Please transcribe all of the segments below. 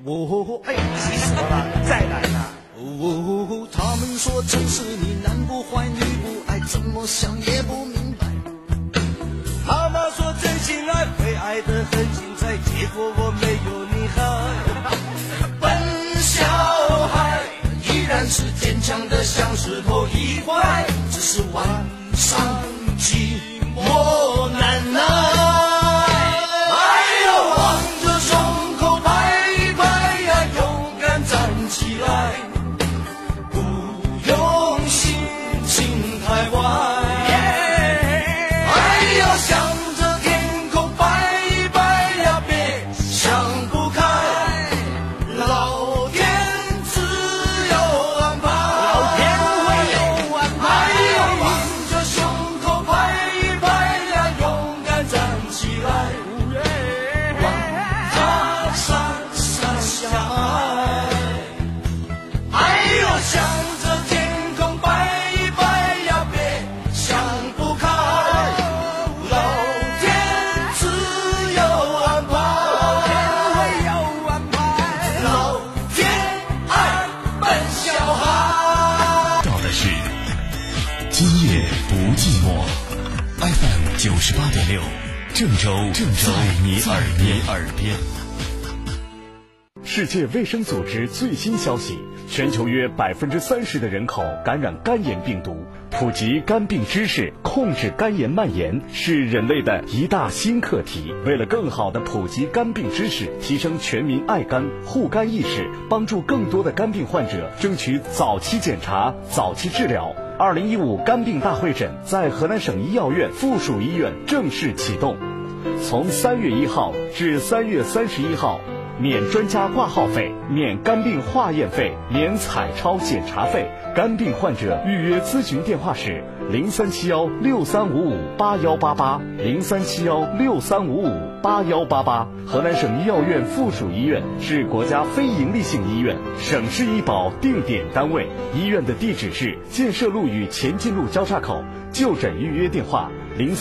哎，气死我了！再来啦！他们说城市里男不坏女不爱，怎么想也不明白。妈妈说真心爱会爱得很精彩，结果我没有你好。笨小孩依然是坚强的像石头一块，只是晚上寂寞难耐。 98.6郑州在你耳边。世界卫生组织最新消息，全球约30%的人口感染肝炎病毒。普及肝病知识，控制肝炎蔓延，是人类的一大新课题。为了更好地普及肝病知识，提升全民爱肝护肝意识，帮助更多的肝病患者争取早期检查、早期治疗，2015肝病大会诊在河南省医药院附属医院正式启动，从3月1号至3月31号。免专家挂号费，免肝病化验费，免彩超检查费。肝病患者预约咨询电话是037163558188，037163558188。河南省医药院附属医院是国家非营利性医院，省市医保定点单位。医院的地址是建设路与前进路交叉口。就诊预约电话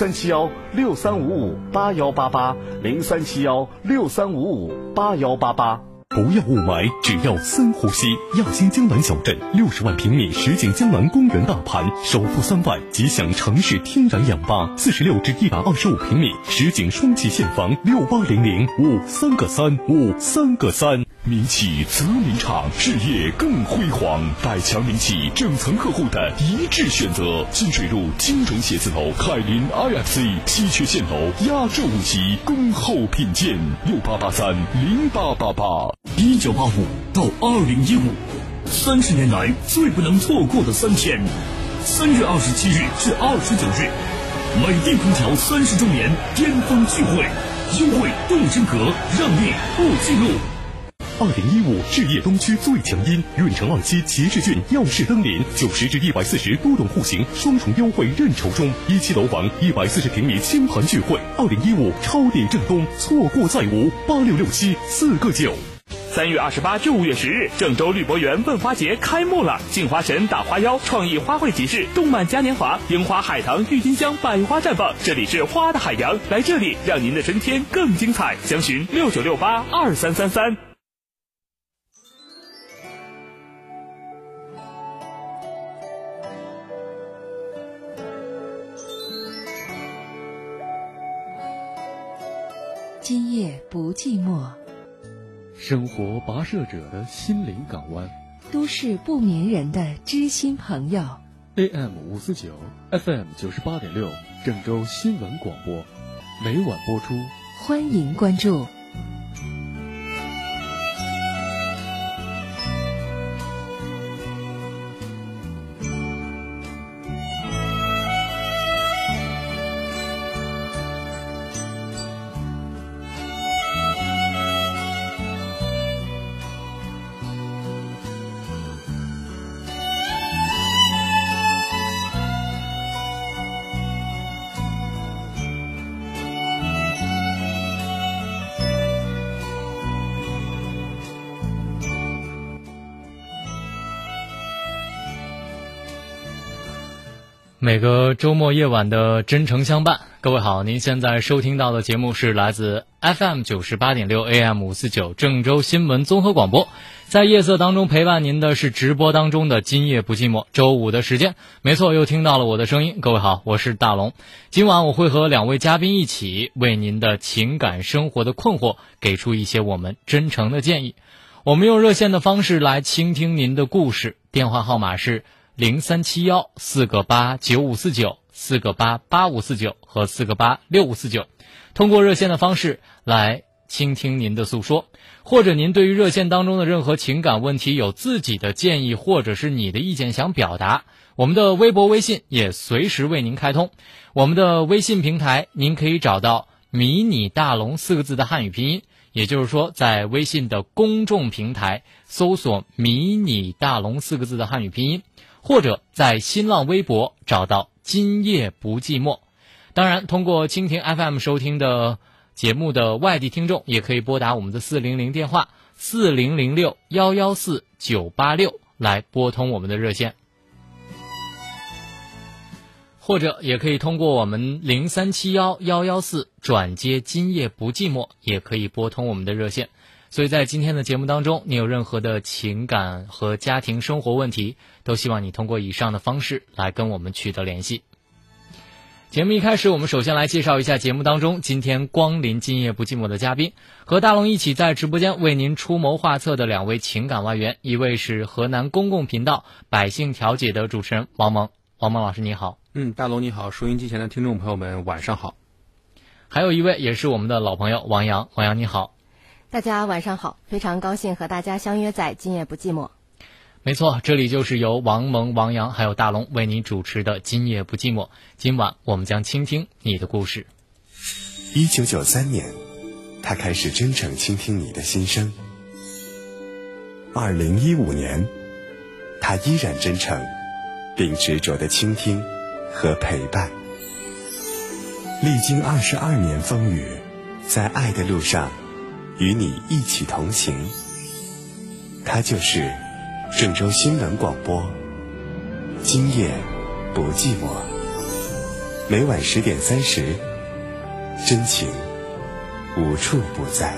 037163558188，037163558188。 不要雾霾，只要深呼吸。亚新江南小镇60万平米实景江南公园大盘，首付3万即享城市天然氧吧，46至125平米实景双级现房，680053个353个3。 民企择民厂，事业更辉煌。百强民企正层客户的一致选择。金水路金融写字楼凯林 IFC 稀缺现楼，压轴无锡，恭候品鉴，68830888。 1985到2015，30年来最不能错过的3天，3月27日至29日，美的空调30周年巅峰聚会，优惠动真格，让利不记录。 2015置业东区最强音，润城2期旗帜郡耀世登临，90至140多种户型双重优惠认筹中，1期楼房140平米清盘聚会，2015超点正东，错过再无，866744个9。 3月28至5月10日，郑州绿博园问花节开幕了！镜花神打花妖，创意花卉集市，动漫嘉年华，樱花海棠郁金香百花绽放，这里是花的海洋，来这里让您的春天更精彩。详询69682333。 今夜不寂寞， 生活跋涉者的心灵港湾， 都市不眠人的知心朋友。 AM549 FM98.6 郑州新闻广播，每晚播出， 欢迎关注。 每个周末夜晚的真诚相伴。各位好，您现在收听到的节目是来自 FM 98.6 AM 549郑州新闻综合广播。在夜色当中陪伴您的是直播当中的今夜不寂寞，周五的时间，没错，又听到了我的声音。各位好，我是大龙。今晚我会和2位嘉宾一起为您的情感生活的困惑给出一些我们真诚的建议。我们用热线的方式来倾听您的故事，电话号码是0371-4个89549、4个88549和4个86549，通过热线的方式来倾听您的诉说，或者您对于热线当中的任何情感问题有自己的建议，或者是你的意见想表达，我们的微博微信也随时为您开通。我们的微信平台您可以找到迷你大龙4个字的汉语拼音，也就是说在微信的公众平台搜索迷你大龙4个字的汉语拼音，或者在新浪微博找到今夜不寂寞。当然通过蜻蜓 FM 收听的节目的外地听众也可以拨打我们的400电话4006-114-986来拨通我们的热线，或者也可以通过我们0371-114转接今夜不寂寞，也可以拨通我们的热线。所以在今天的节目当中，你有任何的情感和家庭生活问题，都希望你通过以上的方式来跟我们取得联系。节目一开始，我们首先来介绍一下节目当中今天光临今夜不寂寞的嘉宾，和大龙一起在直播间为您出谋划策的2位情感外援，一位是河南公共频道百姓调解的主持人王蒙。王蒙老师你好。 大龙你好，收音机前的听众朋友们晚上好。 还有一位也是我们的老朋友王洋。王洋你好。 大家晚上好，非常高兴和大家相约在今夜不寂寞。 没错，这里就是由王蒙、王洋还有大龙为你主持的今夜不寂寞。今晚我们将倾听你的故事。 1993年，他开始真诚倾听你的心声。2015年，他依然真诚并执着地倾听和陪伴。历经22年风雨，在爱的路上与你一起同行。他就是郑州新闻广播今夜不寂寞，每晚10点30，真情无处不在。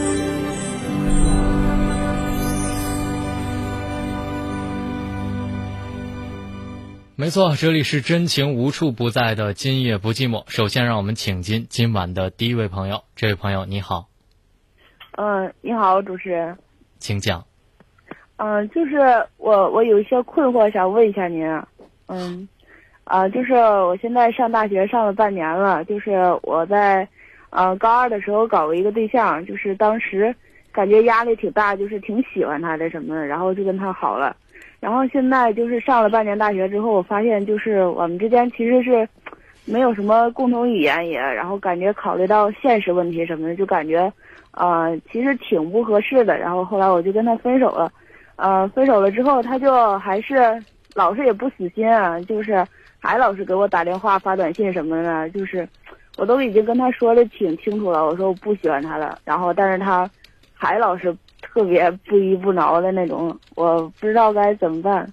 没错，这里是真情无处不在的今夜不寂寞。首先让我们请进今晚的第一位朋友。这位朋友你好。 你好主持人。 请讲。 就是我有一些困惑想问一下您。就是我现在上大学上了半年了，就是我在高2的时候搞过一个对象，就是当时感觉压力挺大，就是挺喜欢他的什么的，然后就跟他好了。然后现在就是上了半年大学之后，我发现就是我们之间其实是没有什么共同语言也，然后感觉考虑到现实问题什么的，就感觉其实挺不合适的。然后后来我就跟他分手了。分手了之后，他就还是老是也不死心啊，就是还老是给我打电话发短信什么的，就是我都已经跟他说的挺清楚了，我说我不喜欢他了，然后但是他还老是特别不依不挠的那种，我不知道该怎么办。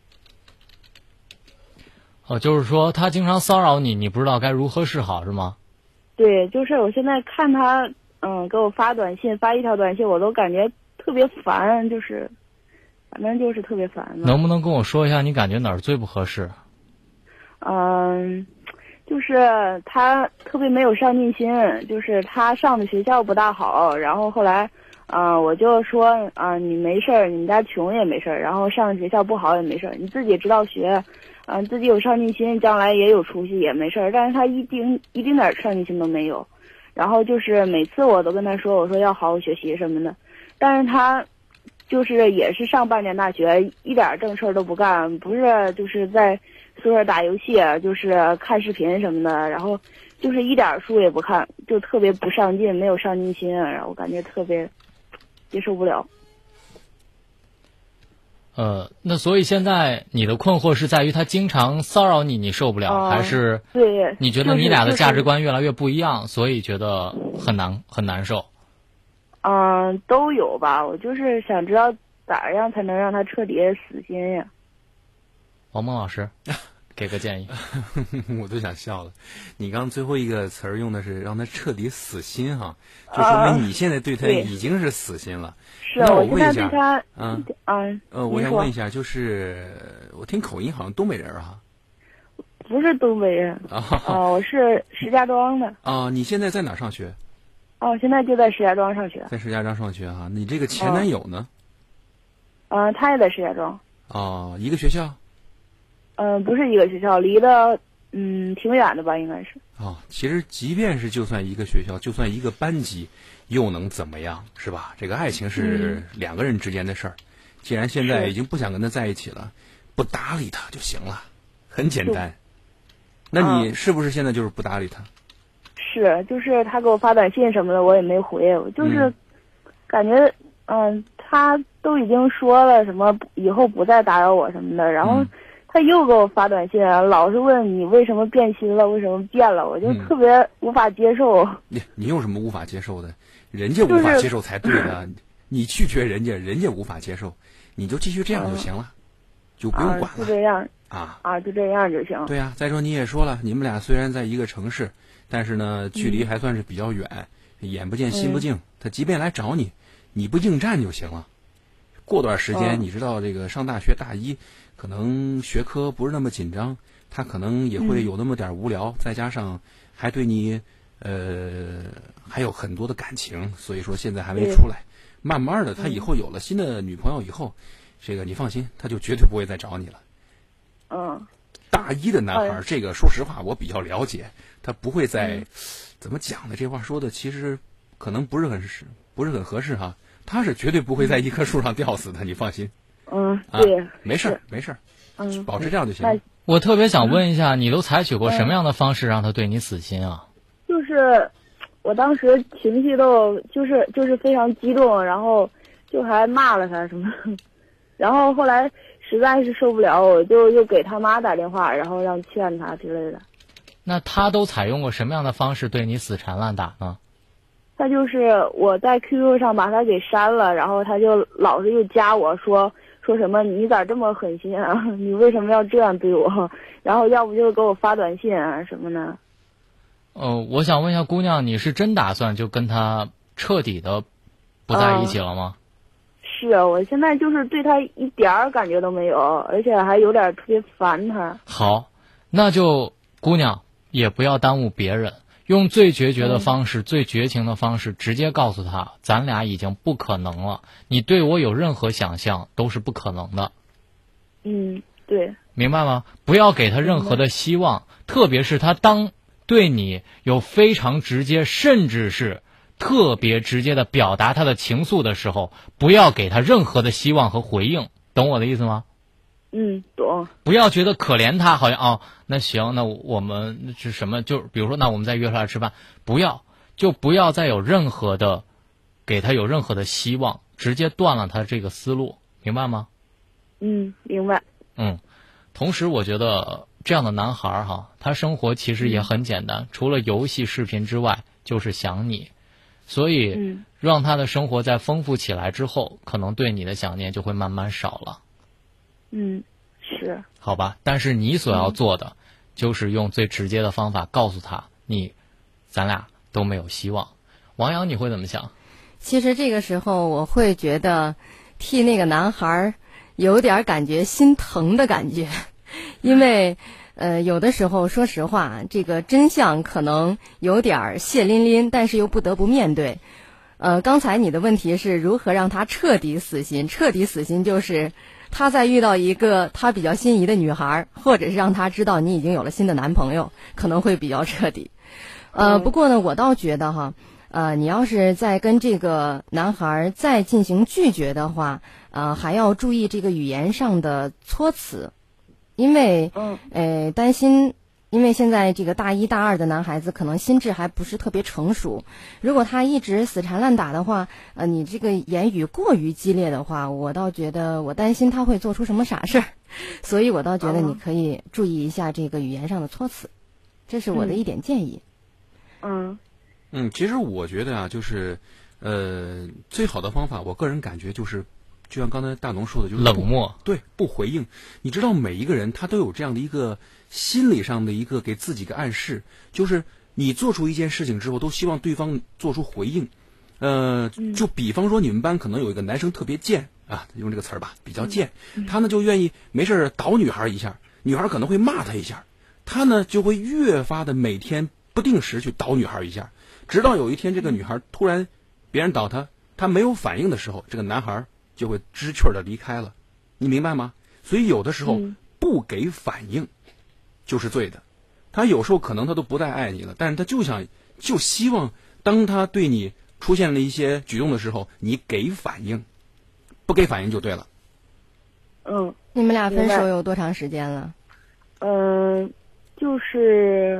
就是说他经常骚扰你，你不知道该如何是好是吗？ 对，就是我现在看他给我发短信，发一条短信我都感觉特别烦，就是反正就是特别烦。 能不能跟我说一下你感觉哪儿最不合适？ 就是他特别没有上进心，就是他上的学校不大好，然后后来我就说你没事儿，你们家穷也没事儿，然后上的学校不好也没事儿，你自己知道学，自己有上进心，将来也有出息也没事儿。但是他一丁点上进心都没有，然后就是每次我都跟他说，我说要好好学习什么的，但是他就是也是上半年大学，一点正事儿都不干，不是就是在宿舍打游戏，就是看视频什么的，然后就是一点书也不看，就特别不上进，没有上进心，然后我感觉特别接受不了。 那所以现在你的困惑是在于他经常骚扰你，你受不了，还是对你觉得你俩的价值观越来越不一样，所以觉得很难受？ 都有吧，我就是想知道咋样才能让他彻底死心呀。 王蒙老师， 给个建议。 我都想笑了。你刚最后一个词儿用的是让他彻底死心哈，就说明你现在对他已经是死心了。 是， 那我现在对他， 我想问一下，就是我听口音好像东北人哈。 不是东北人我是石家庄的。 你现在在哪儿上学？ 现在就在石家庄上学。 在石家庄上学哈，你这个前男友呢？ 他也在石家庄。 一个学校？ 不是一个学校，离得挺远的吧，应该是。 其实即便是就算一个学校，就算一个班级，又能怎么样，是吧？这个爱情是两个人之间的事儿。既然现在已经不想跟他在一起了，不搭理他就行了，很简单。那你是不是现在就是不搭理他？ 是，就是他给我发短信什么的，我也没回，我就是感觉他都已经说了什么以后不再打扰我什么的，然后他又给我发短信，老是问你为什么变心了，为什么变了，我就特别无法接受。 你有什么无法接受的？人家无法接受才对的，你拒绝人家，人家无法接受，你就继续这样就行了，就不用管了。 就这样就这样就行。 对呀，再说你也说了，你们俩虽然在一个城市，但是呢距离还算是比较远，眼不见心不静。他即便来找你，你不应战就行了。过段时间你知道这个上大学大一，可能学科不是那么紧张，他可能也会有那么点无聊，再加上还对你还有很多的感情，所以说现在还没出来。慢慢的他以后有了新的女朋友以后，这个你放心，他就绝对不会再找你了。大一的男孩，这个说实话我比较了解，他不会再怎么讲呢？这话说的其实可能不是很合适哈。他是绝对不会在一棵树上吊死的，你放心。 对， 没事，保持这样就行了。 我特别想问一下，你都采取过什么样的方式让他对你死心啊？ 就是我当时情绪都就是非常激动，然后就还骂了他什么，然后后来实在是受不了，我就又给他妈打电话，然后让劝他之类的。那他都采用过什么样的方式对你死缠烂打呢？ 他就是我在 QQ 上把他给删了，然后他就老是又加我说什么你咋这么狠心啊？你为什么要这样对我？然后要不就给我发短信啊什么的。 我想问一下姑娘，你是真打算就跟他彻底的不在一起了吗？ 是啊，我现在就是对他一点儿感觉都没有，而且还有点特别烦他。 好，那就姑娘也不要耽误别人。用最决绝的方式，最绝情的方式，直接告诉他，咱俩已经不可能了。你对我有任何想象都是不可能的。 对。 明白吗？不要给他任何的希望，特别是他当对你有非常直接，甚至是特别直接的表达他的情愫的时候，不要给他任何的希望和回应。懂我的意思吗？ 懂。 不要觉得可怜他，好像那行，那我们是什么？就比如说，那我们再约出来吃饭，不要再有任何的给他有任何的希望，直接断了他这个思路，明白吗？ 明白。 同时我觉得这样的男孩他生活其实也很简单，除了游戏视频之外，就是想你，所以让他的生活再丰富起来之后，可能对你的想念就会慢慢少了。 是。 好吧，但是你所要做的，就是用最直接的方法告诉他，咱俩都没有希望。王阳，你会怎么想？ 其实这个时候我会觉得替那个男孩有点感觉心疼的感觉，因为有的时候说实话，这个真相可能有点血淋淋，但是又不得不面对。刚才你的问题是如何让他彻底死心？彻底死心就是他在遇到一个他比较心仪的女孩，或者是让他知道你已经有了新的男朋友，可能会比较彻底。不过呢，我倒觉得你要是再跟这个男孩再进行拒绝的话，还要注意这个语言上的措辞，因为担心。因为现在这个大一大二的男孩子可能心智还不是特别成熟，如果他一直死缠烂打的话，你这个言语过于激烈的话，我倒觉得我担心他会做出什么傻事儿，所以我倒觉得你可以注意一下这个语言上的措辞，这是我的一点建议。 其实我觉得就是最好的方法，我个人感觉就是就像刚才大农说的，就是冷漠， 对，不回应。你知道每一个人他都有这样的一个心理上的一个给自己的暗示，就是你做出一件事情之后，都希望对方做出回应。就比方说你们班可能有一个男生特别贱啊，用这个词儿吧，比较贱，他呢就愿意没事捣女孩一下，女孩可能会骂他一下，他呢就会越发的每天不定时去捣女孩一下，直到有一天这个女孩突然别人捣他没有反应的时候，这个男孩就会知趣的离开了，你明白吗？所以有的时候不给反应就是对的，他有时候可能他都不再爱你了，但是他就希望当他对你出现了一些举动的时候，你给反应，不给反应就对了。 你们俩分手有多长时间了？ 就是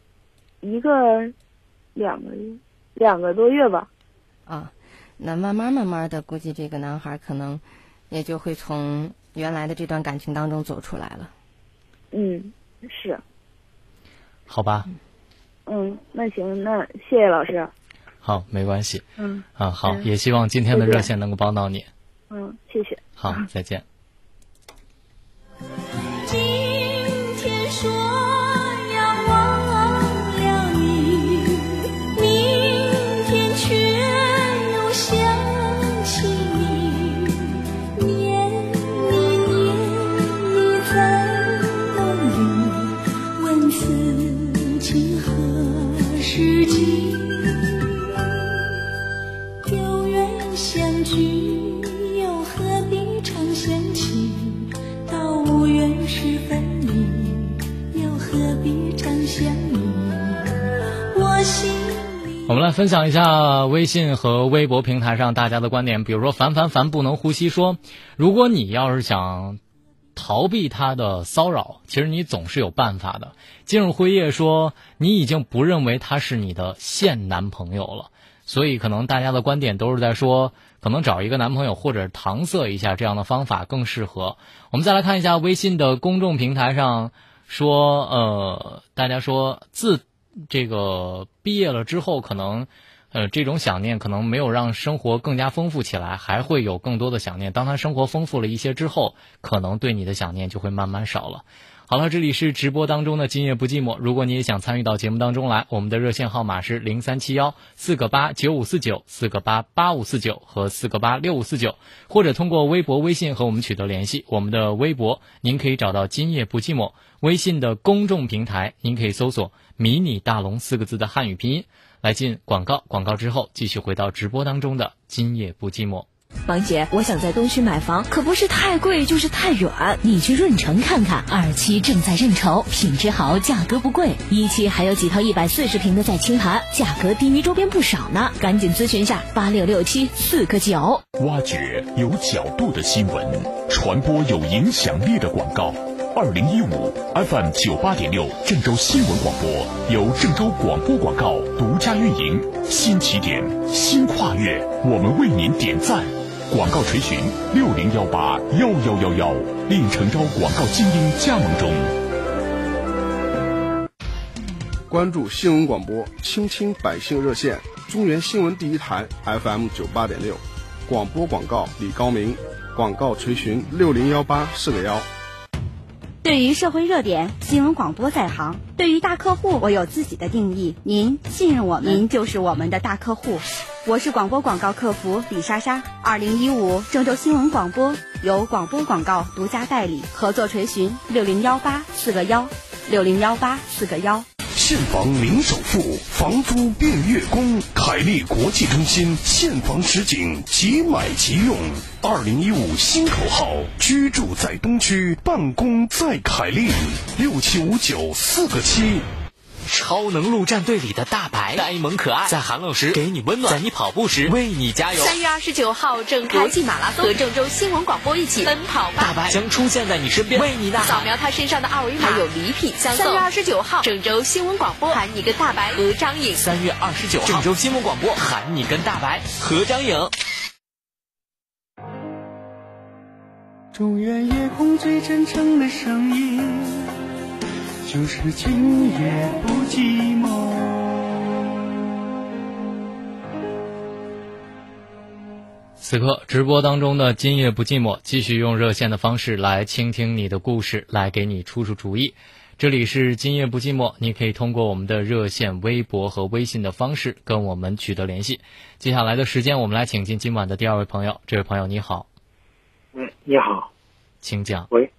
两个多月吧。 啊，那慢慢的，估计这个男孩可能也就会从原来的这段感情当中走出来了。 是。 好吧。 那行，那谢谢老师。 好，没关系。好，也希望今天的热线能够帮到你。 谢谢。 好，再见。 今天说要忘了你，明天却又想起你，念你在梦里，问此情何时尽。有缘相聚，又何必常想起？到无缘时分离，又何必常想你？我心里。 我们来分享一下微信和微博平台上大家的观点。比如说凡不能呼吸说，如果你要是想逃避他的骚扰，其实你总是有办法的。金日辉夜说，你已经不认为他是你的现男朋友了。所以可能大家的观点都是在说，可能找一个男朋友或者搪塞一下这样的方法更适合。我们再来看一下微信的公众平台上说，大家说自这个毕业了之后，可能这种想念可能没有让生活更加丰富起来，还会有更多的想念。当他生活丰富了一些之后，可能对你的想念就会慢慢少了。好了，这里是直播当中的今夜不寂寞。如果你也想参与到节目当中来，我们的热线号码是0371-4个89549、4个88549和4个86549，或者通过微博、微信和我们取得联系。我们的微博您可以找到今夜不寂寞，微信的公众平台您可以搜索迷你大龙4个字的汉语拼音。来进广告，广告之后继续回到直播当中的今夜不寂寞。 王姐，我想在东区买房，可不是太贵就是太远。你去润城看看，2期正在认筹，品质好，价格不贵。1期还有几套140平的在清盘，价格低于周边不少呢。赶紧咨询下8667-4个9。 挖掘有角度的新闻，传播有影响力的广告。2015 FM 98.6郑州新闻广播由郑州广播广告独家运营，新起点，新跨越，我们为您点赞。广告垂询60181111，令诚招广告精英加盟中。 关注新闻广播，倾听百姓热线，中原新闻第一台 FM 98.6，广播广告李高明，广告垂询6018-4个1。 对于社会热点，新闻广播在行；对于大客户，我有自己的定义。您信任我们，您就是我们的大客户。我是广播广告客服李莎莎。2015郑州新闻广播由广播广告独家代理，合作垂询6018-4个1，6018-4个1。 现房零首付，房租变月供，凯利国际中心现房实景，即买即用。2015新口号：居住在东区，办公在凯利。6759-4个7。 超能陆战队里的大白，呆萌可爱，在寒冷时给你温暖，在你跑步时为你加油。 3月29号正开国际马拉松，和郑州新闻广播一起奔跑吧！ 大白将出现在你身边，为你呐喊。 扫描他身上的二维码，还有礼品相送。3月29号，郑州新闻广播喊你跟大白合张影。 3月29号，郑州新闻广播喊你跟大白合张影。 中原夜空最真诚的声音，就是今夜不寂寞。 此刻直播当中的今夜不寂寞，继续用热线的方式来倾听你的故事，来给你出主意。这里是今夜不寂寞，你可以通过我们的热线、微博和微信的方式跟我们取得联系。接下来的时间，我们来请进今晚的第二位朋友。这位朋友你好。 你好， 请讲。 喂，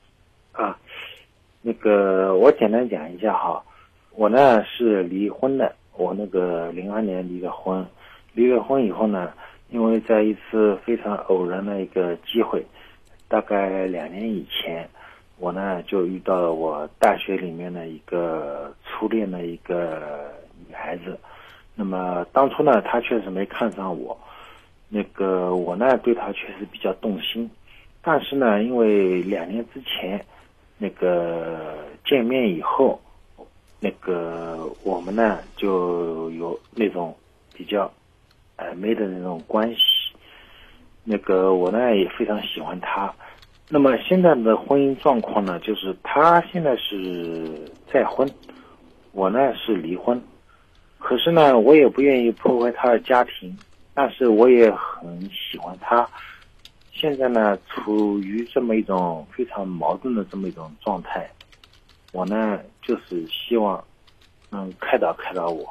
我简单讲一下哈，我呢是离婚的，我02年离了婚，离了婚以后呢，因为在一次非常偶然的一个机会，大概2年以前，我呢就遇到了我大学里面的一个初恋的一个女孩子。那么当初呢，她确实没看上我，我呢对她确实比较动心，但是呢，因为2年之前见面以后，我们呢就有那种比较暧昧的那种关系。我呢也非常喜欢她。那么现在的婚姻状况呢，就是她现在是再婚，我呢是离婚。可是呢，我也不愿意破坏她的家庭，但是我也很喜欢她。现在呢，处于这么一种非常矛盾的这么一种状态，我呢就是希望能开导我。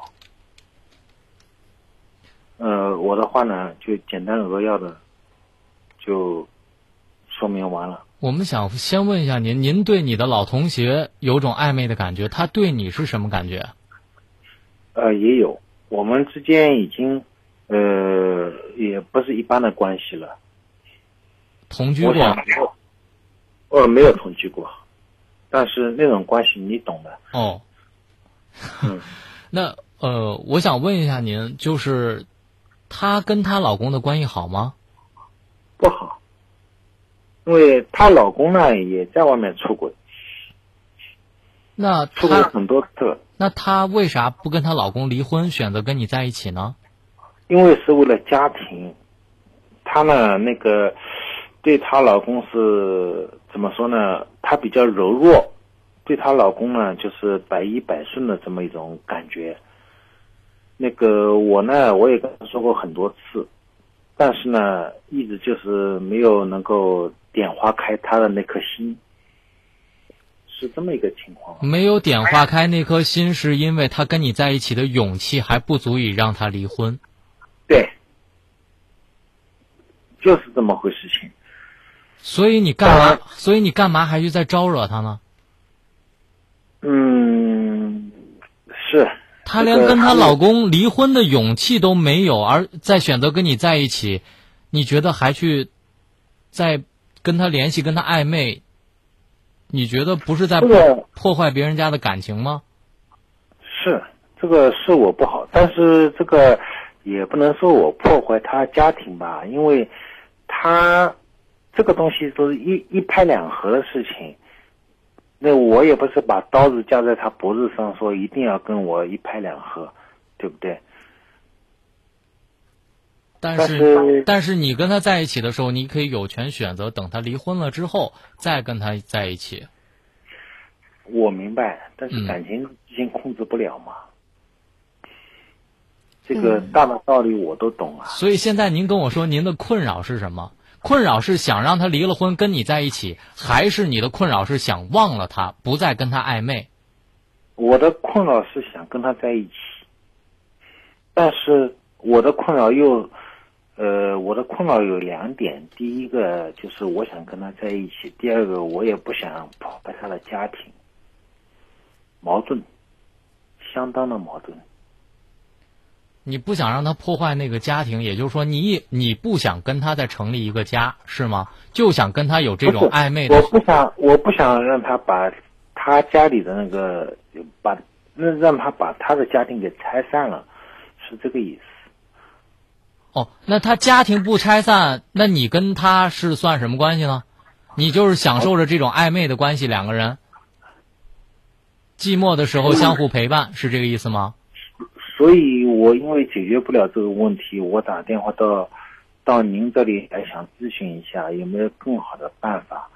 我的话呢就简单扼要的就说明完了。 我们想先问一下您对你的老同学有种暧昧的感觉，他对你是什么感觉？ 也有，我们之间已经也不是一般的关系了。 同居过？ 没有同居过，但是那种关系你懂的。 哦，那我想问一下您，就是她跟她老公的关系好吗？ 不好，因为她老公呢也在外面出轨。 那出轨很多次。 那她为啥不跟她老公离婚，选择跟你在一起呢？ 因为是为了家庭。她呢对她老公是怎么说呢？她比较柔弱，对她老公呢就是百依百顺的这么一种感觉。我呢我也跟她说过很多次，但是呢一直就是没有能够点化开她的那颗心，是这么一个情况。 没有点化开那颗心，是因为她跟你在一起的勇气还不足以让她离婚。 对，就是这么回事情。 所以你干嘛还去再招惹她呢？ 是。 她连跟她老公离婚的勇气都没有，而再选择跟你在一起，你觉得还去再跟她联系，跟她暧昧，你觉得不是在破坏别人家的感情吗？ 是，这个是我不好，但是这个也不能说我破坏她家庭吧，因为她这个东西都是一拍两合的事情。那我也不是把刀子架在他脖子上说一定要跟我一拍两合，对不对？ 但是你跟他在一起的时候，你可以有权选择等他离婚了之后再跟他在一起。 我明白，但是感情已经控制不了嘛。这个大的道理我都懂啊。 所以现在您跟我说您的困扰是什么？困扰是想让他离了婚跟你在一起，还是你的困扰是想忘了他，不再跟他暧昧？ 我的困扰是想跟他在一起，但是我的困扰有2点。第一个就是我想跟他在一起，第二个我也不想破坏他的家庭，矛盾，相当的矛盾。 你不想让他破坏那个家庭，也就是说你不想跟他再成立一个家，是吗？就想跟他有这种暧昧的。 我不想让他把他家里的让他把他的家庭给拆散了，是这个意思。 哦，那他家庭不拆散，那你跟他是算什么关系呢？你就是享受着这种暧昧的关系，两个人寂寞的时候相互陪伴，是这个意思吗？ 所以我因为解决不了这个问题，我打电话到您这里来想咨询一下有没有更好的办法。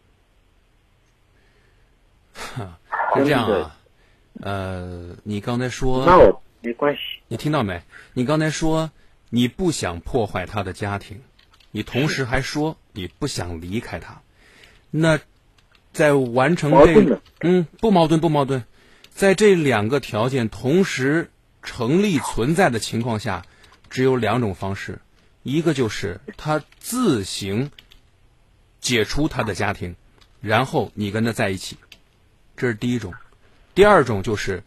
是这样啊，你刚才说， 那我没关系。 你听到没？你刚才说你不想破坏他的家庭， 你同时还说你不想离开他，那在完成不矛盾，在这2个条件同时成立存在的情况下，只有2种方式，一个就是他自行解除他的家庭，然后你跟他在一起，这是第一种。第二种就是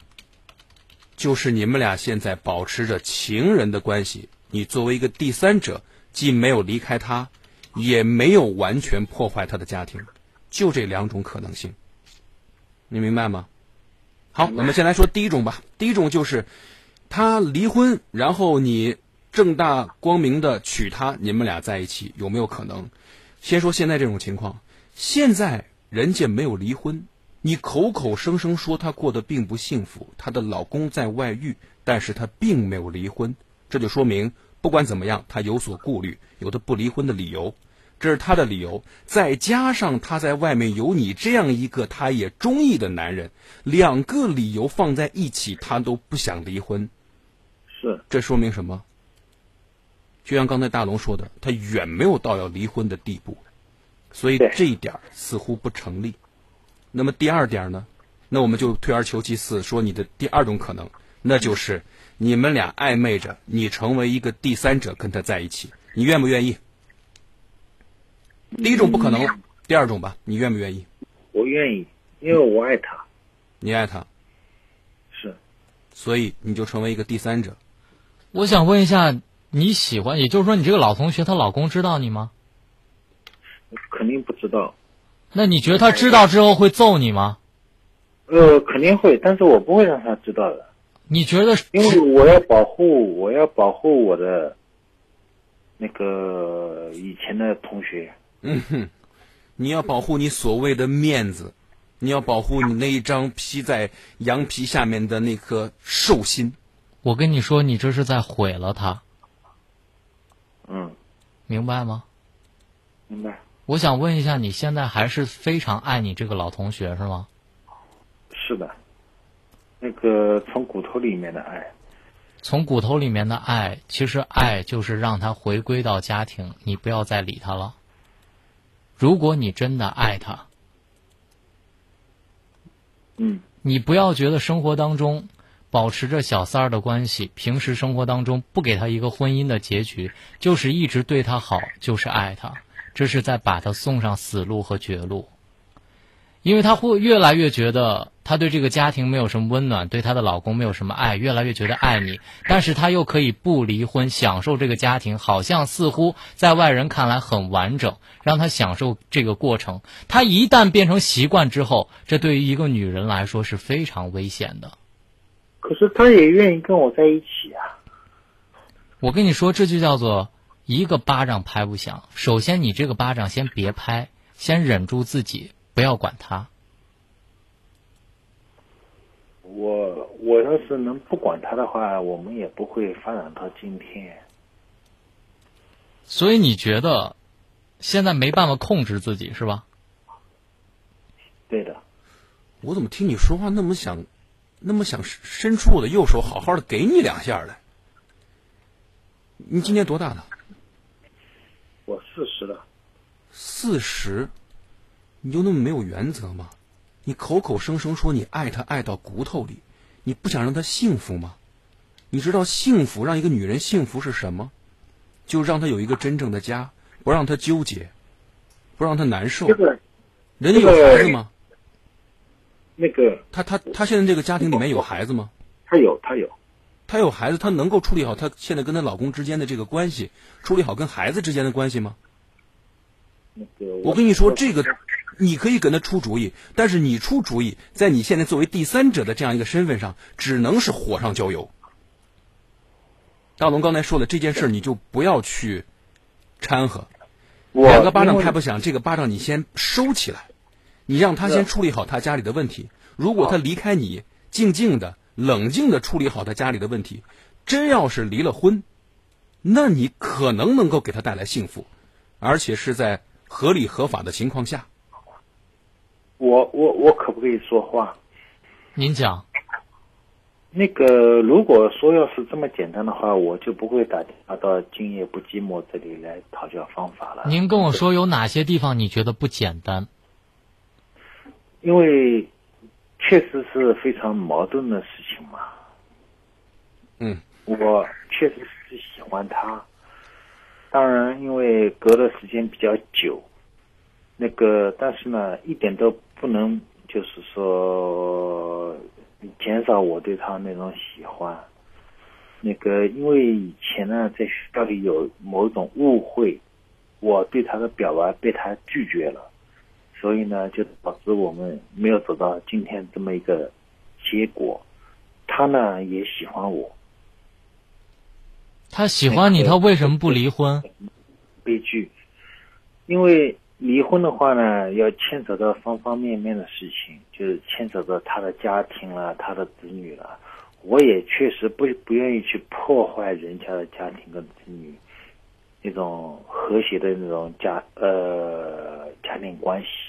你们俩现在保持着情人的关系，你作为一个第三者，既没有离开他，也没有完全破坏他的家庭，就这2种可能性，你明白吗？好，我们先来说第一种吧。第一种就是他离婚，然后你正大光明的娶她，你们俩在一起，有没有可能？先说现在这种情况，现在人家没有离婚，你口口声声说她过得并不幸福，她的老公在外遇，但是她并没有离婚，这就说明不管怎么样，她有所顾虑，有的不离婚的理由，这是她的理由。再加上她在外面有你这样一个她也中意的男人，2个理由放在一起，她都不想离婚。 是， 这说明什么？就像刚才大龙说的，她远没有到要离婚的地步，所以这一点似乎不成立。那么第2点呢？那我们就退而求其次，说你的第2种可能，那就是你们俩暧昧着，你成为一个第三者跟他在一起，你愿不愿意？第一种不可能，第2种吧，你愿不愿意？ 我愿意，因为我爱他。 你爱他？ 是。 所以你就成为一个第三者。 我想问一下，你喜欢，也就是说你这个老同学她老公知道你吗？ 肯定不知道。 那你觉得他知道之后会揍你吗？ 肯定会，但是我不会让他知道的。 你觉得？ 因为我要保护我的那个以前的同学。 你要保护你所谓的面子，你要保护你那一张披在羊皮下面的那颗兽心。 我跟你说，你这是在毁了他。明白吗？ 明白。 我想问一下，你现在还是非常爱你这个老同学是吗？ 是的，那个从骨头里面的爱。 从骨头里面的爱，其实爱就是让他回归到家庭，你不要再理他了。如果你真的爱他，你不要觉得生活当中保持着小三儿的关系，平时生活当中不给他一个婚姻的结局，就是一直对他好，就是爱他。这是在把他送上死路和绝路，因为他会越来越觉得他对这个家庭没有什么温暖，对他的老公没有什么爱，越来越觉得爱你，但是他又可以不离婚，享受这个家庭，好像似乎在外人看来很完整，让他享受这个过程。他一旦变成习惯之后，这对于一个女人来说是非常危险的。 可是他也愿意跟我在一起啊。 我跟你说，这就叫做一个巴掌拍不响。首先你这个巴掌先别拍，先忍住自己，不要管他。 我要是能不管他的话，我们也不会发展到今天。 所以你觉得现在没办法控制自己是吧？ 对的。 我怎么听你说话那么想伸出我的右手好好的给你2下来？你今年多大了？ 我40了。 40？你就那么没有原则吗？你口口声声说你爱他爱到骨头里，你不想让他幸福吗？你知道幸福，让一个女人幸福是什么？就让她有一个真正的家，不让她纠结，不让她难受。人家有孩子吗？他现在这个家庭里面有孩子吗？ 他有孩子，他能够处理好他现在跟他老公之间的这个关系，处理好跟孩子之间的关系吗？我跟你说，这个你可以跟他出主意，但是你出主意，在你现在作为第三者的这样一个身份上，只能是火上浇油。大龙刚才说的这件事，你就不要去掺和。2个巴掌拍不响，这个巴掌你先收起来，你让他先处理好他家里的问题。如果他离开你，静静的冷静的处理好他家里的问题，真要是离了婚，那你可能能够给他带来幸福，而且是在合理合法的情况下。 我可不可以说话？ 您讲。 那个如果说要是这么简单的话，我就不会打电话到今夜不寂寞这里来讨教方法了。 您跟我说有哪些地方你觉得不简单？ 因为确实是非常矛盾的事情嘛。我确实是喜欢他，当然因为隔的时间比较久，但是呢一点都不能就是说减少我对他那种喜欢。因为以前呢在学校里有某种误会，我对他的表白被他拒绝了，所以呢就导致我们没有走到今天这么一个结果。他呢也喜欢我。 他喜欢你，他为什么不离婚？ 悲剧，因为离婚的话呢，要牵扯到方方面面的事情，就是牵扯到他的家庭了，他的子女了。我也确实不愿意去破坏人家的家庭跟子女那种和谐的那种家庭关系。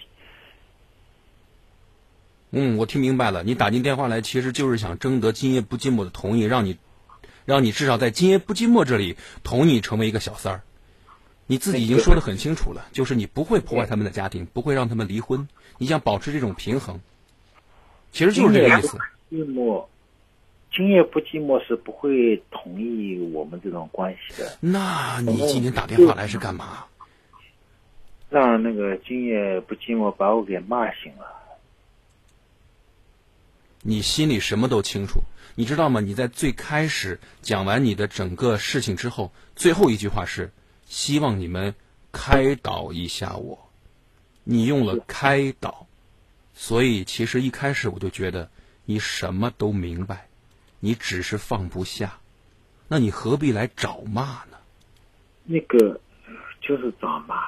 我听明白了，你打进电话来其实就是想征得今夜不寂寞的同意，让你至少在今夜不寂寞这里同意成为一个小三儿。你自己已经说得很清楚了，就是你不会破坏他们的家庭，不会让他们离婚，你想保持这种平衡，其实就是这个意思。 今夜不寂寞是不会同意我们这种关系的。 那你今天打电话来是干嘛？ 让今夜不寂寞把我给骂醒了。 你心里什么都清楚，你知道吗？你在最开始讲完你的整个事情之后，最后一句话是希望你们开导一下我，你用了开导，所以其实一开始我就觉得你什么都明白，你只是放不下，那你何必来找骂呢？ 就是找骂，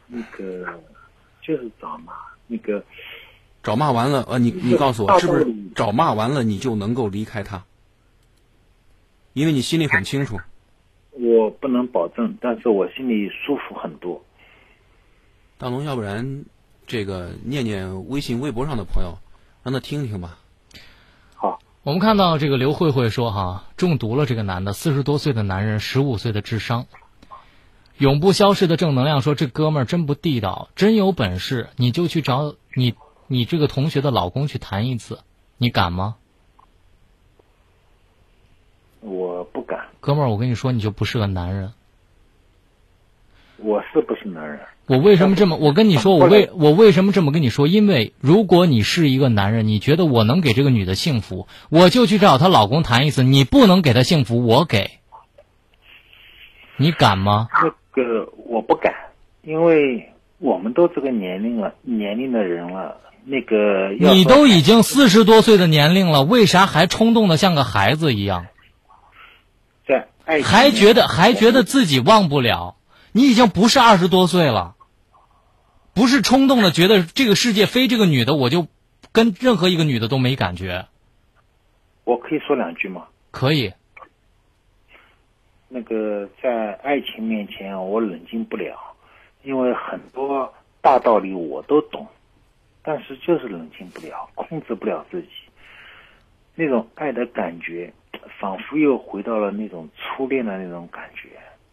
就是找骂， 找骂完了，你告诉我，是不是找骂完了你就能够离开他？因为你心里很清楚。 我不能保证，但是我心里舒服很多。 大龙，要不然念念微信微博上的朋友，让他听听吧。 好， 我们看到这个刘慧慧说中毒了这个男的，40多岁的男人，15岁的智商，永不消逝的正能量说这哥们儿真不地道，真有本事你就去找你这个同学的老公去谈一次，你敢吗？ 我不敢。 哥们儿，我跟你说，你就不是个男人。 我是不是男人？ 我为什么这么？我跟你说，我为什么这么跟你说？因为如果你是一个男人，你觉得我能给这个女的幸福，我就去找她老公谈一次。你不能给她幸福，我给。你敢吗？ 我不敢，因为我们都这个年龄的人了。 你都已经40多岁的年龄了，为啥还冲动的像个孩子一样？还觉得自己忘不了？你已经不是20多岁了，不是冲动的觉得这个世界非这个女的我就跟任何一个女的都没感觉。 我可以说2句吗？ 可以。 在爱情面前我冷静不了，因为很多大道理我都懂，但是就是冷静不了，控制不了自己。那种爱的感觉仿佛又回到了那种初恋的那种感觉。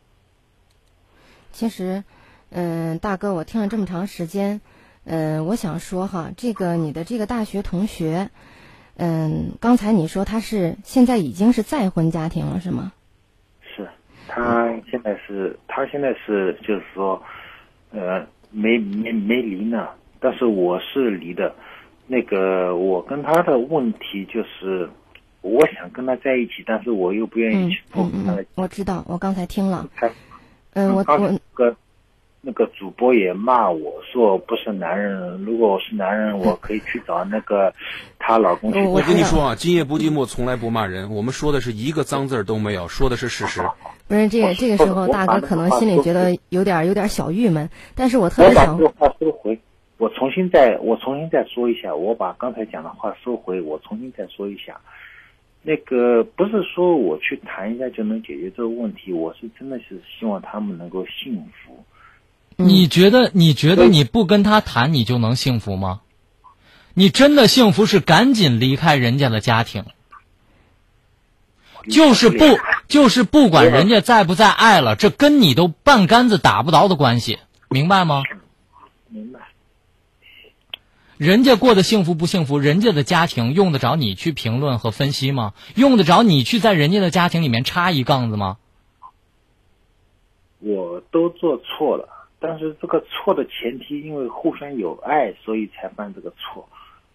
其实大哥，我听了这么长时间，我想说你的这个大学同学，刚才你说他现在已经是再婚家庭了是吗？ 是，他现在是就是说没离呢，但是我是离的。我跟他的问题就是，我想跟他在一起，但是我又不愿意去碰他的。 我知道，我刚才听了。 那个主播也骂我说我不是男人，如果我是男人，我可以去找她老公去。 我跟你说啊，今夜不寂寞从来不骂人，我们说的是一个脏字都没有，说的是事实。 不是这个时候，大哥可能心里觉得有点小郁闷，但是我特别想。 我把这话收回。我重新再说一下，我把刚才讲的话收回，我重新再说一下。不是说我去谈一下就能解决这个问题，我是真的是希望他们能够幸福。 你觉得你不跟他谈你就能幸福吗？你真的幸福是赶紧离开人家的家庭。 就是不管人家在不在爱了，这跟你都半竿子打不着的关系，明白吗？ 明白。 人家过得幸福不幸福，人家的家庭用得着你去评论和分析吗？用得着你去在人家的家庭里面插一杠子吗？ 我都做错了，但是这个错的前提，因为互相有爱，所以才犯这个错。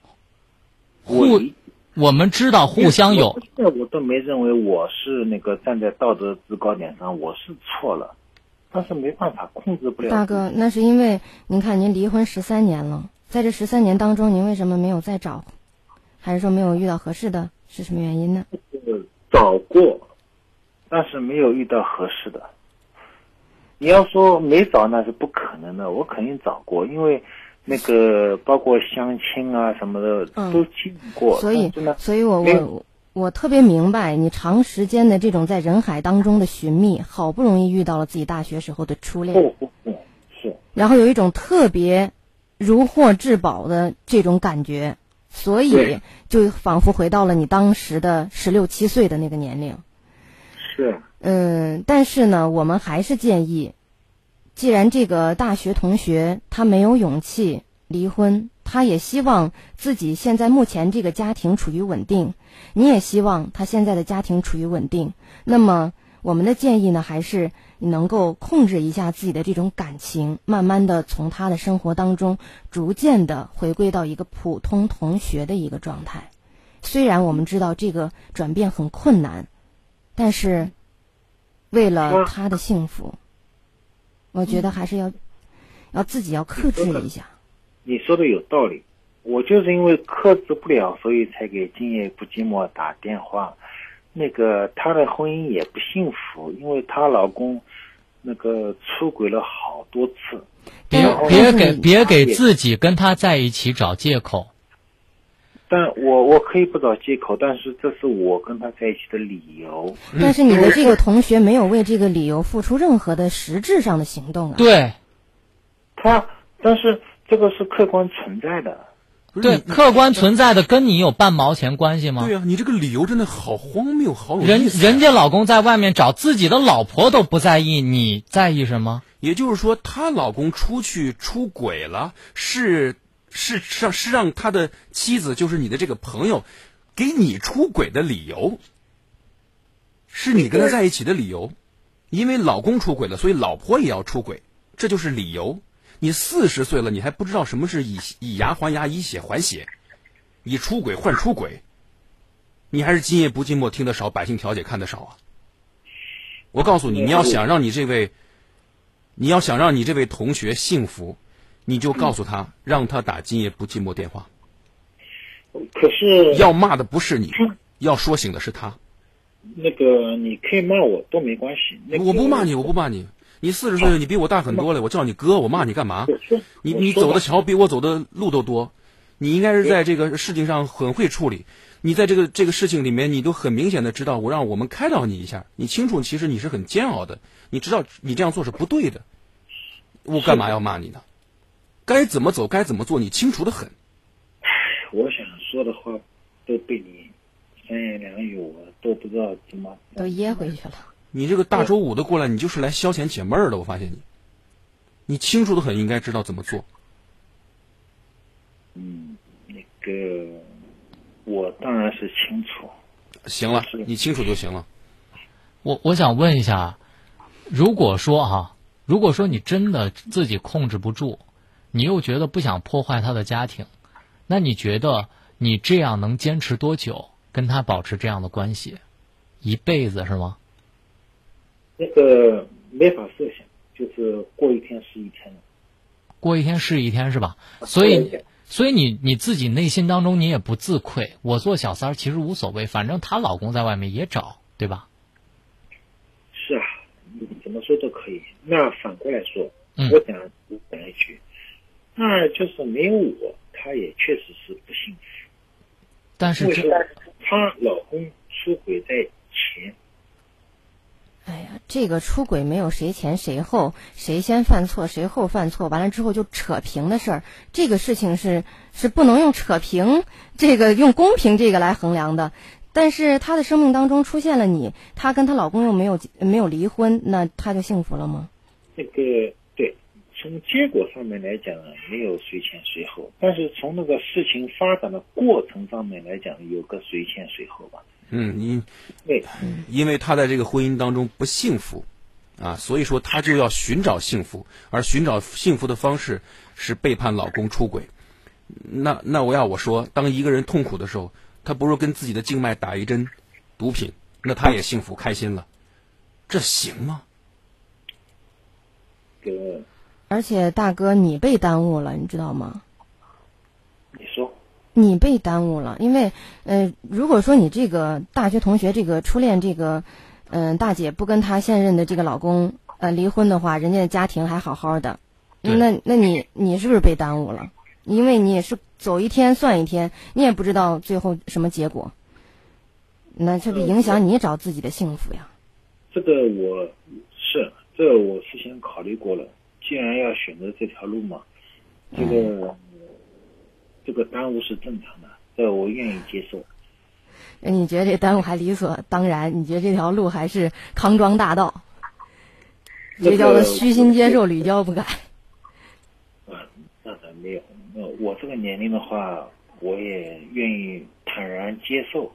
我们知道互相有， 我都没认为我是那个站在道德制高点上，我是错了，但是没办法控制不了。 大哥，那是因为您看您离婚13年了，在这13年当中，您为什么没有再找，还是说没有遇到合适的？是什么原因呢？ 找过，但是没有遇到合适的。你要说没找，那是不可能的，我肯定找过，因为那个包括相亲啊什么的都经历过。 所以我特别明白你长时间的这种在人海当中的寻觅，好不容易遇到了自己大学时候的初恋， 是， 然后有一种特别如获至宝的这种感觉，所以就仿佛回到了你当时的16、17岁的那个年龄。 是。 但是呢，我们还是建议，既然这个大学同学他没有勇气离婚，他也希望自己现在目前这个家庭处于稳定，你也希望他现在的家庭处于稳定，那么我们的建议呢，还是你能够控制一下自己的这种感情，慢慢的从他的生活当中逐渐的回归到一个普通同学的一个状态。虽然我们知道这个转变很困难，但是为了他的幸福，我觉得还是要自己要克制一下。 你说的有道理，我就是因为克制不了，所以才给今夜不寂寞打电话。那个她的婚姻也不幸福，因为她老公那个出轨了好多次。 别给自己跟他在一起找借口。 但我可以不找借口，但是这是我跟他在一起的理由。 但是你的这个同学没有为这个理由付出任何的实质上的行动啊。 对， 但是这个是客观存在的。 对，客观存在的跟你有半毛钱关系吗？ 对啊，你这个理由真的好荒谬，好有意思。 人家老公在外面找自己的老婆都不在意，你在意什么？ 也就是说，她老公出轨了，是让他的妻子，就是你的这个朋友，给你出轨的理由，是你跟他在一起的理由，因为老公出轨了，所以老婆也要出轨，这就是理由。你40岁了，你还不知道什么是以牙还牙，以血还血，以出轨换出轨，你还是今夜不寂寞听得少，百姓调解看得少啊！我告诉你，你要想让你这位同学幸福，你就告诉他，让他打今夜不寂寞电话。 可是要骂的不是你，要说醒的是他。 那个你可以骂我都没关系。 我不骂你。你40岁了，你比我大很多了，我叫你哥，我骂你干嘛？你走的桥比我走的路都多，你应该是在这个事情上很会处理。你在这个事情里面，你都很明显的知道，我们开导你一下，你清楚其实你是很煎熬的，你知道你这样做是不对的，我干嘛要骂你呢？该怎么走，该怎么做，你清楚的很。 我想说的话都被你三言两语，我都不知道怎么都噎回去了。 你这个大周五的过来，你就是来消遣解闷儿的。我发现你清楚的很，应该知道怎么做。 那个我当然是清楚。 行了，你清楚就行了。 我想问一下，如果说你真的自己控制不住，你又觉得不想破坏他的家庭，那你觉得你这样能坚持多久？跟他保持这样的关系，一辈子是吗？ 那个没法设想，就是过一天是一天。 过一天是一天是吧？所以你自己内心当中你也不自愧，我做小三其实无所谓，反正她老公在外面也找，对吧？ 是啊，你怎么说都可以。那反过来说，我讲一句，那就是没有我，她也确实是不幸福。 但是她老公出轨在前。 哎呀，这个出轨没有谁前谁后，谁先犯错谁后犯错，完了之后就扯平的事儿，这个事情是不能用扯平这个用公平这个来衡量的。 但是她的生命当中出现了你，她跟她老公又没有离婚，那她就幸福了吗？ 这个对，从结果上面来讲没有谁前谁后，但是从那个事情发展的过程上面来讲，有个谁前谁后吧。 因为他在这个婚姻当中不幸福啊，所以说他就要寻找幸福，而寻找幸福的方式是背叛老公出轨。那我说，当一个人痛苦的时候，他不如跟自己的静脉打一针毒品，那他也幸福开心了，这行吗？ 而且大哥，你被耽误了，你知道吗？ 你说。 你被耽误了，因为如果说你这个大学同学这个初恋这个大姐不跟她现任的这个老公离婚的话，人家的家庭还好好的，那你是不是被耽误了？因为你也是走一天算一天，你也不知道最后什么结果，那这不影响你找自己的幸福呀？ 这个我事先考虑过了，既然要选择这条路嘛，这个耽误是正常的，这我愿意接受。 你觉得这耽误还理所当然？你觉得这条路还是康庄大道？这叫做虚心接受，屡教不改。 那倒没有。我这个年龄的话，我也愿意坦然接受。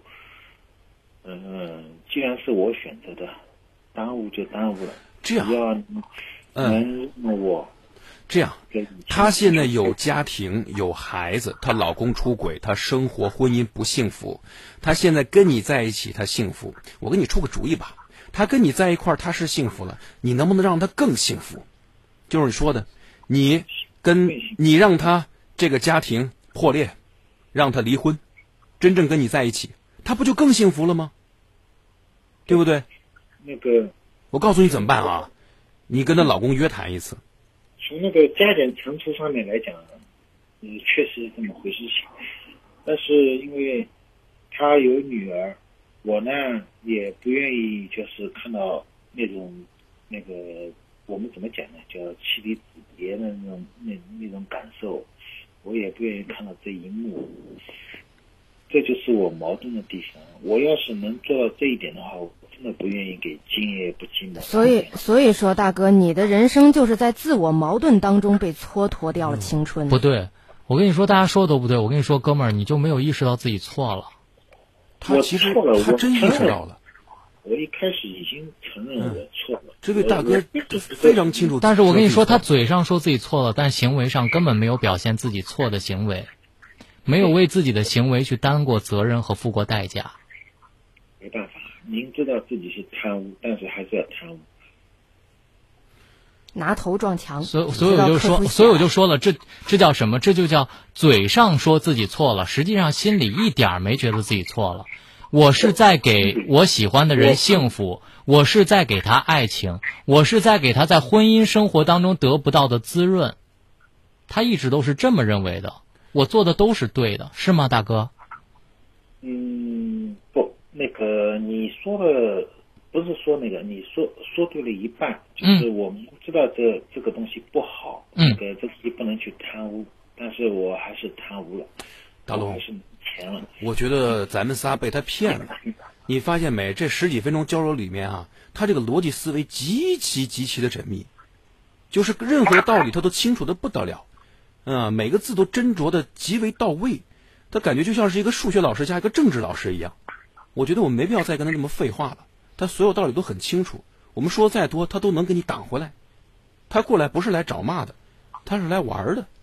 既然是我选择的，耽误就耽误了。 这样， 只要能我。 这样，她现在有家庭有孩子，她老公出轨，她生活婚姻不幸福，她现在跟你在一起她幸福，我给你出个主意吧，她跟你在一块儿她是幸福了，你能不能让她更幸福？就是你说的，你让她这个家庭破裂，让她离婚，真正跟你在一起，她不就更幸福了吗？对不对？我告诉你怎么办啊，你跟她老公约谈一次。 从那个加减乘除上面来讲，确实是这么回事情。但是因为他有女儿，我呢也不愿意就是看到那个我们怎么讲呢，叫妻离子别的那种感受，我也不愿意看到这一幕。这就是我矛盾的地方。我要是能做到这一点的话，我真的不愿意给今夜不寂寞。 所以说，大哥，你的人生就是在自我矛盾当中被蹉跎掉了青春。 不对，我跟你说，大家说的都不对。我跟你说，哥们儿，你就没有意识到自己错了。 他其实他真意识到了。 我一开始已经承认我错了。 这位大哥非常清楚。 但是我跟你说，他嘴上说自己错了，但行为上根本没有表现自己错的行为。没有为自己的行为去担过责任和付过代价。 没办法，明知道自己是贪污，但是还是要贪污。 拿头撞墙。 所以我就说了，这叫什么？这就叫嘴上说自己错了，实际上心里一点没觉得自己错了。我是在给我喜欢的人幸福，我是在给他爱情，我是在给他在婚姻生活当中得不到的滋润。他一直都是这么认为的。我做的都是对的，是吗，大哥？ 不，你说的不是说你说对了一半，就是我们知道这个东西不好，这个东西不能去贪污，但是我还是贪污了， 大龙还是钱了。 我觉得咱们仨被他骗了，你发现没？这十几分钟交流里面啊，他这个逻辑思维极其的缜密，就是任何的道理他都清楚的不得了。每个字都斟酌的极为到位，他感觉就像是一个数学老师加一个政治老师一样。我觉得我们没必要再跟他这么废话了，他所有道理都很清楚，我们说再多他都能给你挡回来。他过来不是来找骂的，他是来玩的。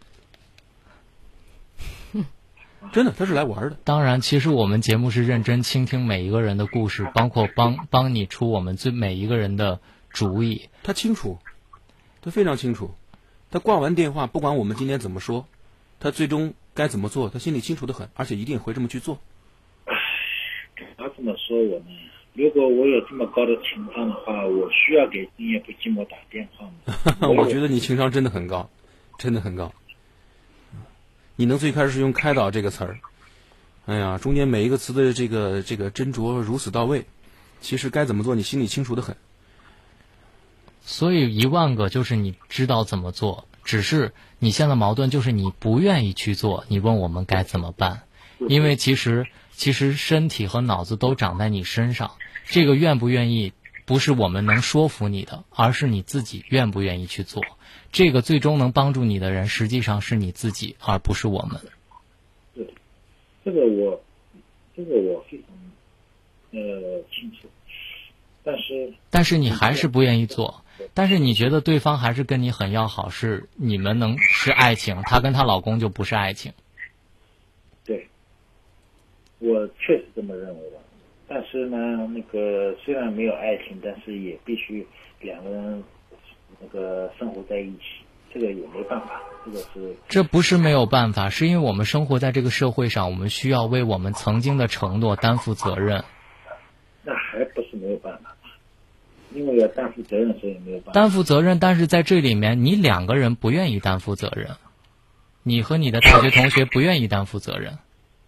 真的，他是来玩的。 当然，其实我们节目是认真倾听每一个人的故事，包括帮你出我们每一个人的主意。 他清楚，他非常清楚。他挂完电话，不管我们今天怎么说，他最终该怎么做，他心里清楚得很，而且一定会这么去做。 他这么说我呢，如果我有这么高的情商的话，我需要给今夜不寂寞打电话吗？ 我觉得你情商真的很高，真的很高。你能最开始是用开导这个词儿，哎呀，中间每一个词的这个斟酌如此到位，其实该怎么做你心里清楚得很。 所以10000个就是你知道怎么做，只是你现在矛盾就是你不愿意去做，你问我们该怎么办。因为其实其实身体和脑子都长在你身上，这个愿不愿意不是我们能说服你的，而是你自己愿不愿意去做。这个最终能帮助你的人实际上是你自己，而不是我们。 对，这个我非常清楚，但是你还是不愿意做， 但是你觉得对方还是跟你很要好，是你们是爱情，她跟她老公就不是爱情。 对，我确实这么认为的。但是呢，那个虽然没有爱情，但是也必须两个人那个生活在一起，这个也没办法， 这不是没有办法，是因为我们生活在这个社会上，我们需要为我们曾经的承诺担负责任。 那还不是没有办法，因为要担负责任，所以没有办法。 担负责任，但是在这里面，你两个人不愿意担负责任，你和你的大学同学不愿意担负责任。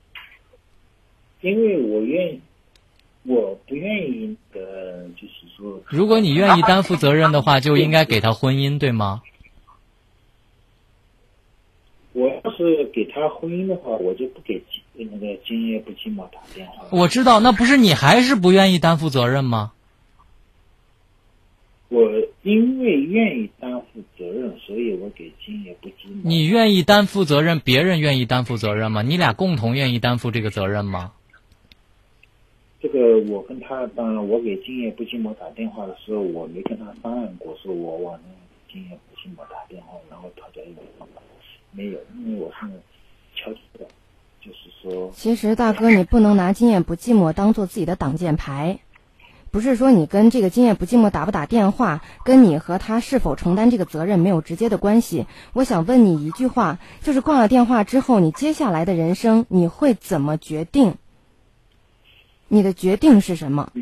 因为我不愿意就是说， 如果你愿意担负责任的话，就应该给他婚姻，对吗？ 我要是给他婚姻的话，我就不给那个今夜不寂寞打电话。 我知道，那不是你还是不愿意担负责任吗？ 我因为愿意担负责任，所以我给今夜不寂寞。 你愿意担负责任，别人愿意担负责任吗？你俩共同愿意担负这个责任吗？ 这个我跟他，当然我给今夜不寂寞打电话的时候，我没跟他商量过，说我往那今夜不寂寞打电话，然后讨价一个方法，没有，因为我是悄悄的，就是说。 其实大哥，你不能拿今夜不寂寞当做自己的挡箭牌，不是说你跟这个今夜不寂寞打不打电话，跟你和他是否承担这个责任没有直接的关系。我想问你一句话，就是挂了电话之后，你接下来的人生你会怎么决定？你的决定是什么？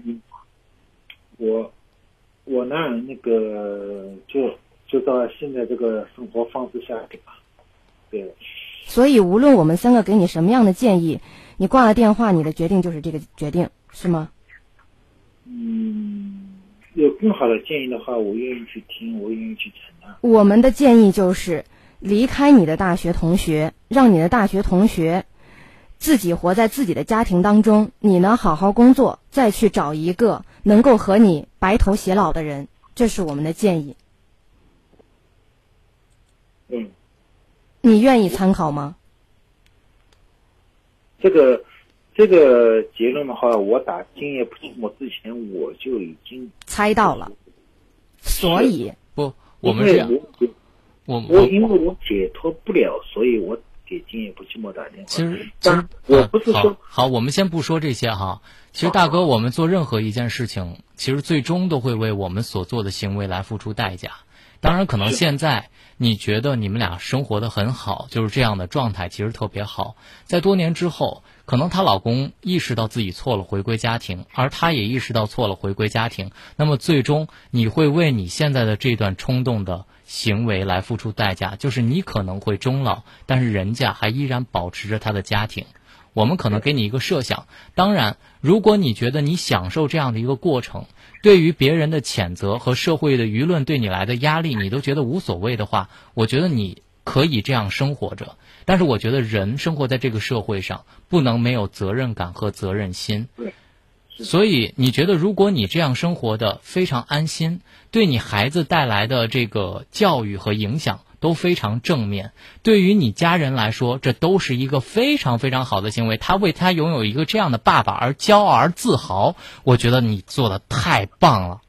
我呢，那个就到现在这个生活方式下去吧。对。 所以无论我们三个给你什么样的建议，你挂了电话，你的决定就是这个决定，是吗？ 有更好的建议的话，我愿意去听，我愿意去承担。 我们的建议就是离开你的大学同学，让你的大学同学自己活在自己的家庭当中，你呢好好工作，再去找一个能够和你白头偕老的人，这是我们的建议。你愿意参考吗？ 这个结论的话，我打今夜不寂寞之前我就已经猜到了，所以不，我们这样， 我因为我解脱不了，所以我给今夜不寂寞打电话。 其实我不是说好，我们先不说这些哈。其实大哥，我们做任何一件事情，其实最终都会为我们所做的行为来付出代价。当然，可能现在你觉得你们俩生活的很好，就是这样的状态，其实特别好。在多年之后，可能她老公意识到自己错了，回归家庭，而她也意识到错了，回归家庭。那么最终，你会为你现在的这段冲动的行为来付出代价，就是你可能会终老，但是人家还依然保持着他的家庭。我们可能给你一个设想，当然，如果你觉得你享受这样的一个过程，对于别人的谴责和社会的舆论对你来的压力，你都觉得无所谓的话，我觉得你可以这样生活着。但是我觉得人生活在这个社会上，不能没有责任感和责任心。所以你觉得如果你这样生活的非常安心，对你孩子带来的这个教育和影响都非常正面，对于你家人来说，这都是一个非常非常好的行为，他为他拥有一个这样的爸爸而骄傲而自豪，我觉得你做的太棒了。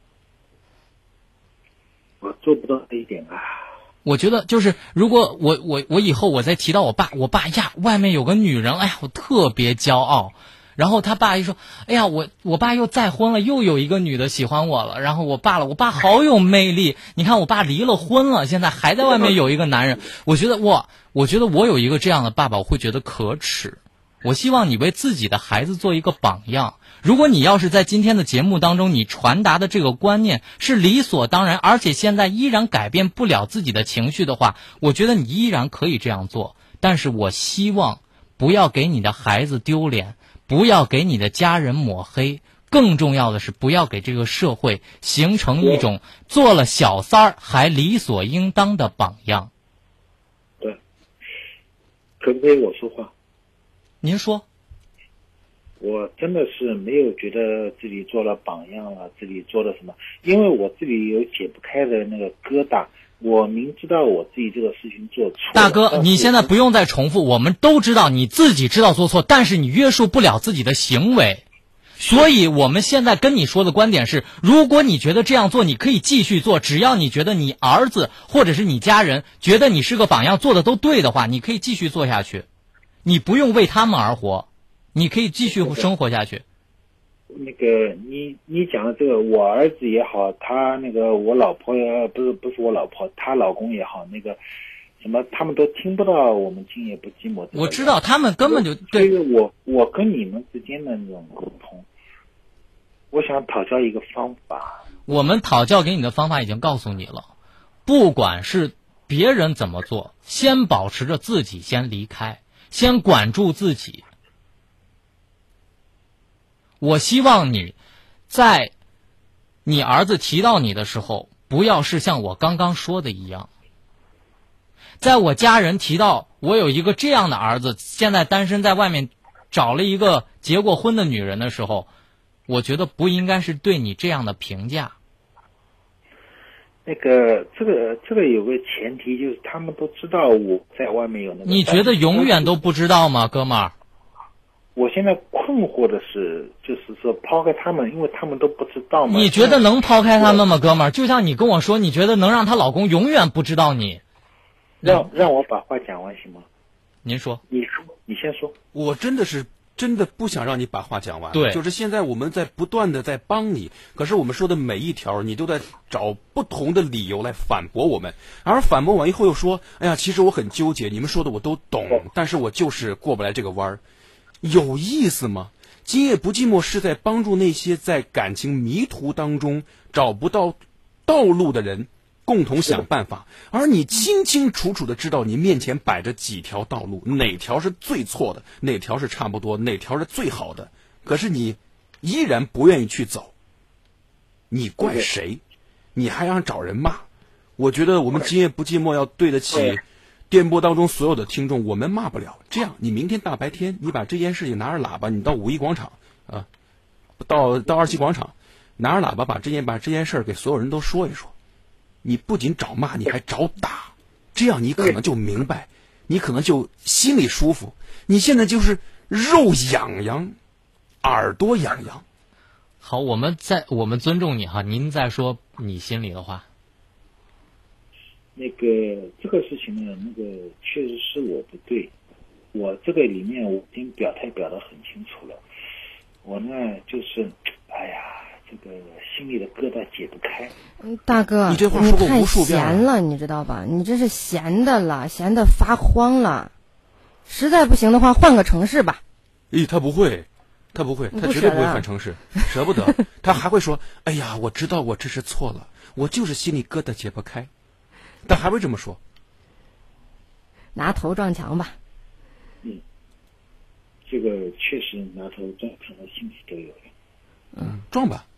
我做不到这一点啊。 我觉得就是如果我以后我再提到我爸呀，外面有个女人，哎呀，我特别骄傲。然后他爸一说，哎呀，我爸又再婚了，又有一个女的喜欢我了。然后我爸好有魅力，你看我爸离了婚了，现在还在外面有一个男人。我觉得我有一个这样的爸爸，我会觉得可耻。我希望你为自己的孩子做一个榜样。如果你要是在今天的节目当中，你传达的这个观念是理所当然，而且现在依然改变不了自己的情绪的话，我觉得你依然可以这样做。但是我希望不要给你的孩子丢脸，不要给你的家人抹黑，更重要的是不要给这个社会形成一种做了小三儿还理所应当的榜样。 对，可不可以我说话？ 您说。 我真的是没有觉得自己做了榜样了，自己做了什么，因为我自己有解不开的那个疙瘩，我明知道我自己这个事情做错了。 大哥，你现在不用再重复，我们都知道你自己知道做错，但是你约束不了自己的行为。所以我们现在跟你说的观点是，如果你觉得这样做你可以继续做，只要你觉得你儿子或者是你家人觉得你是个榜样，做的都对的话，你可以继续做下去，你不用为他们而活，你可以继续生活下去。 那个你讲的这个，我儿子也好，他那个我老婆也不是我老婆，她老公也好，那个什么他们都听不到我们今夜不寂寞。 我知道他们根本就对。所以我跟你们之间的那种沟通，我想讨教一个方法。 我们讨教给你的方法已经告诉你了，不管是别人怎么做，先保持着自己先离开，先管住自己。我希望你在你儿子提到你的时候，不要是像我刚刚说的一样。在我家人提到我有一个这样的儿子，现在单身在外面找了一个结过婚的女人的时候，我觉得不应该是对你这样的评价。 那个这个有个前提，就是他们都知道我在外面有那个。 你觉得永远都不知道吗，哥们儿？ 我现在困惑的是，就是说抛开他们，因为他们都不知道嘛。 你觉得能抛开他们吗，哥们儿？就像你跟我说，你觉得能让她老公永远不知道你？ 让我把话讲完行吗？ 您说。 你先说。 我真的不想让你把话讲完。 对， 就是现在我们在不断的在帮你，可是我们说的每一条，你都在找不同的理由来反驳我们，而反驳完以后又说，哎呀，其实我很纠结，你们说的我都懂，但是我就是过不来这个弯儿。有意思吗？今夜不寂寞是在帮助那些在感情迷途当中找不到道路的人共同想办法，而你清清楚楚的知道你面前摆着几条道路，哪条是最错的，哪条是差不多，哪条是最好的，可是你依然不愿意去走，你怪谁？你还想找人骂？我觉得我们今夜不寂寞要对得起电波当中所有的听众，我们骂不了。这样，你明天大白天，你把这件事情拿着喇叭，你到五一广场啊，到27广场，拿着喇叭把这件事给所有人都说一说。你不仅找骂，你还找打，这样你可能就明白，你可能就心里舒服。你现在就是肉痒痒，耳朵痒痒。 好，我们尊重你哈，您再说你心里的话。 那个这个事情呢，那个确实是我不对，我这个里面我已经表态表得很清楚了。我呢就是，哎呀，这个心里的疙瘩解不开。 大哥， 你这话说过无数遍了， 太闲了，你知道吧？你这是闲的了，闲的发慌了。实在不行的话，换个城市吧。 咦，他不会，他绝对不会换城市，舍不得。他还会说：“哎呀，我知道我这是错了，我就是心里疙瘩解不开。”他还会这么说。 拿头撞墙吧。 这个确实拿头撞墙的心思都有了。 撞吧。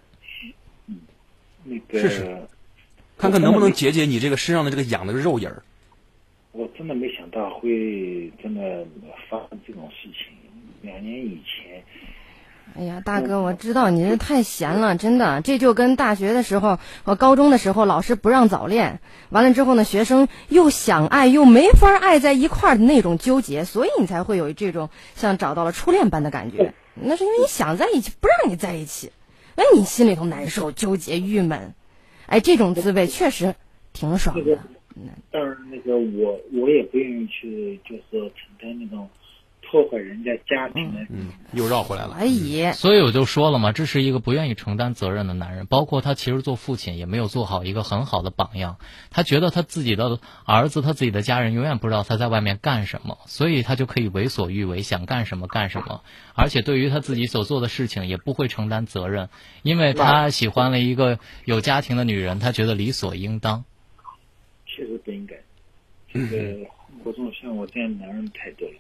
那个试试，看看能不能解解你这个身上的这个痒的肉眼儿。 我真的没想到会真的发生这种事情。2年以前。 哎呀，大哥，我知道你这太闲了，真的，这就跟大学的时候和高中的时候，老师不让早恋，完了之后呢，学生又想爱又没法爱在一块儿的那种纠结，所以你才会有这种像找到了初恋般的感觉。那是因为你想在一起，不让你在一起，哎，你心里头难受、纠结、郁闷，哎，这种滋味确实挺爽的。 当然，那个我也不愿意去，就是说承担那种破坏人家家庭的。 又绕回来了。 所以我就说了嘛，这是一个不愿意承担责任的男人，包括他其实做父亲也没有做好一个很好的榜样。他觉得他自己的儿子、他自己的家人永远不知道他在外面干什么，所以他就可以为所欲为，想干什么干什么。而且对于他自己所做的事情也不会承担责任，因为他喜欢了一个有家庭的女人，他觉得理所应当。 确实不应该。这个活动像我这样的男人太多了。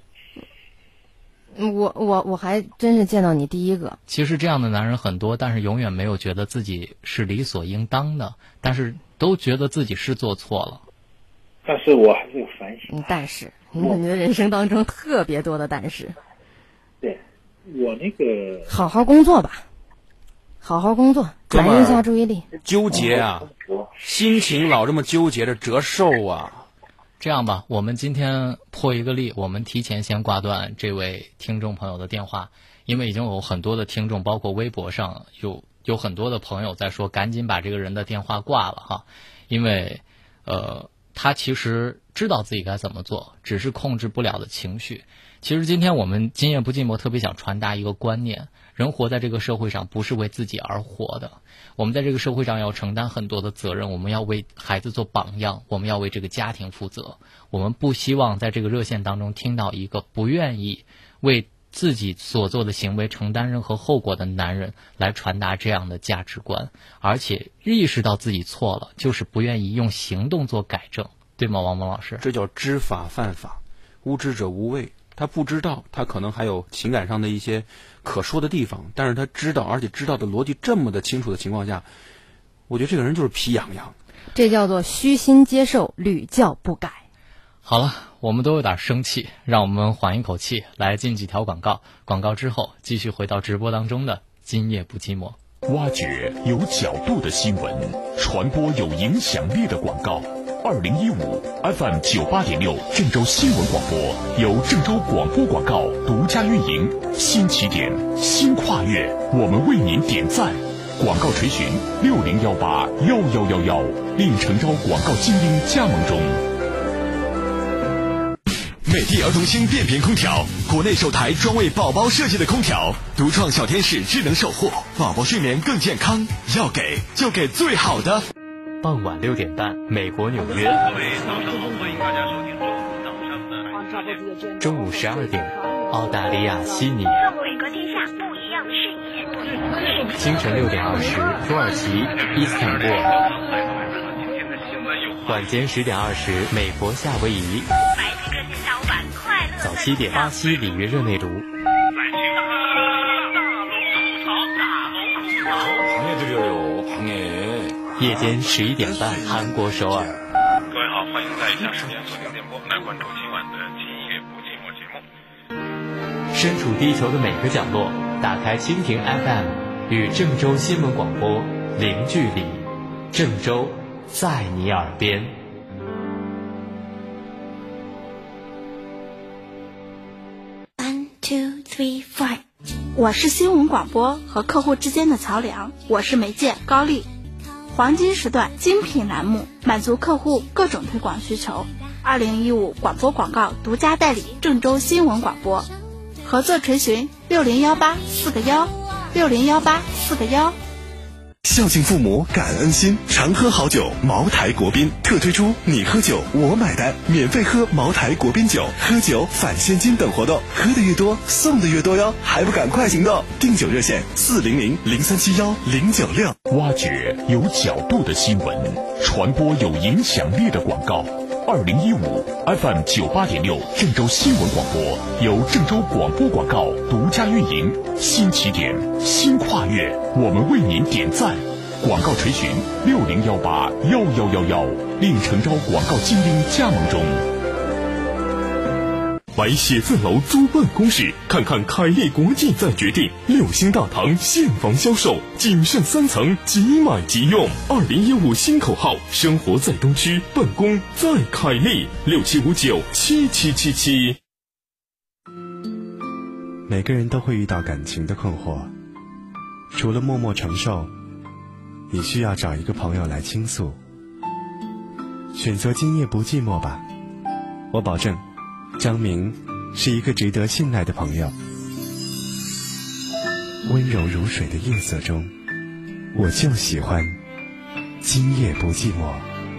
我还真是见到你第一个。 其实这样的男人很多，但是永远没有觉得自己是理所应当的，但是都觉得自己是做错了。 但是我还是有反省。 但是你的人生当中特别多的但是。 对。 我那个好好工作吧，好好工作，转移一下注意力。 纠结啊，心情老这么纠结着折寿啊。 这样吧，我们今天破一个例，我们提前先挂断这位听众朋友的电话，因为已经有很多的听众，包括微博上有很多的朋友在说，赶紧把这个人的电话挂了哈，因为他其实知道自己该怎么做，只是控制不了的情绪。其实今天我们今夜不寂寞特别想传达一个观念，人活在这个社会上不是为自己而活的，我们在这个社会上要承担很多的责任，我们要为孩子做榜样，我们要为这个家庭负责。我们不希望在这个热线当中听到一个不愿意为自己所做的行为承担任何后果的男人来传达这样的价值观，而且意识到自己错了，就是不愿意用行动做改正，对吗，王蒙老师？ 这叫知法犯法，无知者无畏。他不知道，他可能还有情感上的一些可说的地方，但是他知道，而且知道的逻辑这么的清楚的情况下，我觉得这个人就是皮痒痒。 这叫做虚心接受，屡教不改。 好了，我们都有点生气，让我们缓一口气，来进几条广告。广告之后，继续回到直播当中的今夜不寂寞。 挖掘有角度的新闻，传播有影响力的广告。2015 FM 98.6郑州新闻广播由郑州广播广告独家运营，新起点，新跨越，我们为您点赞。广告垂询60181111，另诚招广告精英加盟中。 美的儿童星变频空调，国内首台专为宝宝设计的空调，独创小天使智能守护，宝宝睡眠更健康。要给就给最好的。 傍晚6点半，美国纽约。中午12点，澳大利亚悉尼。 伟哥天下不一样的视野。 清晨6点20，土耳其伊斯坦布尔。晚间10点20，美国夏威夷。 白天热线下午版快乐。 早7点，巴西里约热内卢。夜间11点半，韩国首尔。 各位好，欢迎在以下时间锁定电波来关注今晚的今夜不寂寞节目。 身处地球的每个角落，打开蜻蜓 FM， 与郑州新闻广播零距离，郑州在你耳边。 1 2 3 4，我是新闻广播和客户之间的桥梁，我是媒介高丽。黄金时段精品栏目，满足客户各种推广需求。2015广播广告独家代理郑州新闻广播，合作垂询6018-4个1，6018-4个1。 孝敬父母，感恩心，常喝好酒。茅台国宾特推出你喝酒我买单，免费喝茅台国宾酒，喝酒返现金等活动，喝的越多送的越多哟，还不赶快行动！订酒热线400-0371-096。 挖掘有角度的新闻，传播有影响力的广告。2015 FM 98.6郑州新闻广播由郑州广播广告独家运营，新起点，新跨越，我们为您点赞。广告垂询60181111，另诚招广告精英加盟中。 买写字楼租办公室，看看凯利国际再决定。6星大堂现房销售，仅剩3层，即买即用。2015新口号：生活在东区，办公在凯利。67597777。 每个人都会遇到感情的困惑，除了默默承受，你需要找一个朋友来倾诉。选择今夜不寂寞吧，我保证张明是一个值得信赖的朋友。温柔如水的夜色中，我就喜欢今夜不寂寞。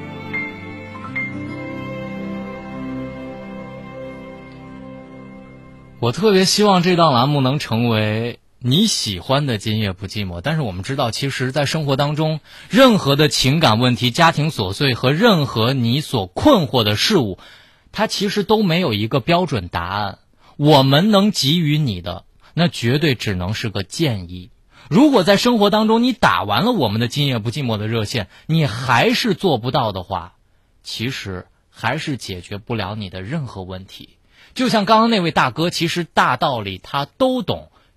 我特别希望这档栏目能成为你喜欢的今夜不寂寞，但是我们知道，其实在生活当中，任何的情感问题、家庭琐碎和任何你所困惑的事物，它其实都没有一个标准答案。我们能给予你的，那绝对只能是个建议。如果在生活当中你打完了我们的今夜不寂寞的热线，你还是做不到的话，其实还是解决不了你的任何问题。就像刚刚那位大哥，其实大道理他都懂，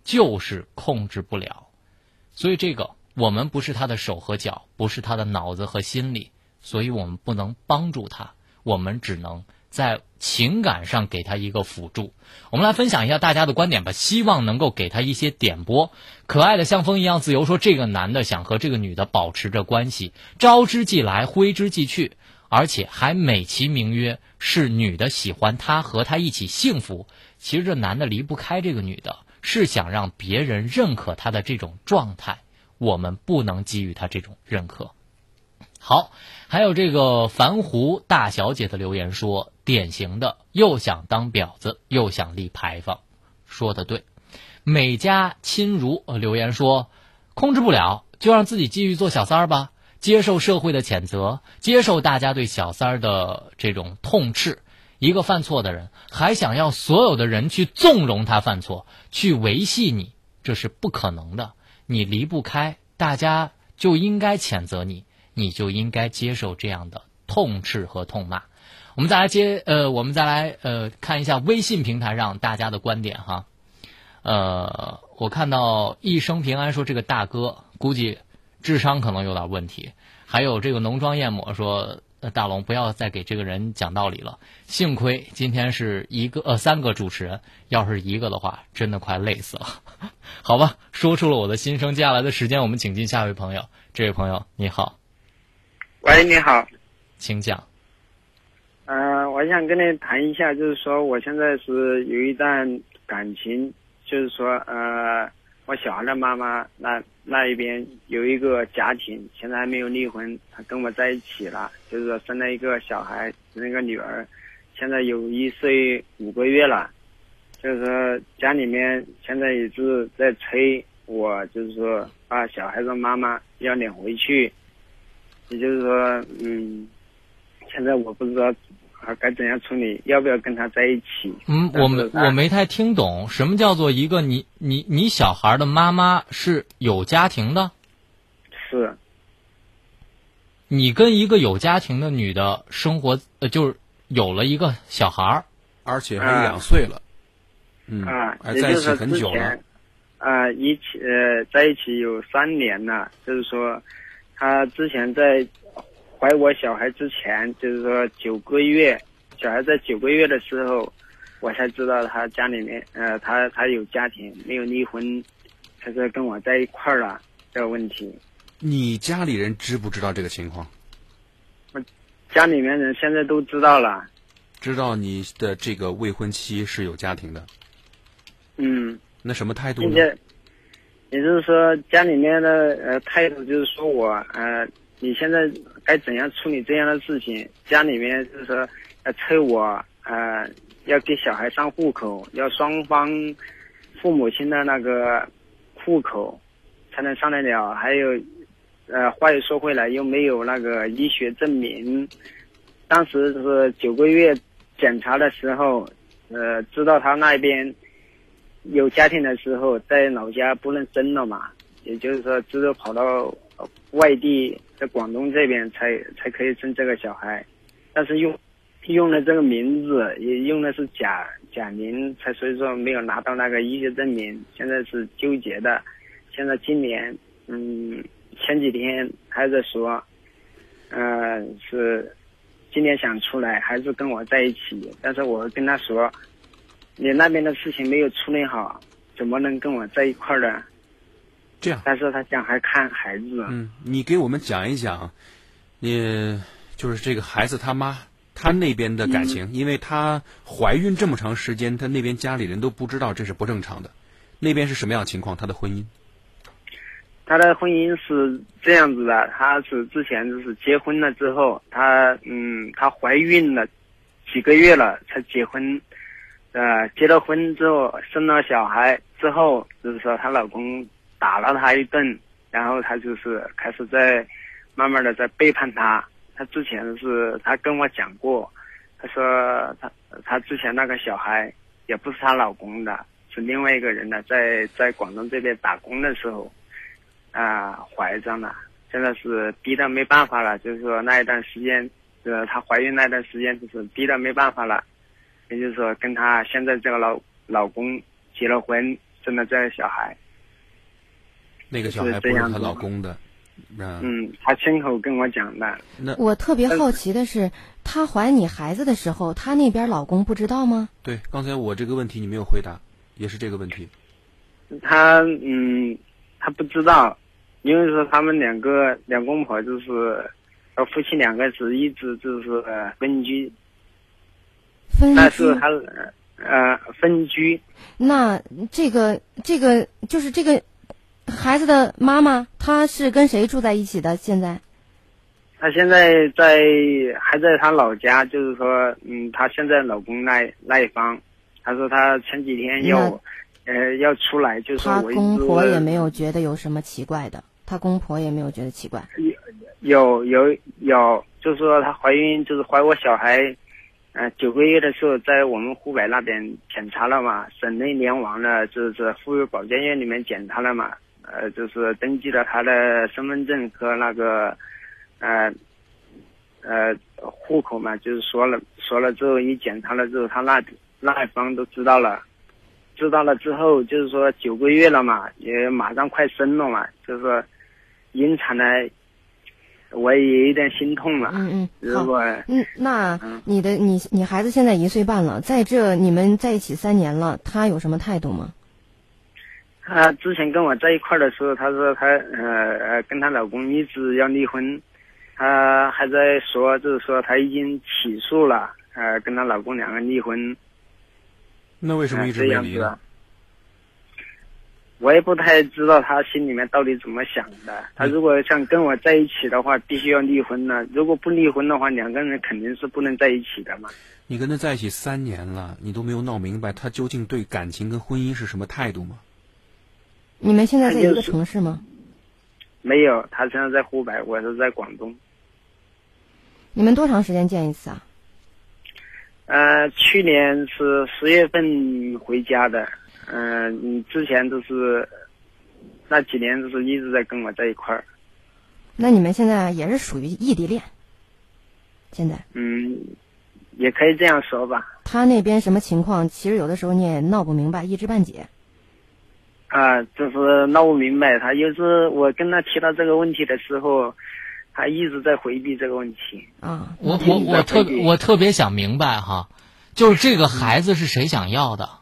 就是控制不了。所以这个我们不是他的手和脚，不是他的脑子和心理，所以我们不能帮助他，我们只能在情感上给他一个辅助。我们来分享一下大家的观点吧，希望能够给他一些点拨。可爱的像风一样自由说，这个男的想和这个女的保持着关系，招之即来，挥之即去，而且还美其名曰是女的喜欢他，和他一起幸福。其实这男的离不开这个女的，是想让别人认可他的这种状态，我们不能给予他这种认可。好，还有这个凡湖大小姐的留言说，典型的又想当婊子又想立牌坊，说得对。美家亲如留言说，控制不了就让自己继续做小三儿吧，接受社会的谴责，接受大家对小三儿的这种痛斥。一个犯错的人还想要所有的人去纵容他犯错，去维系你，这是不可能的。你离不开，大家就应该谴责你，你就应该接受这样的痛斥和痛骂。我们再来看一下微信平台上大家的观点哈。我看到一生平安说，这个大哥估计智商可能有点问题。还有这个浓妆艳抹说，大龙不要再给这个人讲道理了，幸亏今天是3个主持人，要是一个的话真的快累死了。好吧，说出了我的心声。接下来的时间我们请进下一位朋友。这位朋友你好。 喂，你好， 请讲。 我想跟你谈一下，就是说我现在是有一段感情，就是说我小孩的妈妈那一边有一个家庭，现在还没有离婚，她跟我在一起了，就是说生了一个小孩，那个女儿现在有1岁5个月了，就是说家里面现在也是在催我，就是说把小孩的妈妈要领回去，也就是说现在我不知道该怎样处理，要不要跟他在一起。 我没太听懂，什么叫做一个你小孩的妈妈是有家庭的？ 是。 你跟一个有家庭的女的生活，就是有了一个小孩， 而且还2岁了。还在一起很久了。 在一起有3年了，就是说他之前在怀我小孩之前，就是说9个月，小孩在9个月的时候，我才知道他家里面他有家庭，没有离婚，他是跟我在一块儿了这个问题。 你家里人知不知道这个情况？ 我家里面人现在都知道了。 知道你的这个未婚妻是有家庭的。那什么态度呢？ 也就是说家里面的态度就是说我你现在该怎样处理这样的事情？家里面就是说催我要给小孩上户口，要双方父母亲的那个户口才能上得了，还有话又说回来，又没有那个医学证明。当时是9个月检查的时候，知道他那边有家庭的时候，在老家不能生了嘛，也就是说只有跑到外地，在广东这边才可以生这个小孩，但是用了这个名字，也用的是假名，所以说没有拿到那个医学证明，现在是纠结的。现在今年前几天还在说是今年想出来，还是跟我在一起，但是我跟他说，你那边的事情没有处理好，怎么能跟我在一块儿的？ 这样， 但是他想还看孩子。 你给我们讲一讲，你就是这个孩子他妈他那边的感情，因为他怀孕这么长时间，他那边家里人都不知道，这是不正常的。那边是什么样的情况？他的婚姻？ 他的婚姻是这样子的，他是之前就是结婚了之后，他怀孕了几个月了才结婚，结了婚之后生了小孩之后，就是说她老公打了她一顿，然后她就是开始慢慢的在背叛她。她之前是她跟我讲过，她说她之前那个小孩也不是她老公的，是另外一个人的，在广东这边打工的时候怀上了，现在是逼得没办法了，就是说那一段时间她怀孕那段时间就是逼得没办法了，也就是说跟她现在这个老公结了婚生了这个小孩。 那个小孩不是她老公的。 她亲口跟我讲的。 我特别好奇的是，她怀你孩子的时候，她那边老公不知道吗？ 对，刚才我这个问题你没有回答，也是这个问题。 他不知道，因为说他们两公婆就是夫妻两个是一直就是分居。但是他分居。 那这个就是这个孩子的妈妈，她是跟谁住在一起的？现在？ 她现在还在她老家，就是说，她现在老公那一方，她说她前几天要出来，就是说我一直。 她公婆也没有觉得有什么奇怪的，她公婆也没有觉得奇怪。 有，就是说她怀孕，就是怀我小孩，9个月的时候，在我们湖北那边检查了嘛，省内联网了，就是妇幼保健院里面检查了嘛，就是登记了她的身份证和那个户口嘛，就是说了之后，一检查了之后，他那一方都知道了之后，就是说9个月了嘛，也马上快生了嘛，就是说引产呢，我也有点心痛了。 好。那你孩子现在1岁半了，在这你们在一起3年了，他有什么态度吗？ 她之前跟我在一块的时候，她说她跟她老公一直要离婚，她还在说，就是说她已经起诉了，跟她老公2个离婚。 那为什么一直没离呢？ 我也不太知道她心里面到底怎么想的。她如果想跟我在一起的话，必须要离婚了。如果不离婚的话，2个人肯定是不能在一起的嘛。 你跟他在一起3年了，你都没有闹明白他究竟对感情跟婚姻是什么态度吗？ 你们现在在一个城市吗？ 没有，他现在在湖北，我是在广东。 你们多长时间见一次啊？ 去年是10月份回家的。之前都是那几年都是一直在跟我在一块儿。 那你们现在也是属于异地恋？现在？ 也可以这样说吧。 他那边什么情况？其实有的时候你也闹不明白，一知半解。 就是闹不明白。他有时我跟他提到这个问题的时候，他一直在回避这个问题。 我特别想明白哈，就是这个孩子是谁想要的？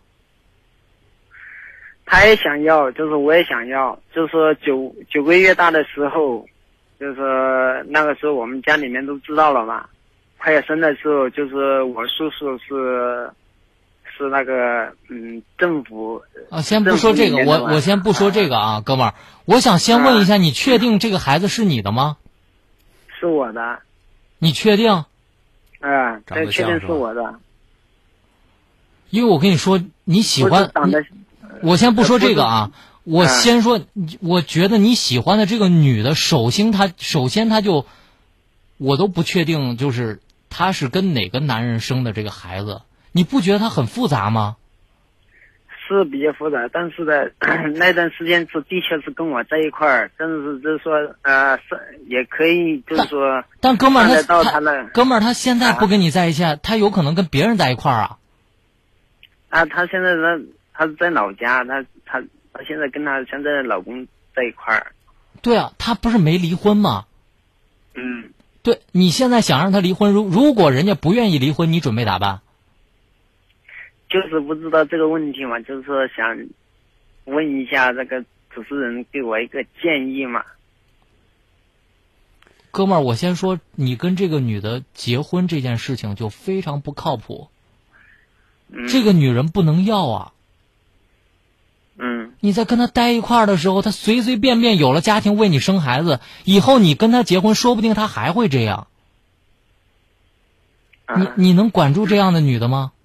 他也想要，就是我也想要，就是说九个月大的时候，就是那个时候我们家里面都知道了嘛，快要生的时候，就是我叔叔是那个政府先不说这个，我先不说这个啊，哥们儿，我想先问一下，你确定这个孩子是你的吗？ 是我的。 你确定？ 这确定是我的。 因为我跟你说，你喜欢我先不说这个啊，我先说，我觉得你喜欢的这个女的，首先她就，我都不确定，就是她是跟哪个男人生的这个孩子，你不觉得她很复杂吗？ 是比较复杂，但是呢，那段时间是的确是跟我在一块儿，但是就是说也可以就是说， 但哥们儿他现在不跟你在一起，他有可能跟别人在一块儿啊。 他现在他是在老家，他现在跟他现在的老公在一块儿。 对啊，他不是没离婚吗？对，你现在想让他离婚，如果人家不愿意离婚，你准备咋办？ 就是不知道这个问题嘛，就是说想问一下这个主持人给我一个建议嘛。 哥们儿，我先说，你跟这个女的结婚这件事情就非常不靠谱。这个女人不能要啊。你在跟她待一块儿的时候，她随随便便有了家庭为你生孩子，以后你跟她结婚，说不定她还会这样。你能管住这样的女的吗？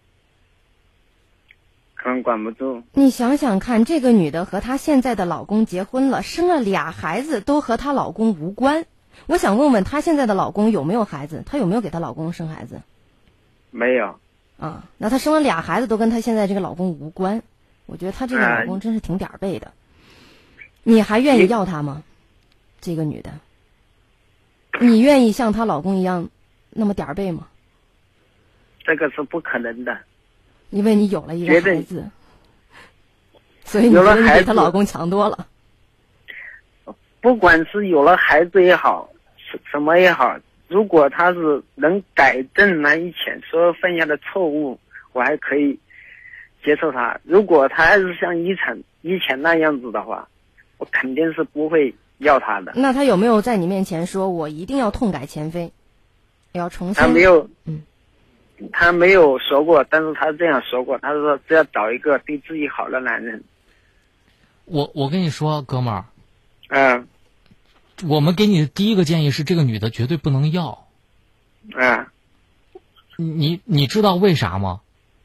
可能管不住。 你想想看，这个女的和她现在的老公结婚了，生了2孩子，都和她老公无关。我想问问她现在的老公有没有孩子？她有没有给她老公生孩子？ 没有。 那她生了2孩子都跟她现在这个老公无关，我觉得她这个老公真是挺点儿背的。你还愿意要她吗？这个女的，你愿意像她老公一样那么点儿背吗？ 这个是不可能的。 因为你有了一个孩子， 所以你觉得你比她老公强多了。 不管是有了孩子也好，什么也好，如果他是能改正那以前所有犯下的错误，我还可以接受他。如果他还是像以前那样子的话，我肯定是不会要他的。 那他有没有在你面前说我一定要痛改前非，要重新？ 他没有，他没有说过，但是他这样说过，他说只要找一个对自己好的男人。 我跟你说，哥们儿，我们给你的第一个建议是，这个女的绝对不能要。你知道为啥吗？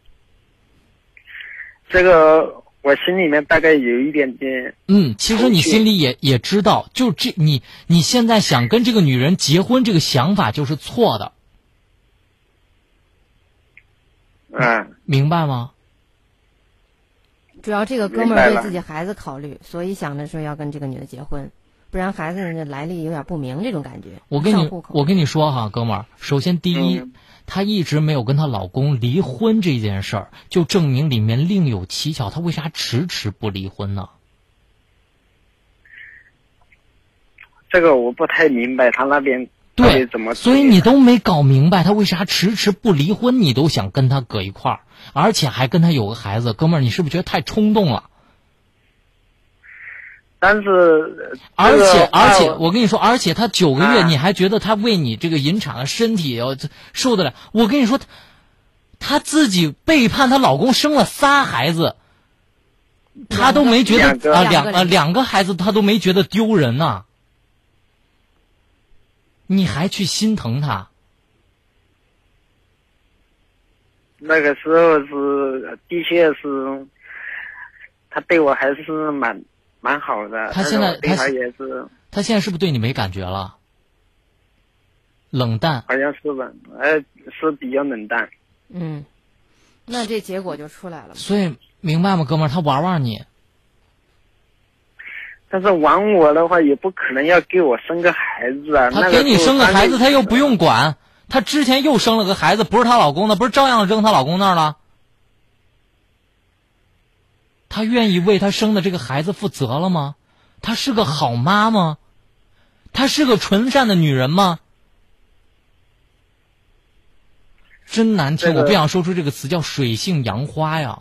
这个我心里面大概有一点点。 其实你心里也知道，就你现在想跟这个女人结婚，这个想法就是错的。明白吗？ 主要这个哥们儿为自己孩子考虑，所以想着说要跟这个女的结婚，不然孩子的来历有点不明，这种感觉。 我跟你说哈，哥们儿，首先第一，她一直没有跟她老公离婚这件事儿，就证明里面另有蹊跷。她为啥迟迟不离婚呢？ 这个我不太明白，他那边对怎么？ 所以你都没搞明白，他为啥迟迟不离婚？你都想跟他搁一块儿，而且还跟他有个孩子，哥们儿，你是不是觉得太冲动了？ 但是， 而且，我跟你说，而且他9个月，你还觉得他为你这个引产的身体要受得了？我跟你说，他自己背叛她老公，生了3孩子，他都没觉得2个孩子，他都没觉得丢人呐。你还去心疼他？ 那个时候的确是，他对我还是蛮好的。 他现在对他也是。 他现在是不是对你没感觉了？冷淡？ 好像是吧？是比较冷淡。 那这结果就出来了。 所以明白吗，哥们儿？他玩你。 但是玩我的话，也不可能要给我生个孩子啊。 他给你生个孩子，他又不用管。他之前又生了个孩子，不是她老公的，不是照样扔她老公那儿了？他愿意为他生的这个孩子负责了吗？他是个好妈吗？她是个纯善的女人吗？真难听，我不想说出这个词，叫水性杨花呀。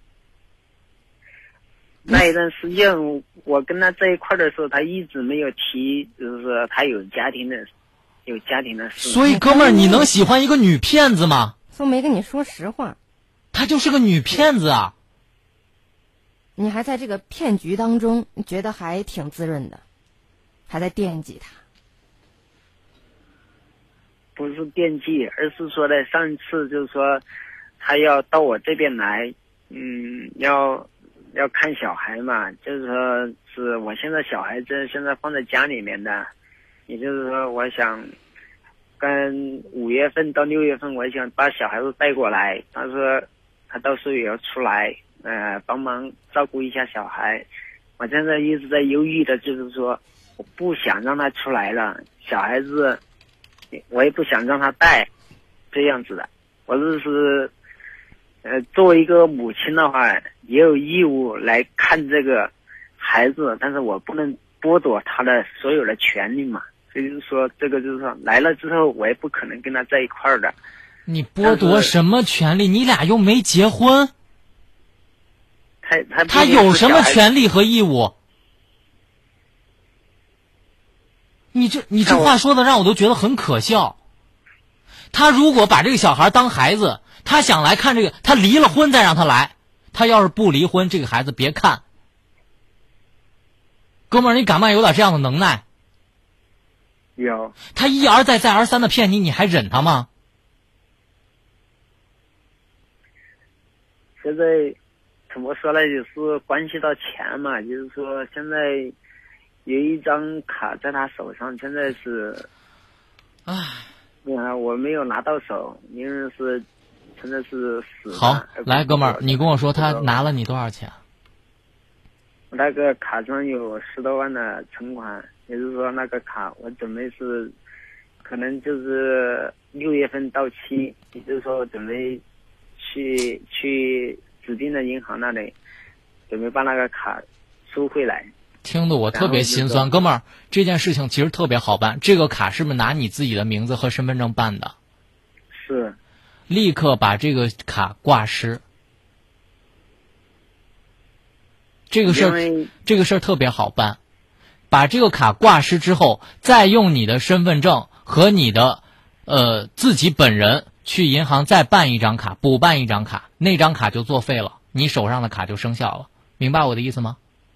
那一段时间我跟他在一块的时候，他一直没有提，就是说他有家庭的事。 所以哥们儿，你能喜欢一个女骗子吗？ 都没跟你说实话。 她就是个女骗子啊！ 你还在这个骗局当中，觉得还挺滋润的，还在惦记她。 不是惦记，而是说的上次就是说，他要到我这边来，要看小孩嘛，就是说是我现在小孩子现在放在家里面的，也就是说我想跟5月份到6月份，我想把小孩子带过来。他说他到时候也要出来，帮忙照顾一下小孩。我现在一直在犹豫的，就是说我不想让他出来了，小孩子我也不想让他带，这样子的。我就是作为一个母亲的话，也有义务来看这个孩子，但是我不能剥夺他的所有的权利嘛。所以就是说，这个就是说来了之后，我也不可能跟他在一块儿的。 你剥夺什么权利？你俩又没结婚。他有什么权利和义务？你这话说的让我都觉得很可笑。他如果把这个小孩当孩子，他想来看这个，他离了婚再让他来。他要是不离婚，这个孩子别看。哥们儿，你敢不敢有点这样的能耐？ 有。 他一而再再而三的骗你，你还忍他吗？ 现在怎么说呢，就是关系到钱嘛，就是说现在有一张卡在他手上，现在是我没有拿到手，因为是真的是死。 好，来哥们儿，你跟我说他拿了你多少钱？ 那个卡上有10多万的存款，也就是说那个卡我准备是可能就是6月份到期，也就是说准备去指定的银行那里准备把那个卡收回来。 听得我特别心酸，哥们儿，这件事情其实特别好办。这个卡是不是拿你自己的名字和身份证办的？ 是。 立刻把这个卡挂失。这个事儿特别好办，把这个卡挂失之后，再用你的身份证和你的自己本人去银行再办一张卡，补办一张卡，那张卡就作废了，你手上的卡就生效了。明白我的意思吗？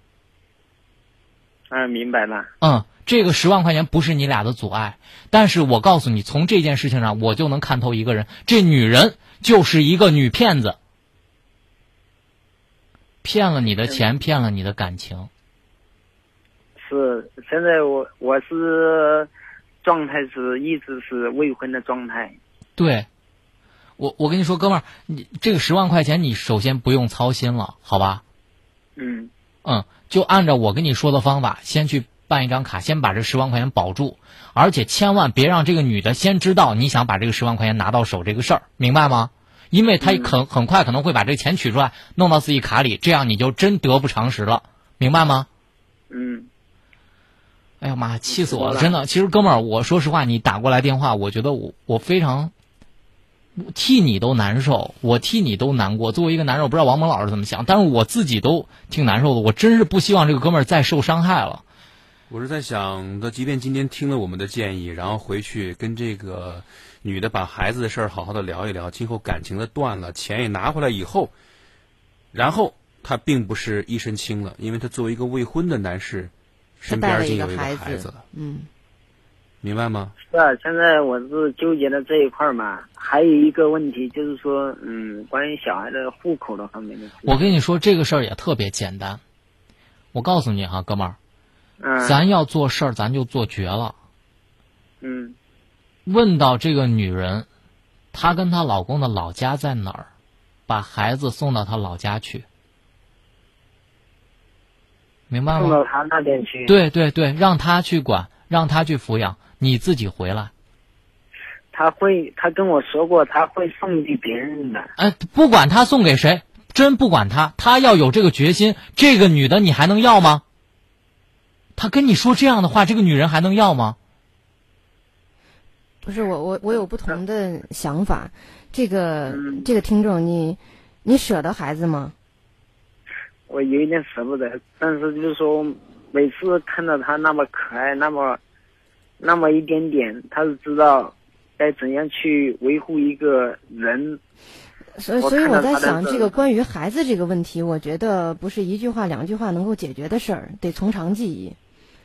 明白了。 这个10万块钱不是你俩的阻碍，但是我告诉你，从这件事情上我就能看透一个人，这女人就是一个女骗子，骗了你的钱，骗了你的感情。 是，现在我是状态是一直是未婚的状态。 对，我跟你说，哥们儿，你这个10万块钱你首先不用操心了，好吧？就按照我跟你说的方法，先去办一张卡，先把这10万块钱保住，而且千万别让这个女的先知道你想把这个10万块钱拿到手这个事儿，明白吗？因为她很快可能会把这个钱取出来，弄到自己卡里，这样你就真得不偿失了，明白吗？哎呀妈，气死我了，真的。其实哥们儿，我说实话，你打过来电话，我觉得我非常替你都难受，我替你都难过。作为一个男人，我不知道王蒙老师怎么想，但是我自己都挺难受的。我真是不希望这个哥们儿再受伤害了。 我是在想，他即便今天听了我们的建议，然后回去跟这个女的把孩子的事儿好好的聊一聊，今后感情的断了，钱也拿回来以后，然后他并不是一身轻了，因为他作为一个未婚的男士，身边已经有一个孩子了。明白吗？ 是啊，现在我是纠结的这一块嘛，还有一个问题就是说，关于小孩的户口的方面的。 我跟你说，这个事儿也特别简单。我告诉你哈，哥们儿，咱要做事儿，咱就做绝了。问到这个女人，她跟她老公的老家在哪儿，把孩子送到她老家去，明白吗？ 送到她那边去。 对对对，让她去管，让她去抚养。你自己回来。 他跟我说过，他会送给别人的。 不管他送给谁，真不管他要有这个决心。这个女的你还能要吗？他跟你说这样的话，这个女人还能要吗？ 不是我有不同的想法。这个听众，你舍得孩子吗？ 我有一点舍不得，但是就是说，每次看到他那么可爱，那么一点点，他是知道该怎样去维护一个人。 所以我在想，这个关于孩子这个问题，我觉得不是一句话两句话能够解决的事儿，得从长计议。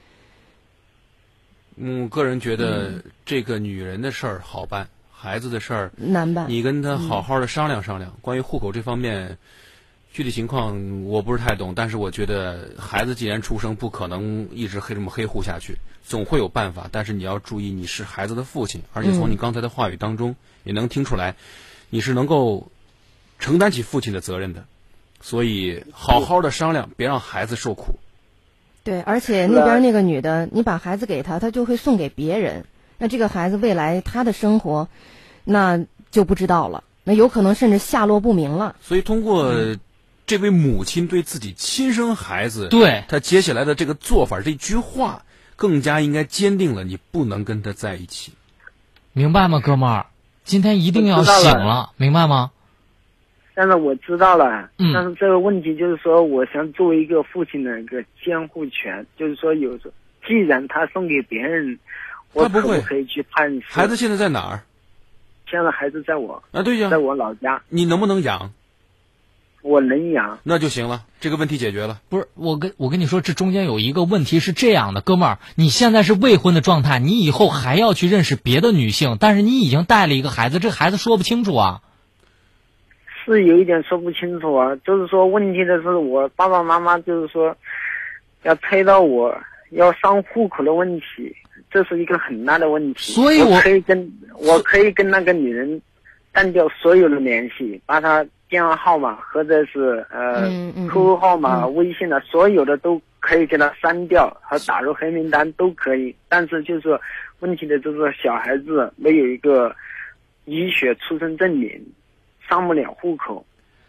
个人觉得这个女人的事儿好办，孩子的事儿难办。 你跟他好好的商量商量。关于户口这方面，具体情况我不是太懂，但是我觉得孩子既然出生，不可能一直这么黑户下去，总会有办法。但是你要注意，你是孩子的父亲，而且从你刚才的话语当中也能听出来，你是能够承担起父亲的责任的。所以好好的商量，别让孩子受苦。 对，而且那边那个女的，你把孩子给她，她就会送给别人，那这个孩子未来他的生活那就不知道了，那有可能甚至下落不明了。 所以通过这位母亲对自己亲生孩子， 对他接下来的这个做法，这句话更加应该坚定了你不能跟他在一起。 明白吗，哥们儿？今天一定要醒了，明白吗？ 但是我知道了，但是这个问题就是说，我想作为一个父亲的一个监护权，就是说既然他送给别人，我可不可以去探视？ 孩子现在在哪儿？ 现在孩子在我对呀， 在我老家。 你能不能养？ 我能养， 那就行了，这个问题解决了。 不是，我跟你说，这中间有一个问题是这样的，哥们儿，你现在是未婚的状态，你以后还要去认识别的女性，但是你已经带了一个孩子，这孩子说不清楚啊。 是有一点说不清楚啊，就是说问题的是我爸爸妈妈就是说要催到我要上户口的问题，这是一个很大的问题。 所以我可以跟那个女人断掉所有的联系，把她电话号码或者是QQ 号码、微信的所有的都可以给她删掉和打入黑名单都可以。但是就是问题的就是小孩子没有一个医学出生证明，上不了户口。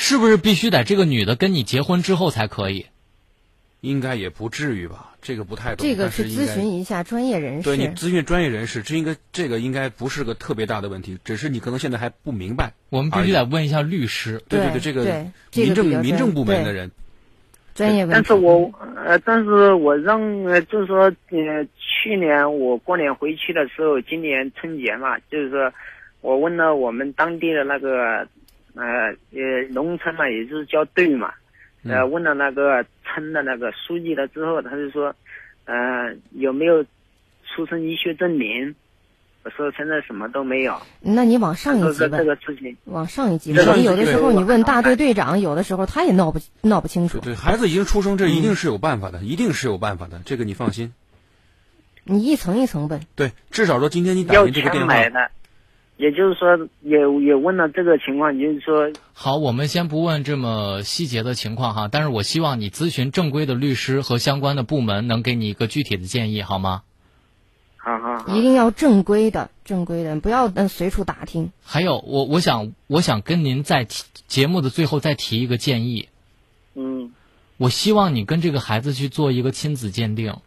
是不是必须得这个女的跟你结婚之后才可以？ 应该也不至于吧，这个不太懂。 这个是咨询一下专业人士。 对，你咨询专业人士，这个应该不是个特别大的问题，只是你可能现在还不明白。 我们必须得问一下律师。 对，这个民政部门的人。 专业问题。 但是我让就是说，去年我过年回去的时候，今年春节嘛，就是说我问了我们当地的那个农村嘛，也就是叫队嘛。问了那个村的那个书记了之后，他就说，有没有出生医学证明？我说现在什么都没有。 那你往上一级问这个事情， 往上一级问。有的时候你问大队队长，有的时候他也闹不清楚。 对，孩子已经出生，这一定是有办法的，一定是有办法的，这个你放心。 你一层一层问。 对，至少说今天你打进这个电话。 也就是说，也问了这个情况，就是说， 好，我们先不问这么细节的情况哈，但是我希望你咨询正规的律师和相关的部门，能给你一个具体的建议，好吗？ 好， 一定要正规的，不要随处打听。 还有，我想跟您在节目的最后再提一个建议。我希望你跟这个孩子去做一个亲子鉴定。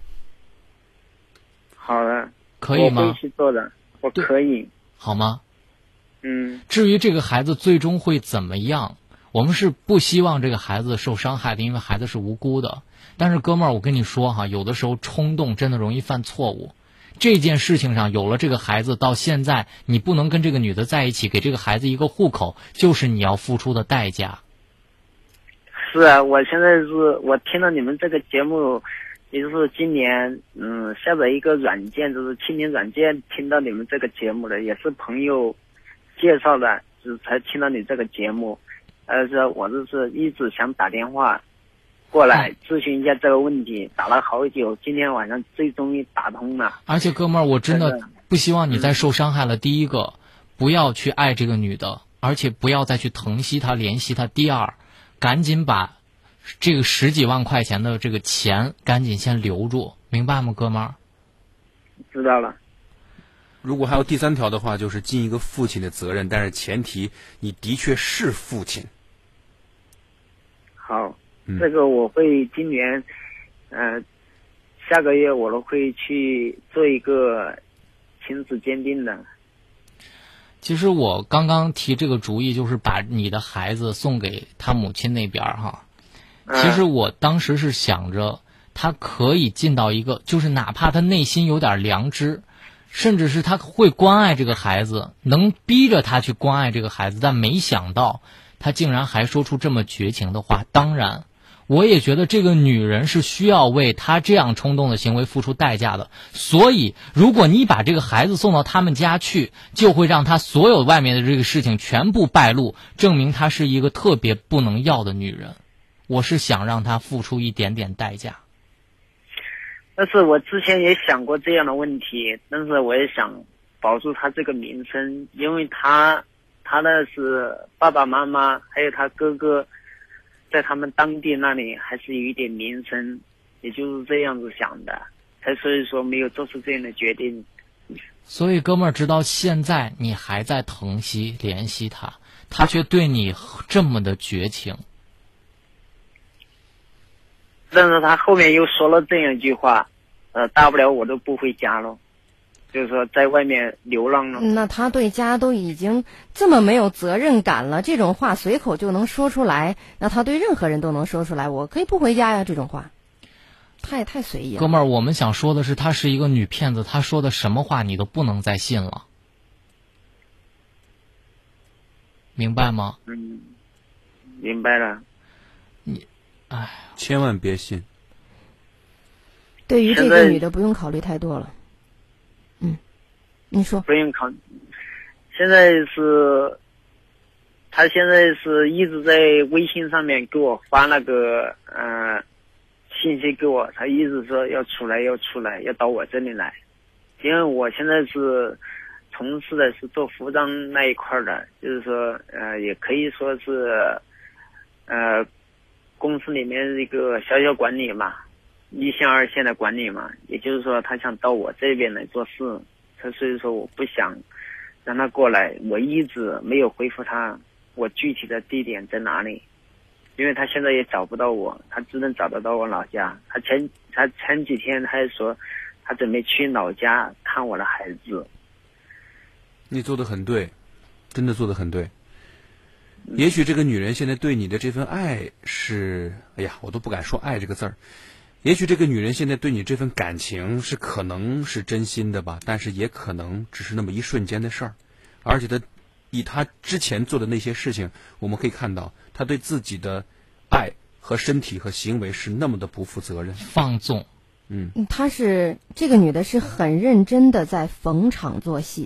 好的， 可以吗？ 我会去做的，我可以。 好吗？至于这个孩子最终会怎么样，我们是不希望这个孩子受伤害的，因为孩子是无辜的。但是哥们儿，我跟你说哈，有的时候冲动真的容易犯错误。这件事情上有了这个孩子，到现在你不能跟这个女的在一起，给这个孩子一个户口，就是你要付出的代价。 是啊，我现在我听了你们这个节目。也就是今年，下载一个软件，就是蜻蜓软件，听到你们这个节目的，也是朋友介绍的，就是才听到你这个节目。我就是一直想打电话过来咨询一下这个问题，打了好久，今天晚上最终于打通了。 而且哥们儿，我真的不希望你再受伤害了。第一个，不要去爱这个女的，而且不要再去疼惜她、怜惜她。第二，赶紧把这个10几万块钱的这个钱赶紧先留住，明白吗，哥们儿？ 知道了。 如果还有第3条的话，就是尽一个父亲的责任，但是前提你的确是父亲。 好，这个我会今年，下个月我都会去做一个亲子鉴定的。 其实我刚刚提这个主意，就是把你的孩子送给他母亲那边哈。其实我当时是想着他可以尽到一个，就是哪怕他内心有点良知，甚至是他会关爱这个孩子，能逼着他去关爱这个孩子，但没想到他竟然还说出这么绝情的话。当然我也觉得这个女人是需要为他这样冲动的行为付出代价的，所以如果你把这个孩子送到他们家去，就会让他所有外面的这个事情全部败露，证明她是一个特别不能要的女人。我是想让他付出一点点代价。 但是我之前也想过这样的问题，但是我也想保住他这个名声，因为他的是爸爸妈妈还有他哥哥在他们当地那里还是有一点名声，也就是这样子想的，所以说没有做出这样的决定。 所以哥们儿，直到现在你还在疼惜怜惜他，他却对你这么的绝情。 但是他后面又说了这样一句话，大不了我都不回家了，就是说在外面流浪了。 那他对家都已经这么没有责任感了，这种话随口就能说出来，那他对任何人都能说出来，我可以不回家呀，这种话太随意了。 哥们儿，我们想说的是，她是一个女骗子，她说的什么话你都不能再信了，明白吗？ 明白了。 千万别信。 对于这个女的不用考虑太多了。你说。 不用考虑。现在是他现在是一直在微信上面给我发那个信息给我，他一直说要出来要到我这里来，因为我现在是从事的是做服装那一块的，就是说也可以说是公司里面一个小小管理嘛，1线2线的管理嘛，也就是说他想到我这边来做事，所以说我不想让他过来，我一直没有回复他， 我具体的地点在哪里，因为他现在也找不到我，他只能找得到我老家。他前几天还说他准备去老家看我的孩子。 你做得很对，真的做得很对。也许这个女人现在对你的这份爱是，哎呀，我都不敢说爱这个字儿。也许这个女人现在对你这份感情是可能是真心的吧，但是也可能只是那么一瞬间的事儿。而且以她之前做的那些事情，我们可以看到她对自己的爱和身体和行为是那么的不负责任、 放纵。 这个女的是很认真的在逢场作戏。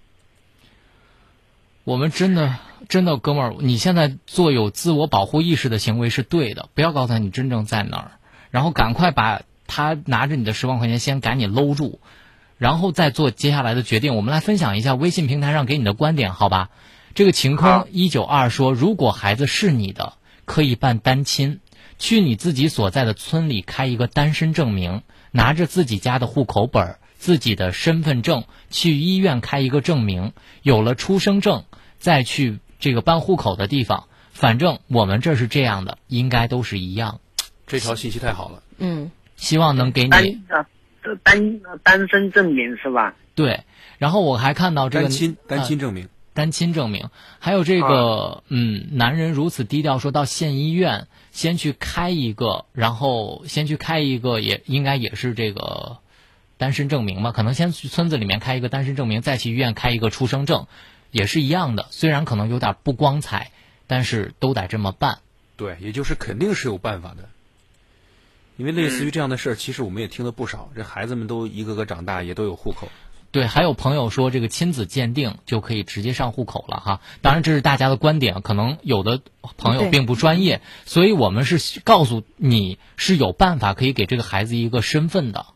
我们真的哥们儿，你现在做有自我保护意识的行为是对的，不要告诉他你真正在哪儿，然后赶快把他拿着你的10万块钱先赶紧搂住，然后再做接下来的决定。我们来分享一下微信平台上给你的观点，好吧？这个晴空192说，如果孩子是你的，可以办单亲，去你自己所在的村里开一个单身证明，拿着自己家的户口本、自己的身份证去医院开一个证明，有了出生证再去这个办户口的地方，反正我们这是这样的，应该都是一样。 这条信息太好了。 希望能给你单身证明是吧？ 对，然后我还看到这个单亲证明， 单亲证明，还有这个男人如此低调，说到县医院先去开一个，然后先去开一个，也应该也是这个单身证明嘛，可能先去村子里面开一个单身证明，再去医院开一个出生证，也是一样的，虽然可能有点不光彩，但是都得这么办。 对，也就是肯定是有办法的。因为类似于这样的事儿，其实我们也听了不少，这孩子们都一个个长大，也都有户口。 对，还有朋友说这个亲子鉴定就可以直接上户口了哈。当然这是大家的观点，可能有的朋友并不专业，所以我们是告诉你是有办法可以给这个孩子一个身份的。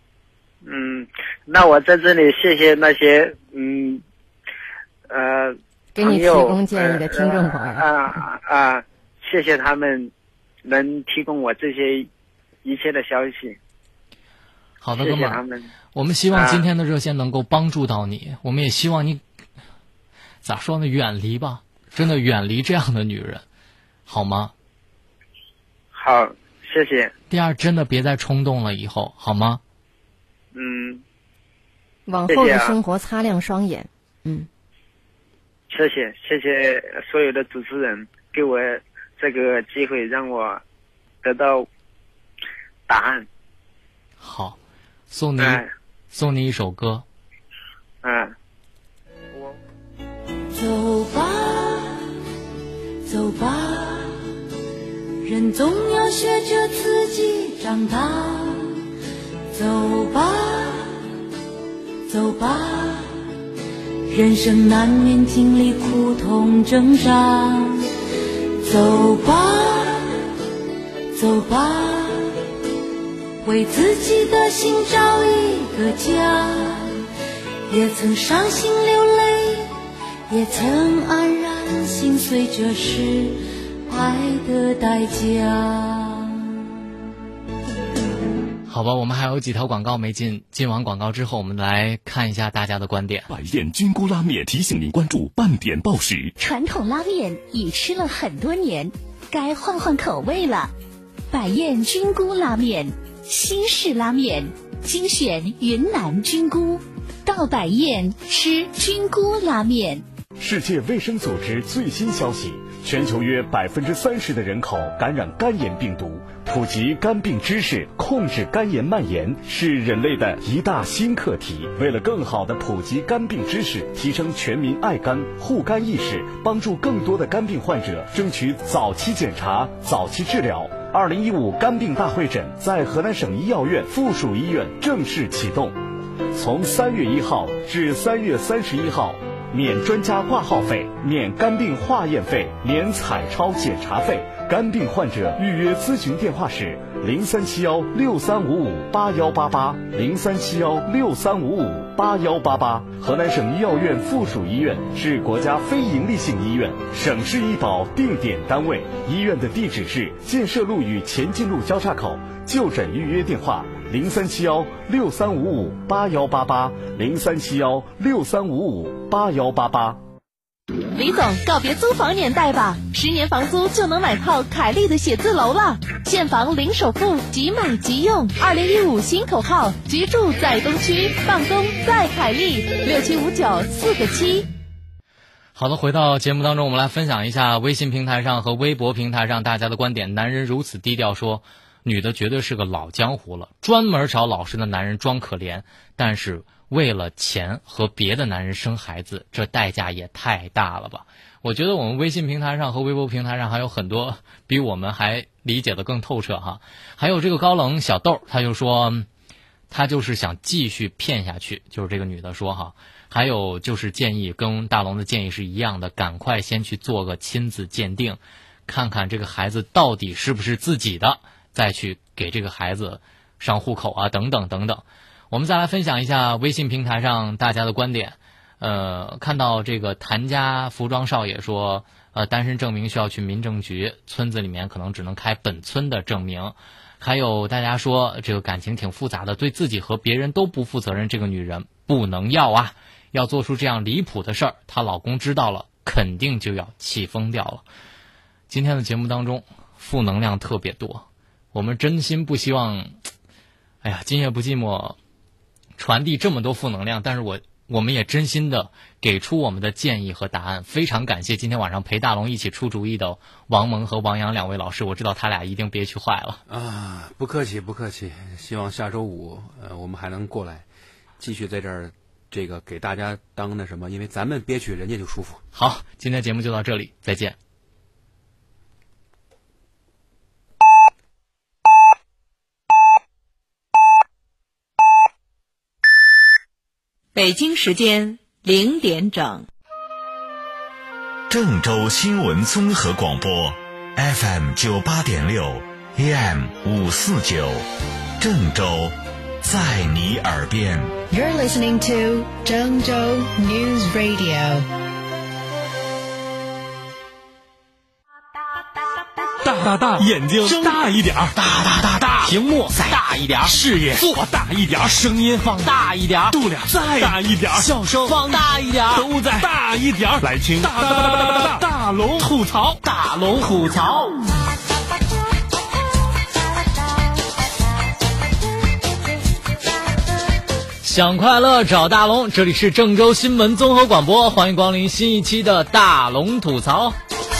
那我在这里谢谢那些给你提供建议的听众朋友谢谢他们能提供我这些一切的消息。 好的，哥们儿，我们希望今天的热线能够帮助到你，我们也希望你咋说呢，远离吧，真的远离这样的女人，好吗？ 好，谢谢。 第二，真的别再冲动了，以后好吗？ 往后的生活擦亮双眼。 谢谢所有的主持人给我这个机会，让我得到答案。 好，送你一首歌。 走吧，走吧，人总要学着自己长大。走吧，走吧，人生难免经历苦痛挣扎。走吧，走吧，为自己的心找一个家。也曾伤心流泪，也曾黯然心碎，这是爱的代价。 好吧，我们还有几条广告没进，进完广告之后，我们来看一下大家的观点。 百宴菌菇拉面提醒您关注半点报时。 传统拉面已吃了很多年，该换换口味了。百宴菌菇拉面，西式拉面，精选云南菌菇，到百宴吃菌菇拉面。 世界卫生组织最新消息，全球约30%的人口感染肝炎病毒。普及肝病知识，控制肝炎蔓延，是人类的一大新课题。为了更好地普及肝病知识，提升全民爱肝护肝意识，帮助更多的肝病患者争取早期检查、早期治疗，2015肝病大会诊在河南省医药院附属医院正式启动，从3月1号至3月31号。免专家挂号费，免肝病化验费，免彩超检查费。肝病患者预约咨询电话是037163558188，037163558188。河南省医药院附属医院是国家非营利性医院，省市医保定点单位。医院的地址是建设路与前进路交叉口。就诊预约电话037163558188，037163558188。 李总，告别租房年代吧，10年房租就能买套凯利的写字楼了，现房零首付，即买即用。2015新口号，居住在东区，办公在凯利，6759-4个7。 好的，回到节目当中，我们来分享一下微信平台上和微博平台上大家的观点。男人如此低调说，女的绝对是个老江湖了，专门找老实的男人装可怜，但是为了钱和别的男人生孩子，这代价也太大了吧。我觉得我们微信平台上和微博平台上还有很多比我们还理解的更透彻哈。还有这个高冷小豆，他就说他就是想继续骗下去，就是这个女的说哈。还有就是建议跟大龙的建议是一样的，赶快先去做个亲子鉴定，看看这个孩子到底是不是自己的，再去给这个孩子上户口啊等等等等。我们再来分享一下微信平台上大家的观点。看到这个谭家服装少爷说，单身证明需要去民政局，村子里面可能只能开本村的证明。还有大家说这个感情挺复杂的，对自己和别人都不负责任，这个女人不能要啊，要做出这样离谱的事儿，她老公知道了肯定就要气疯掉了。今天的节目当中负能量特别多，我们真心不希望今夜不寂寞传递这么多负能量，但是我们也真心的给出我们的建议和答案。非常感谢今天晚上陪大龙一起出主意的王蒙和王洋2位老师，我知道他俩一定憋屈坏了啊！不客气不客气，希望下周5我们还能过来继续在这儿这个给大家当那什么，因为咱们憋屈人家就舒服。 好，今天节目就到这里，再见。 北京时间0点整， 郑州新闻综合广播 FM 98.6 AM 549，郑州在你耳边。 You're listening to 郑州 News Radio。 大眼睛大一点，大屏幕再大一点，视野做大一点，声音放大一点，度量再大一点，笑声放大一点，都再大一点。来听大龙吐槽，大龙吐槽。 想快乐找大龙，这里是郑州新闻综合广播，欢迎光临新一期的大龙吐槽。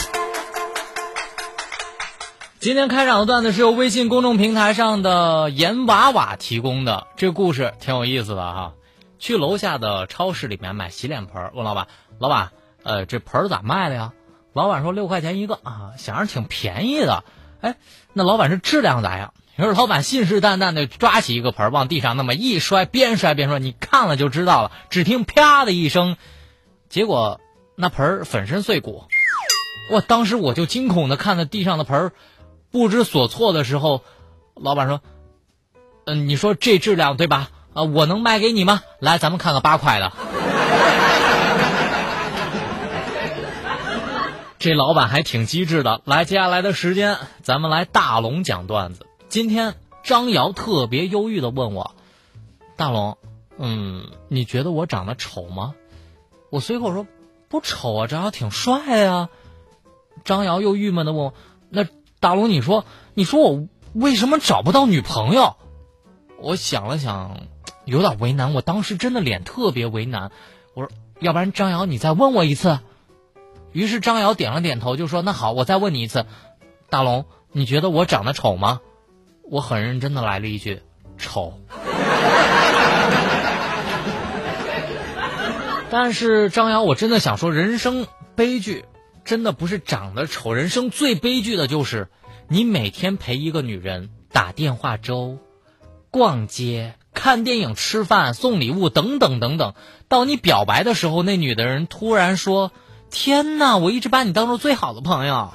今天开场的段子是由微信公众平台上的盐娃娃提供的，这个故事挺有意思的哈。去楼下的超市里面买洗脸盆，问老板，这盆咋卖的呀？老板说6块钱一个啊，想着挺便宜的。那老板这质量咋样？于是老板信誓旦旦的抓起一个盆往地上那么一摔，边摔边说，你看了就知道了。只听啪的一声，结果那盆粉身碎骨。当时我就惊恐的看着地上的盆，不知所措的时候，老板说，你说这质量对吧？我能卖给你吗？来，咱们看个8块的。这老板还挺机智的。来，接下来的时间咱们来大龙讲段子。今天张瑶特别忧郁的问我，大龙，你觉得我长得丑吗？我随口说不丑啊，张瑶挺帅呀。张瑶又郁闷的问我，那大龙，你说我为什么找不到女朋友？我想了想，有点为难，我当时真的脸特别为难。我说，要不然张瑶你再问我一次。于是张瑶点了点头，就说，那好，我再问你一次，大龙，你觉得我长得丑吗？我很认真的来了一句，丑。但是张瑶，我真的想说，人生悲剧真的不是长得丑，人生最悲剧的就是你每天陪一个女人打电话粥、逛街、看电影、吃饭、送礼物等等等等，到你表白的时候，那女的人突然说，天哪，我一直把你当做最好的朋友。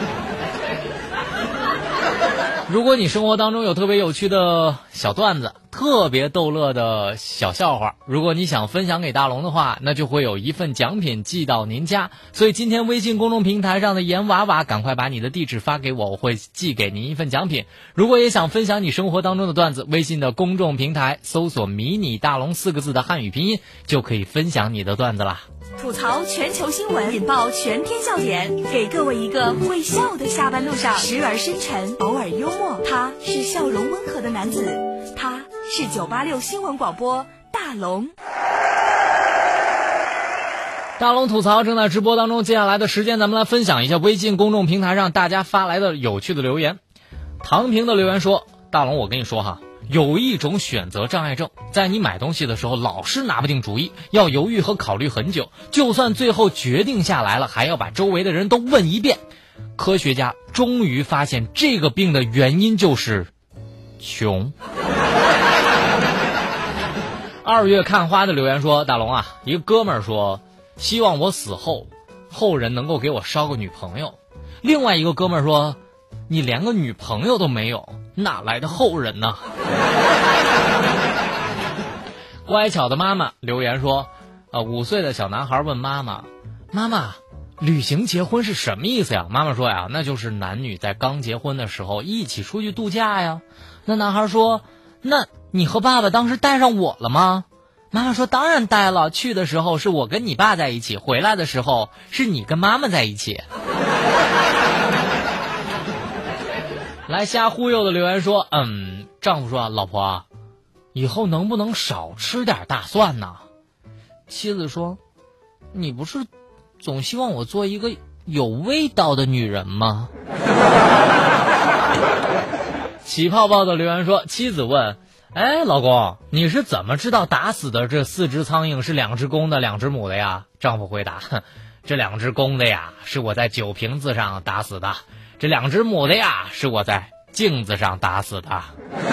如果你生活当中有特别有趣的小段子， 特别逗乐的小笑话，如果你想分享给大龙的话，那就会有一份奖品寄到您家。所以今天微信公众平台上的盐娃娃，赶快把你的地址发给我，我会寄给您一份奖品。如果也想分享你生活当中的段子，微信的公众平台搜索迷你大龙4个字的汉语拼音，就可以分享你的段子啦。 吐槽全球新闻，引爆全天笑点，给各位一个会笑的下班路上，时而深沉，偶尔幽默。他是笑容温和的男子，他是986新闻广播大龙。 大龙吐槽正在直播当中，接下来的时间咱们来分享一下微信公众平台上大家发来的有趣的留言。唐平的留言说，大龙我跟你说哈，有一种选择障碍症，在你买东西的时候老是拿不定主意，要犹豫和考虑很久，就算最后决定下来了，还要把周围的人都问一遍。科学家终于发现这个病的原因就是穷。2月看花的留言说，大龙啊，一个哥们儿说希望我死后后人能够给我捎个女朋友，另外一个哥们儿说你连个女朋友都没有，哪来的后人呢？乖巧的妈妈留言说5岁的小男孩问妈妈，妈妈，旅行结婚是什么意思呀？妈妈说呀，那就是男女在刚结婚的时候一起出去度假呀。那男孩说，那你和爸爸当时带上我了吗？妈妈说，当然带了，去的时候是我跟你爸在一起，回来的时候是你跟妈妈在一起。来瞎忽悠的留言说，丈夫说，老婆，以后能不能少吃点大蒜呢？妻子说，你不是总希望我做一个有味道的女人吗？起泡泡的留言说，妻子问，老公，你是怎么知道打死的这4只苍蝇是2只公的2只母的呀？丈夫回答，这2只公的呀是我在酒瓶子上打死的，这2只母的呀是我在镜子上打死的。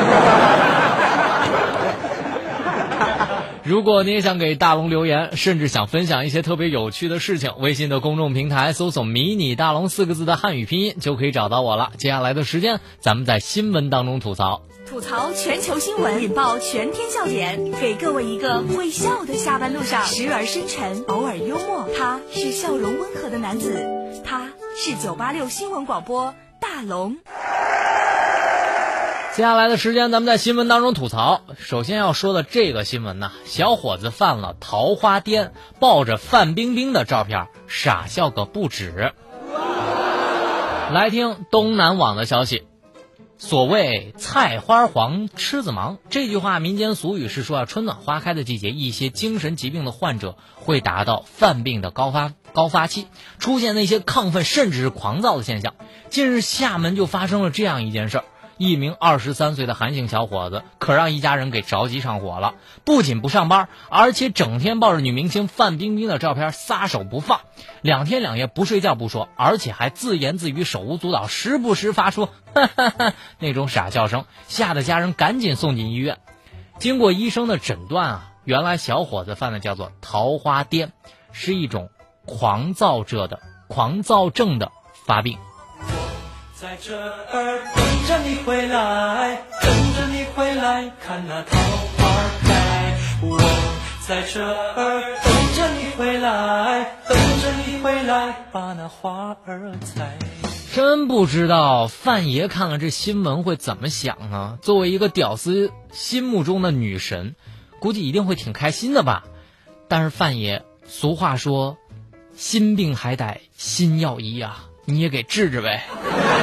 如果你也想给大龙留言，甚至想分享一些特别有趣的事情，微信的公众平台搜索迷你大龙4个字的汉语拼音就可以找到我了。接下来的时间咱们在新闻当中吐槽全球新闻，引爆全天笑点，给各位一个会笑的下班路上，时而深沉，偶尔幽默。他是笑容温和的男子，他是986新闻广播大龙。 接下来的时间咱们在新闻当中吐槽。首先要说的这个新闻呢，小伙子犯了桃花癫，抱着范冰冰的照片傻笑个不止。来听东南网的消息，所谓菜花黄痴子忙，这句话民间俗语是说春暖花开的季节，一些精神疾病的患者会达到犯病的高发期，出现那些亢奋甚至是狂躁的现象。近日厦门就发生了这样一件事儿，一名23岁的韩姓小伙子可让一家人给着急上火了，不仅不上班，而且整天抱着女明星范冰冰的照片撒手不放，2天2夜不睡觉不说，而且还自言自语手舞足蹈，时不时发出哈哈哈那种傻笑声，吓得家人赶紧送进医院。经过医生的诊断原来小伙子犯的叫做桃花癫，是一种狂躁症的发病。 在这儿等着你回来，等着你回来，看那桃花开。我在这儿等着你回来，等着你回来，把那花儿采。 真不知道范爷看了这新闻会怎么想呢？作为一个屌丝心目中的女神，估计一定会挺开心的吧。但是范爷，俗话说，心病还得心药医啊，你也给治治呗。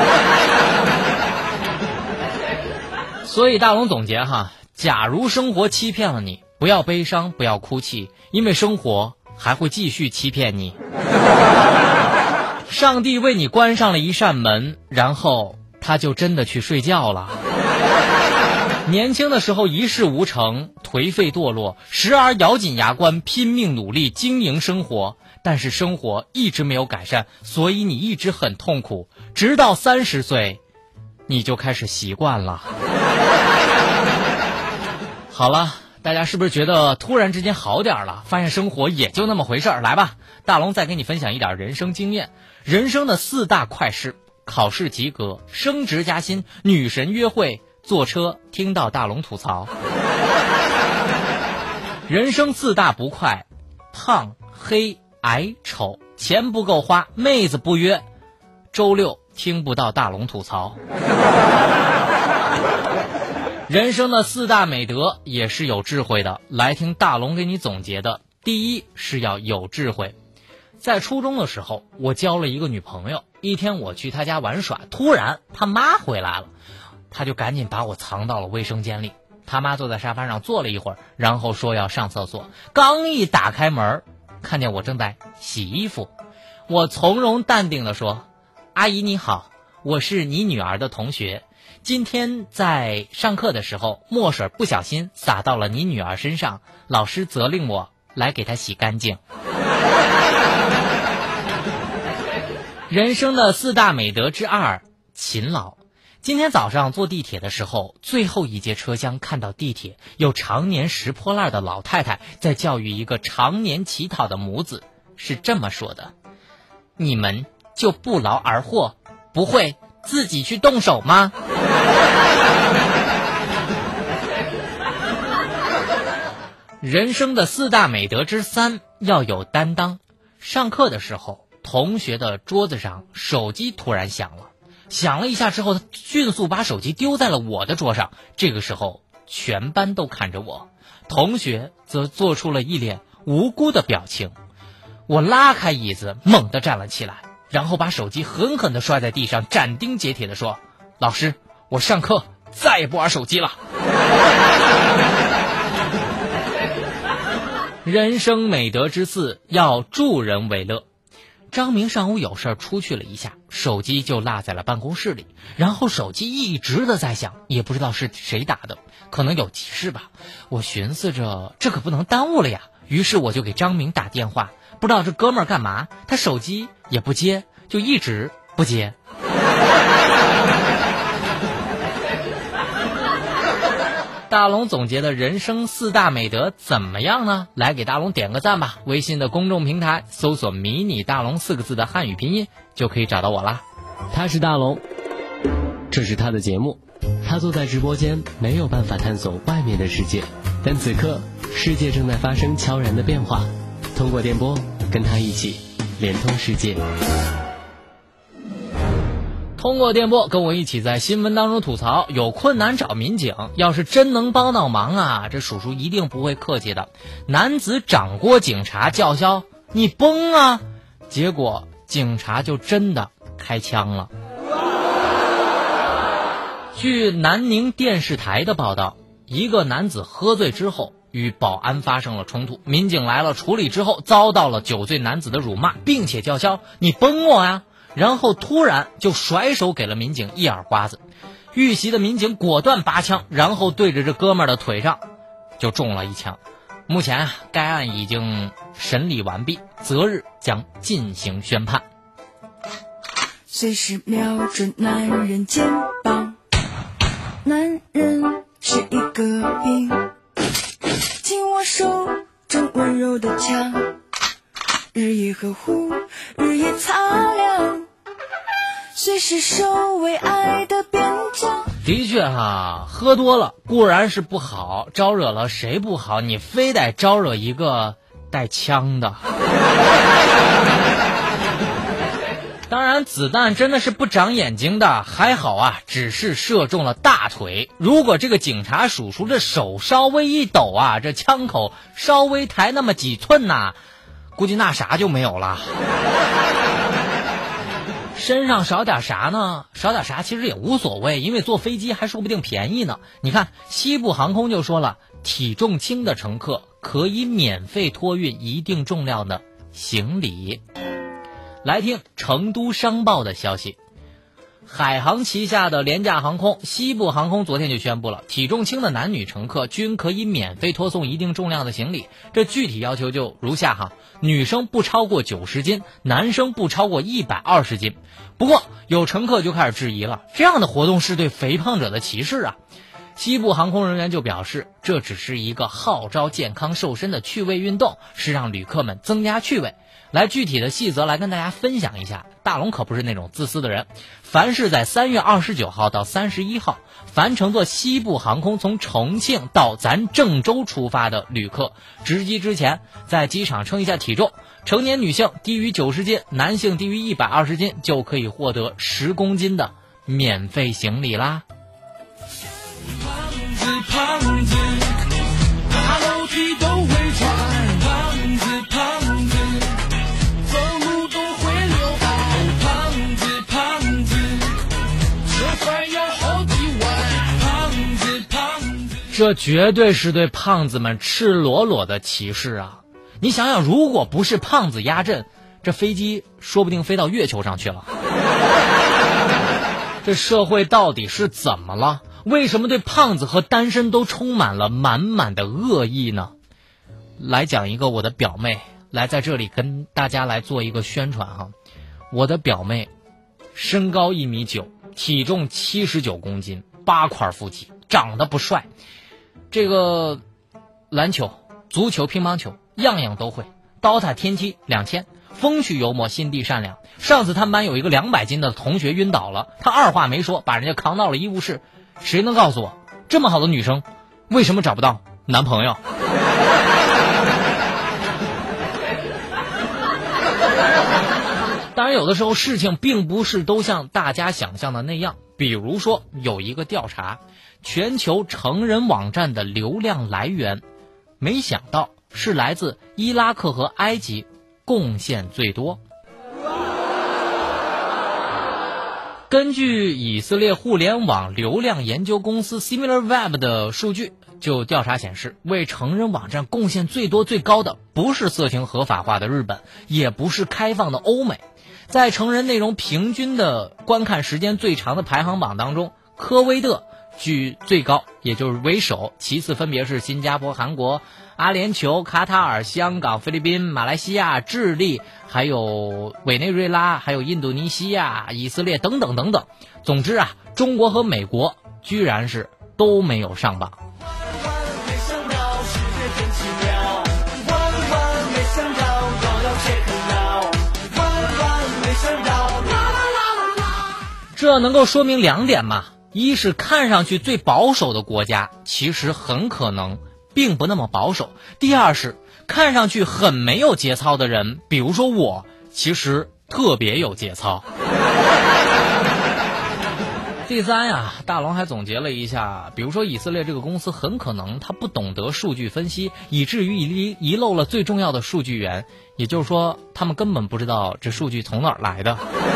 所以大龙总结假如生活欺骗了你，不要悲伤，不要哭泣，因为生活还会继续欺骗你。上帝为你关上了一扇门，然后他就真的去睡觉了。年轻的时候一事无成，颓废堕落，时而咬紧牙关拼命努力经营生活，但是生活一直没有改善，所以你一直很痛苦，直到30岁你就开始习惯了。好了，大家是不是觉得突然之间好点了，发现生活也就那么回事儿？来吧，大龙再给你分享一点人生经验。人生的4大快事：考试及格，升职加薪，女神约会，坐车听到大龙吐槽。 人生4大不快：胖、黑、矮、丑，钱不够花，妹子不约。周六听不到大龙吐槽。人生的4大美德也是有智慧的，来听大龙给你总结的。第一是要有智慧。在初中的时候，我交了一个女朋友，一天我去她家玩耍，突然她妈回来了，她就赶紧把我藏到了卫生间里。她妈坐在沙发上坐了一会儿，然后说要上厕所，刚一打开门，看见我正在洗衣服。我从容淡定地说：阿姨你好，我是你女儿的同学，今天在上课的时候，墨水不小心洒到了你女儿身上，老师责令我来给她洗干净。人生的4大美德之2：勤劳。今天早上坐地铁的时候，最后一节车厢看到地铁有常年拾破烂的老太太在教育一个常年乞讨的母子，是这么说的：你们就不劳而获，不会自己去动手吗？人生的4大美德之3：要有担当。上课的时候，同学的桌子上手机突然响了，响了一下之后，他迅速把手机丢在了我的桌上。这个时候全班都看着我，同学则做出了一脸无辜的表情。我拉开椅子猛地站了起来，然后把手机狠狠地摔在地上，斩钉截铁地说：老师，我上课再也不玩手机了。人生美德之4：要助人为乐。张明上午有事出去了一下，手机就落在了办公室里，然后手机一直的在响，也不知道是谁打的，可能有急事吧。我寻思着这可不能耽误了呀，于是我就给张明打电话，不知道这哥们儿干嘛，他手机也不接，就一直不接。大龙总结的人生4大美德怎么样呢？来给大龙点个赞吧！微信的公众平台搜索迷你大龙4个字的汉语拼音就可以找到我啦。 他是大龙，这是他的节目，他坐在直播间没有办法探索外面的世界，但此刻世界正在发生悄然的变化，通过电波跟他一起连通世界。 通过电波跟我一起在新闻当中吐槽，有困难找民警，要是真能帮到忙啊，这叔叔一定不会客气的。男子掌掴警察叫嚣：你崩啊！结果警察就真的开枪了。据南宁电视台的报道，一个男子喝醉之后与保安发生了冲突，民警来了处理之后，遭到了酒醉男子的辱骂，并且叫嚣：你崩我呀！然后突然就甩手给了民警一耳刮子，遇袭的民警果断拔枪，然后对着这哥们儿的腿上就中了一枪。目前该案已经审理完毕，择日将进行宣判。 随时瞄准男人肩膀，男人是一个病，紧握手中温柔的枪，日夜呵护，日夜擦亮，随时守卫爱的边疆。 的确哈，喝多了固然是不好，招惹了谁不好，你非得招惹一个带枪的。当然子弹真的是不长眼睛的，还好啊，只是射中了大腿。如果这个警察叔叔这手稍微一抖啊，这枪口稍微抬那么几寸呐，估计那啥就没有了。身上少点啥呢？少点啥其实也无所谓，因为坐飞机还说不定便宜呢。你看西部航空就说了，体重轻的乘客可以免费托运一定重量的行李。来听成都商报的消息，海航旗下的廉价航空西部航空昨天就宣布了，体重轻的男女乘客均可以免费托送一定重量的行李。这具体要求就如下哈：女生不超过90斤，男生不超过120斤。不过有乘客就开始质疑了，这样的活动是对肥胖者的歧视啊。西部航空人员就表示，这只是一个号召健康瘦身的趣味运动，是让旅客们增加趣味。 来具体的细则来跟大家分享一下。大龙可不是那种自私的人，凡是在3月29号到31号，凡乘坐西部航空从重庆到咱郑州出发的旅客，值机之前在机场称一下体重，成年女性低于90斤，男性低于120斤，就可以获得10公斤的免费行李啦。 胖子爬楼梯都会喘，胖子走路都会溜达，胖子吃饭要好几碗，胖子这绝对是对胖子们赤裸裸的歧视啊！你想想，如果不是胖子压阵，这飞机说不定飞到月球上去了。这社会到底是怎么了？为什么对胖子和单身都充满了满满的恶意呢？来讲一个我的表妹，来在这里跟大家来做一个宣传哈。我的表妹身高1.9米，体重79公斤，8块腹肌，长得不帅，这个篮球、足球、乒乓球样样都会，刀塔、天梯2000，风趣幽默，心地善良。上次他们班有一个200斤的同学晕倒了，他二话没说把人家扛到了医务室。谁能告诉我，这么好的女生为什么找不到男朋友？当然有的时候事情并不是都像大家想象的那样，比如说有一个调查，全球成人网站的流量来源，没想到是来自伊拉克和埃及，贡献最多。根据以色列互联网流量研究公司 SimilarWeb 的数据，就调查显示，为成人网站贡献最多最高的不是色情合法化的日本，也不是开放的欧美。在成人内容平均的观看时间最长的排行榜当中，科威特居最高，也就是为首，其次分别是新加坡、韩国、阿联酋、卡塔尔、香港、菲律宾、马来西亚、智利，还有委内瑞拉，还有印度尼西亚、以色列等等等等。总之啊，中国和美国居然是都没有上榜。这能够说明2点嘛，一是看上去最保守的国家其实很可能并不那么保守，第二是看上去很没有节操的人，比如说我，其实特别有节操。第三呀，大龙还总结了一下，比如说以色列这个公司很可能他不懂得数据分析，以至于遗漏了最重要的数据源，也就是说他们根本不知道这数据从哪儿来的。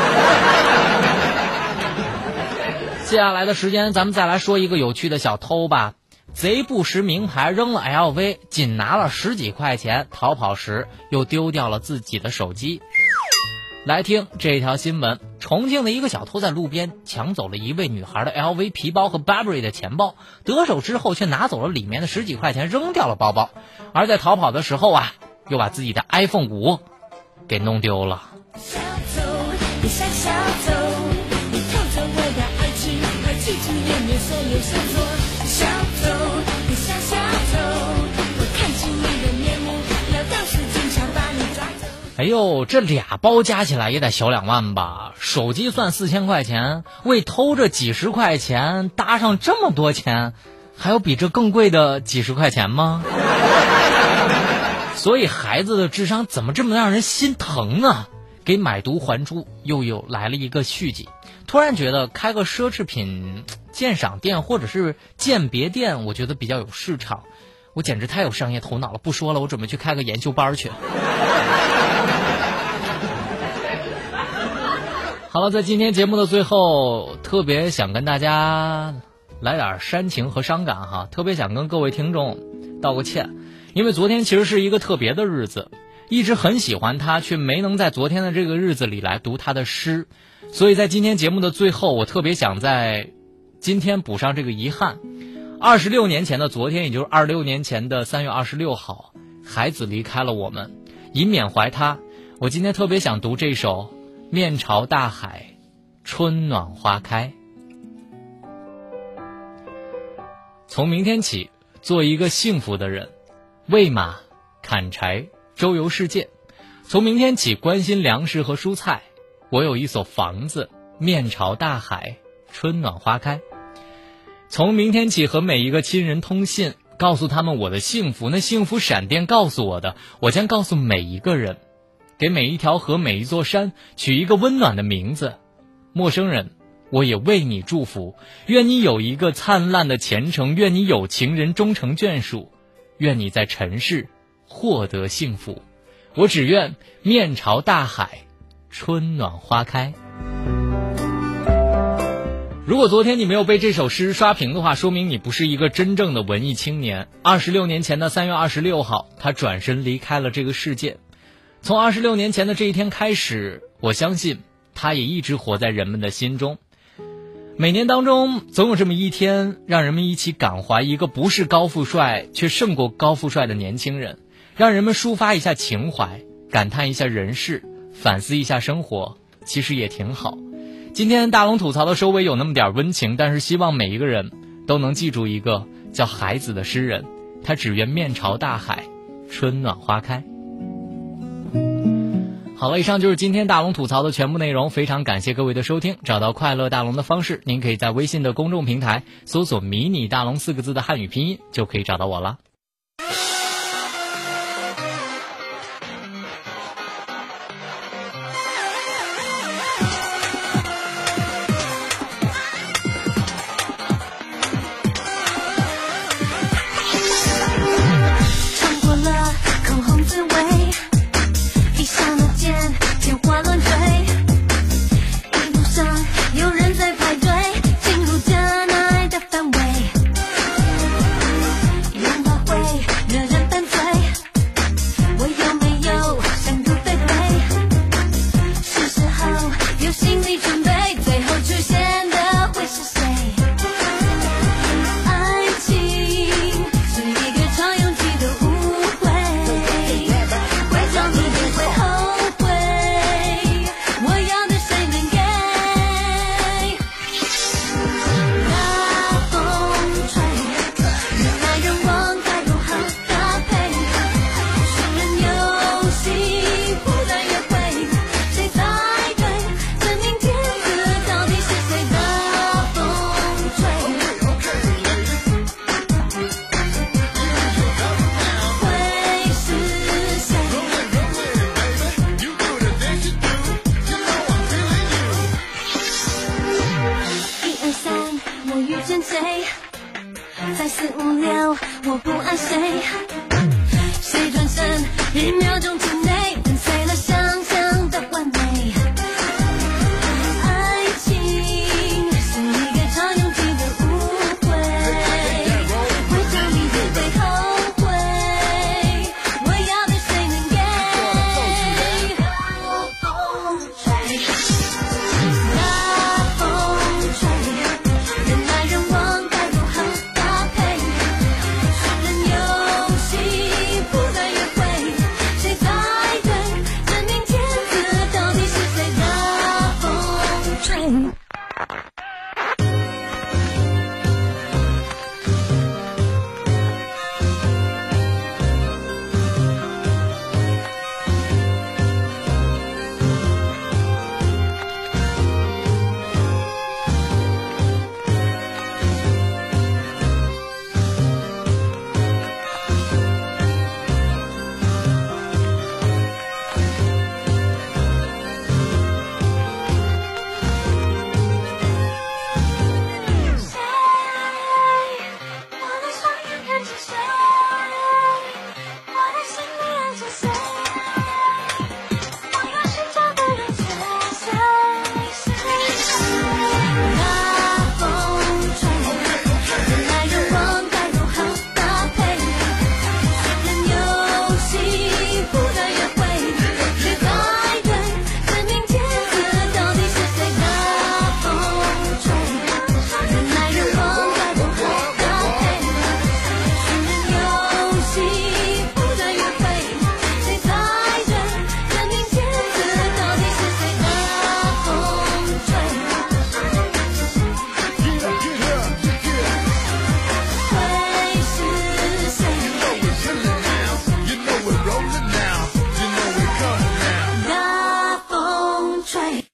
接下来的时间咱们再来说一个有趣的小偷吧。贼不识名牌，扔了 LV， 仅拿了10几块钱，逃跑时又丢掉了自己的手机。来听这条新闻，重庆的一个小偷在路边抢走了一位女孩的 LV 皮包和 Burberry 的钱包，得手之后却拿走了里面的10几块钱，扔掉了包包，而在逃跑的时候啊，又把自己的 iPhone 5给弄丢了。 小偷，你像小偷，你偷走我的爱情和记住里面所有线索。小偷，你像小偷，我看清你的面目，要到处警察把你抓走。 哎呦，这俩包加起来也得小2万吧？手机算4000块钱，为偷这几十块钱搭上这么多钱，还有比这更贵的几十块钱吗？所以孩子的智商怎么这么让人心疼呢？给买椟还珠又有来了一个续集，突然觉得开个奢侈品鉴赏店或者是鉴别店，我觉得比较有市场。我简直太有商业头脑了，不说了，我准备去开个研究班去。好了，在今天节目的最后，特别想跟大家来点煽情和伤感哈，特别想跟各位听众道个歉，因为昨天其实是一个特别的日子，一直很喜欢他，却没能在昨天的这个日子里来读他的诗，所以在今天节目的最后，我特别想在今天补上这个遗憾。26年前的昨天，也就是26年前的3月26号，孩子离开了我们，以缅怀他，我今天特别想读这首《面朝大海，春暖花开》。从明天起，做一个幸福的人，喂马、砍柴、周游世界， 从明天起关心粮食和蔬菜，我有一所房子，面朝大海，春暖花开。从明天起和每一个亲人通信，告诉他们我的幸福，那幸福闪电告诉我的，我将告诉每一个人。给每一条河每一座山取一个温暖的名字。陌生人，我也为你祝福，愿你有一个灿烂的前程，愿你有情人终成眷属，愿你在尘世获得幸福。我只愿面朝大海，春暖花开。如果昨天你没有被这首诗刷屏的话，说明你不是一个真正的文艺青年。26年前的3月26号，他转身离开了这个世界。从26年前的这一天开始，我相信他也一直活在人们的心中。每年当中总有这么一天，让人们一起感怀一个不是高富帅却胜过高富帅的年轻人，让人们抒发一下情怀，感叹一下人世，反思一下生活，其实也挺好。今天大龙吐槽的收尾有那么点温情，但是希望每一个人都能记住一个叫海子的诗人，他只愿面朝大海，春暖花开。好了，以上就是今天大龙吐槽的全部内容，非常感谢各位的收听。找到快乐大龙的方式，您可以在微信的公众平台搜索迷你大龙4个字的汉语拼音，就可以找到我了。 花吹。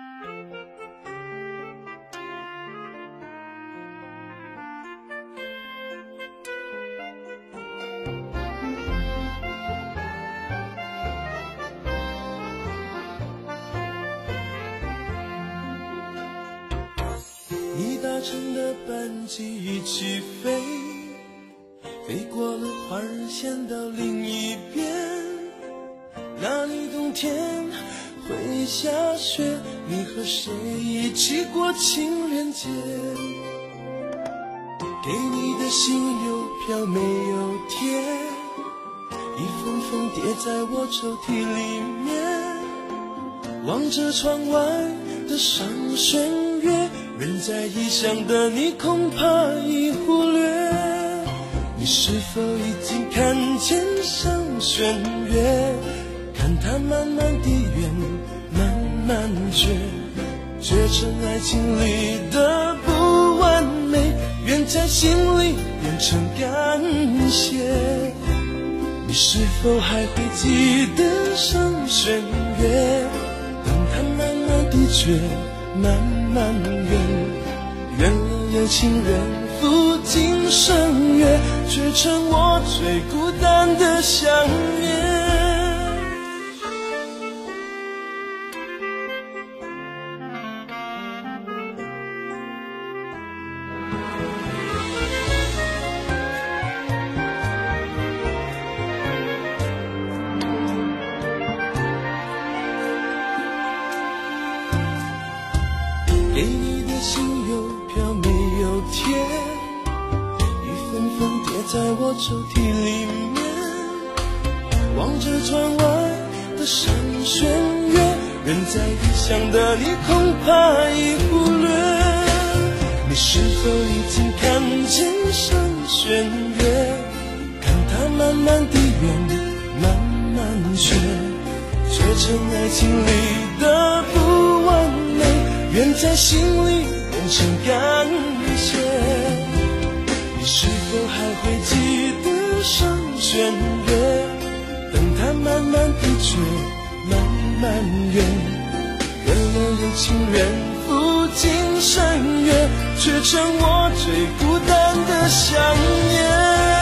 你搭乘的班机一起飞，飞过了花儿线到另一边，那里冬天会下雪，你和谁一起过情人节？给你的信邮票没有贴，一封封叠在我抽屉里面，望着窗外的上弦月，人在异乡的你恐怕已忽略，你是否已经看见上弦月？看它慢慢地圆，慢慢缺，缺成爱情里的不完美，圆在心里变成感谢。你是否还会记得上弦月？当它慢慢地缺，慢慢圆，圆了有情人赴今生约，却成我最孤单的想念。给你的信邮票没有贴，一封封叠在我抽屉里面，望着窗外的上弦月，人在异乡的你恐怕已忽略，你是否已经看见上弦月？看它慢慢地圆，慢慢缺，缺成爱情里的不完美，圆在心里变成感谢。你是否还会记得上弦月？等它慢慢地缺，慢慢圆，圆了有情人赴今生约，却成我最孤单的想念。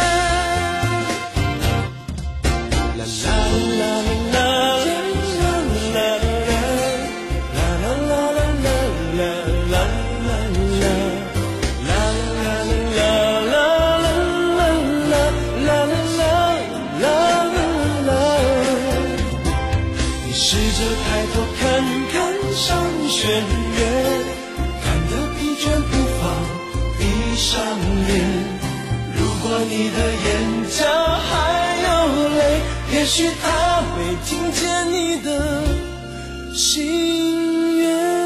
啦啦啦啦上弦月，看得疲倦不放，闭上眼。如果你的眼角还有泪，也许他会听见你的心愿。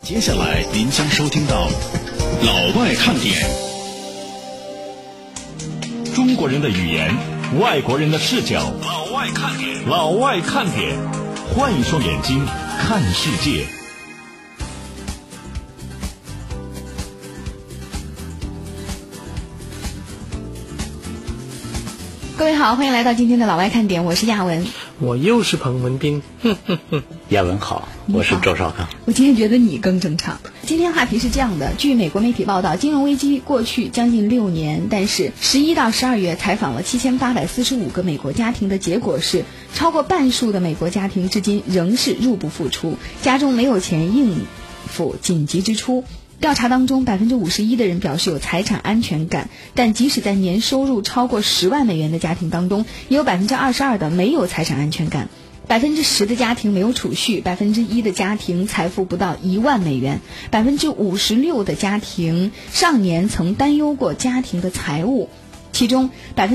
接下来您将收听到老外看点，中国人的语言，外国人的视角，老外看点，老外看点，换一双眼睛看世界。 各位好，欢迎来到今天的老外看点，我是亚文， 我又是彭文斌。 亚文好，我是周少康。 我今天觉得你更正常。今天话题是这样的，据美国媒体报道，金融危机过去将近6年，但是11到12月采访了7845个美国家庭的结果是，超过半数的美国家庭至今仍是入不敷出，家中没有钱应付紧急支出。调查当中，51%的人表示有财产安全感，但即使在年收入超过10万美元的家庭当中，也有22%的没有财产安全感。10%的家庭没有储蓄，1%的家庭财富不到1万美元，56%的家庭上年曾担忧过家庭的财务，其中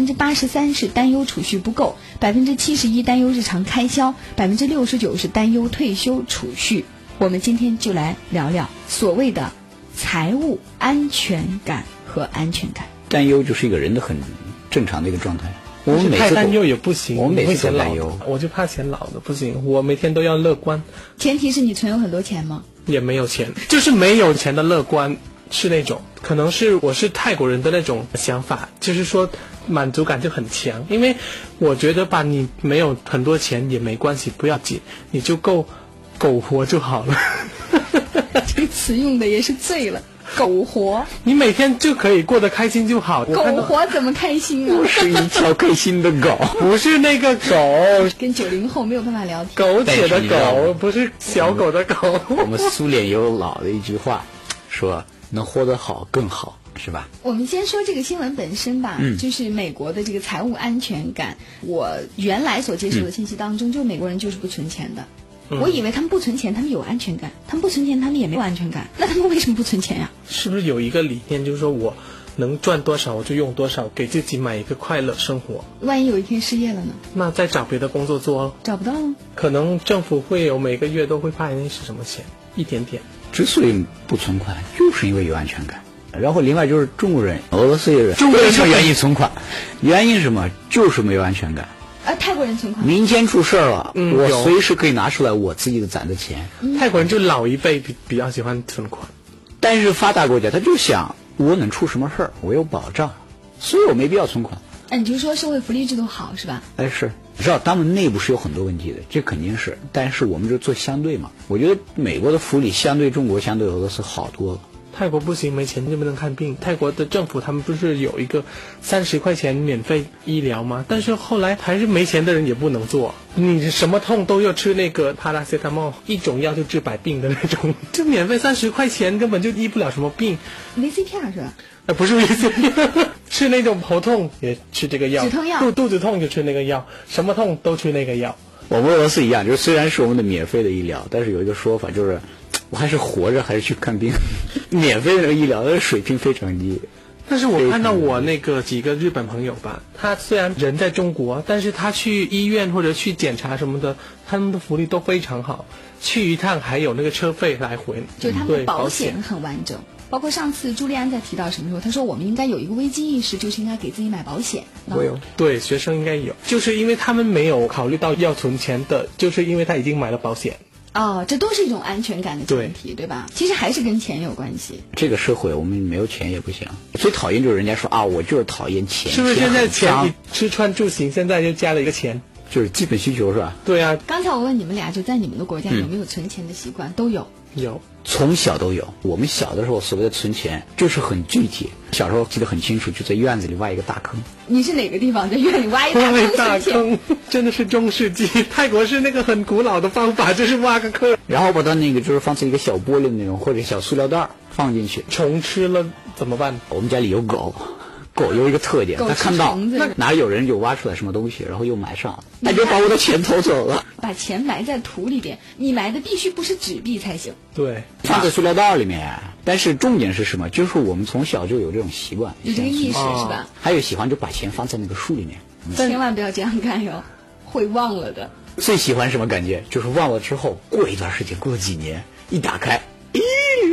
83%是担忧储蓄不够，71%担忧日常开销，69%是担忧退休储蓄。我们今天就来聊聊所谓的财务安全感和安全感。 担忧就是一个人的很正常的一个状态。我们每次太担忧也不行， 我每次都担忧， 我就怕显老的不行，我每天都要乐观。 前提是你存有很多钱吗？ 也没有钱，就是没有钱的乐观是那种，可能是我是泰国人的那种想法，就是说满足感就很强，因为我觉得吧，你没有很多钱也没关系，不要紧，你就够苟活就好了。 这个词用的也是醉了。苟活， 你每天就可以过得开心就好。 苟活怎么开心啊？ 我是一条开心的狗， 不是那个狗， 跟90后没有办法聊天。 苟且的狗，不是小狗的狗。 我们苏联有老的一句话，说能活得好更好，是吧？ 我们先说这个新闻本身吧，就是美国的这个财务安全感。我原来所接受的信息当中，就是美国人就是不存钱的。我以为他们不存钱，他们有安全感；他们不存钱，他们也没有安全感。那他们为什么不存钱呀？ 是不是有一个理念，就是说我能赚多少我就用多少，给自己买一个快乐生活？ 万一有一天失业了呢？ 那再找别的工作做。 找不到了？ 可能政府会有每个月都会派那是什么钱，一点点。 之所以不存款，就是因为有安全感。然后另外就是中国人、俄罗斯人， 中国人就愿意存款，原因是什么？就是没有安全感。 泰国人存款， 明天出事了，我随时可以拿出来我自己的攒的钱。 泰国人就老一辈比较喜欢存款， 但是发达国家他就想我能出什么事儿，我有保障，所以我没必要存款。 你就说社会福利制度好是吧？ 是，知道他们内部是有很多问题的，这肯定是，但是我们就做相对嘛。我觉得美国的福利相对中国、相对俄罗斯好多了。 泰国不行，没钱就不能看病。泰国的政府他们不是有一个30块钱免费医疗吗？但是后来还是没钱的人也不能做，你什么痛都要吃那个帕拉塞塔莫，一种药就治百病的那种，就免费30块钱根本就医不了什么病。 VCPR 是吧？ 不是 VCPR， 吃那种头痛也吃这个药， 止痛药， 肚子痛就吃那个药，什么痛都吃那个药。 我们俄罗斯一样，就是虽然是我们的免费的医疗，但是有一个说法就是。我还是活着还是去看病，免费的医疗的水平非常低。 但是我看到我那个几个日本朋友吧，他虽然人在中国，但是他去医院或者去检查什么的，他们的福利都非常好，去一趟还有那个车费来回， 就他们的保险很完整。包括上次朱利安在提到什么时候，他说我们应该有一个危机意识，就是应该给自己买保险。 我有，对，学生应该有，就是因为他们没有考虑到要存钱的，就是因为他已经买了保险。 这都是一种安全感的前提，对吧？其实还是跟钱有关系。 这个社会我们没有钱也不行。最讨厌就是人家说我就是讨厌钱。 是不是现在钱你吃穿住行现在就加了一个钱？ 就是基本需求是吧？ 对啊。 刚才我问你们俩，就在你们的国家有没有存钱的习惯？都有。 有， 从小都有。我们小的时候所谓的存钱就是很具体，小时候记得很清楚，就在院子里挖一个大坑。 你是哪个地方在院里挖一个大坑？真的是中世纪，泰国是那个很古老的方法，就是挖个坑， 然后把它那个就是放在一个小玻璃的那种或者小塑料袋放进去。 虫吃了怎么办？ 我们家里有狗。狗有一个特点，他看到哪有人就挖出来什么东西，然后又埋上，他就把我的钱偷走了。 把钱埋在土里边，你埋的必须不是纸币才行。 对， 放在塑料袋里面。但是重点是什么？就是我们从小就有这种习惯， 有这个意识是吧？ 还有喜欢就把钱放在那个书里面， 千万不要这样干哟，会忘了的。 最喜欢什么感觉？就是忘了之后，过一段时间，过几年，一打开，咦。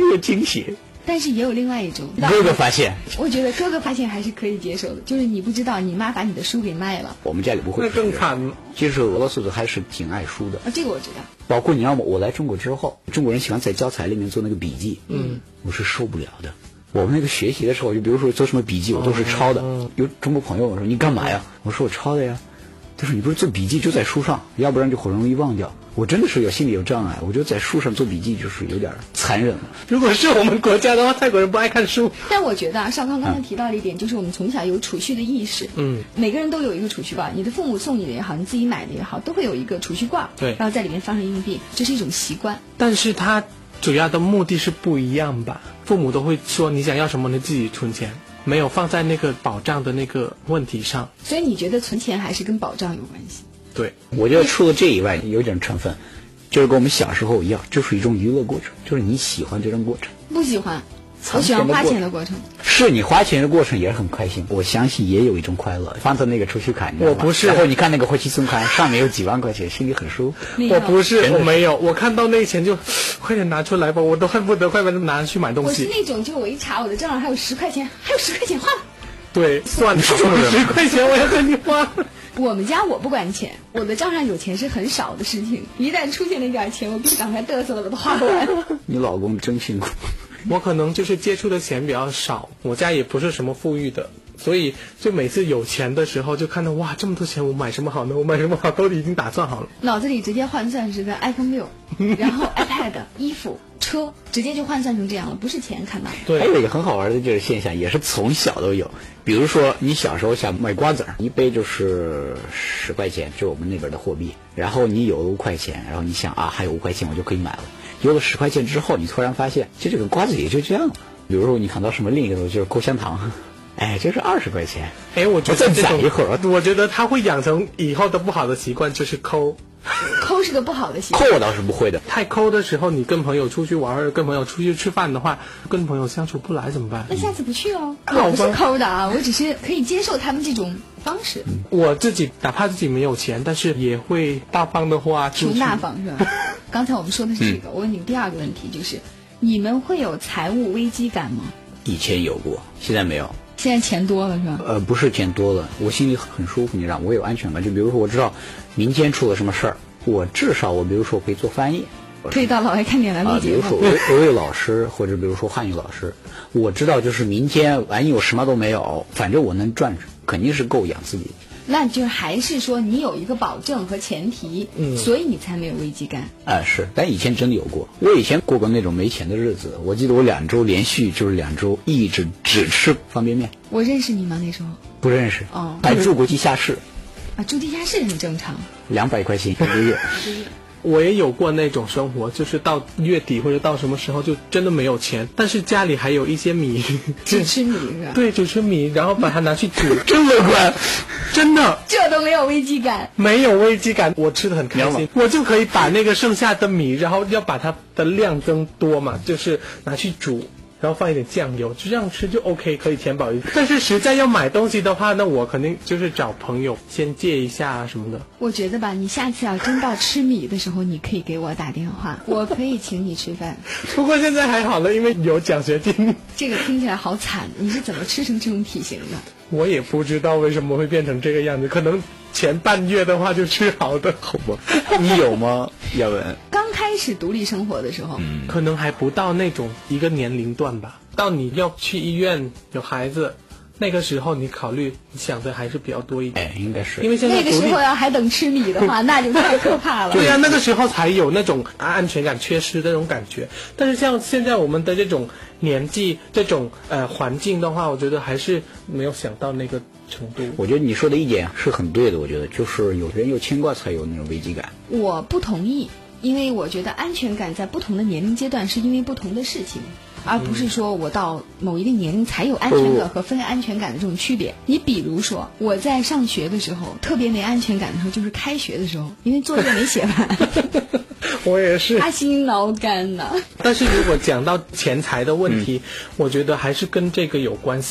是个惊喜。 但是也有另外一种， 哥哥发现， 我觉得哥哥发现还是可以接受的，就是你不知道你妈把你的书给卖了。 我们家里不会， 那更惨。 其实俄罗斯还是挺爱书的， 这个我知道。 包括你让我来中国之后，中国人喜欢在教材里面做那个笔记，我是受不了的。我们那个学习的时候，就比如说做什么笔记，我都是抄的。有中国朋友我说你干嘛呀？我说我抄的呀。他说你不是做笔记就在书上，要不然就很容易忘掉。我真的是心里有障碍，我觉得在书上做笔记就是有点残忍了。 如果是我们国家的话，泰国人不爱看书。 但我觉得少康刚才提到了一点，就是我们从小有储蓄的意识。每个人都有一个储蓄罐，你的父母送你的也好，你自己买的也好，都会有一个储蓄罐。 对， 然后在里面放上硬币，这是一种习惯。 但是它主要的目的是不一样吧？父母都会说你想要什么你自己存钱，没有放在那个保障的那个问题上。 所以你觉得存钱还是跟保障有关系？ 对， 我觉得除了这以外，有一点成分，就是跟我们小时候一样，就是一种娱乐过程，就是你喜欢这种过程。 不喜欢，我喜欢花钱的过程。 是你花钱的过程也是很开心，我相信也有一种快乐。放在那个储蓄卡， 我不是， 然后你看那个活期存款上面有几万块钱，心里很舒服。 我不是，我没有，我看到那钱就快点拿出来吧，我都恨不得快把它拿去买东西。 我是那种，就我一查我的账上还有10块钱，还有10块钱花。 对，算了，10块钱我也和你花。 我们家我不管钱，我的账上有钱是很少的事情，一旦出现了一点钱，我必须赶快嘚瑟了把它花完。 你老公真辛苦。 我可能就是接触的钱比较少，我家也不是什么富裕的，所以就每次有钱的时候就看到哇这么多钱，我买什么好呢？我买什么好都已经打算好了， 脑子里直接换算是在 iPhone 6，然后 iPad、衣服、车，直接就换算成这样了，不是钱看到。 对，还有一个很好玩的就是现象，也是从小都有。比如说你小时候想买瓜子儿，一杯就是10块钱，就我们那边的货币。然后你有了5块钱，然后你想还有5块钱我就可以买了。有了10块钱之后，你突然发现，其实这个瓜子也就这样了。比如说你看到什么另一个东西，就是口香糖，这是20块钱。 我觉得再攒一会儿， 我觉得他会养成以后的不好的习惯，就是抠。 抠是个不好的习惯。 抠我倒是不会的。 太抠的时候，你跟朋友出去玩，跟朋友出去吃饭的话，跟朋友相处不来怎么办？ 那下次不去哦。我不是抠的啊，我只是可以接受他们这种方式。 我自己哪怕自己没有钱，但是也会大方的花出去。 穷大方是吧？刚才我们说的是这个，我问你第二个问题就是，你们会有财务危机感吗？ 以前有过，现在没有。 现在钱多了是吧？ 不是钱多了，我心里很舒服，你让我有安全感。就比如说我知道明天出了什么事儿，我至少比如说可以做翻译， 可以到老外看点来录节目。 比如说我有老师，或者比如说汉语老师，我知道就是明天万一有什么都没有，反正我能赚，肯定是够养自己。 那就还是说你有一个保证和前提，所以你才没有危机感。 是，但以前真的有过。我以前过过那种没钱的日子，我记得我2周连续就是2周一直只吃方便面。 我认识你吗？那时候不认识。还住过地下室。 住地下室很正常。 200块钱一个月。 我也有过那种生活，就是到月底或者到什么时候就真的没有钱，但是家里还有一些米， 只吃米是吧？ 对，只吃米，然后把它拿去煮。 真乐观， 真的， 这都没有危机感， 没有危机感，我吃的很开心，我就可以把那个剩下的米，然后要把它的量增多嘛，就是拿去煮。然后放一点酱油，就这样吃就 OK， 可以填饱。但是实在要买东西的话，那我肯定就是找朋友先借一下什么的。 我觉得吧，你下次要真到吃米的时候，你可以给我打电话，我可以请你吃饭。 不过现在还好了，因为有奖学金。 这个听起来好惨，你是怎么吃成这种体型的？ 我也不知道为什么会变成这个样子，可能前半月的话就吃好的，好吧？ 你有吗？耀文？ 刚开始独立生活的时候， 可能还不到那种一个年龄段吧。到你要去医院有孩子，那个时候你想的还是比较多一点。 应该是。 因为现在那个时候要还等吃米的话，那就太可怕了。 对呀，那个时候才有那种安全感缺失的那种感觉。但是像现在我们的这种年纪、这种环境的话，我觉得还是没有想到那个程度。 我觉得你说的一点是很对的，我觉得就是有人有牵挂才有那种危机感。 我不同意，因为我觉得安全感在不同的年龄阶段是因为不同的事情。而不是说我到某一个年龄才有安全感和非安全感的这种区别。你比如说我在上学的时候特别没安全感的时候，就是开学的时候，因为作业没写完。 我也是抓心挠肝呐。 但是如果讲到钱财的问题，我觉得还是跟这个有关系。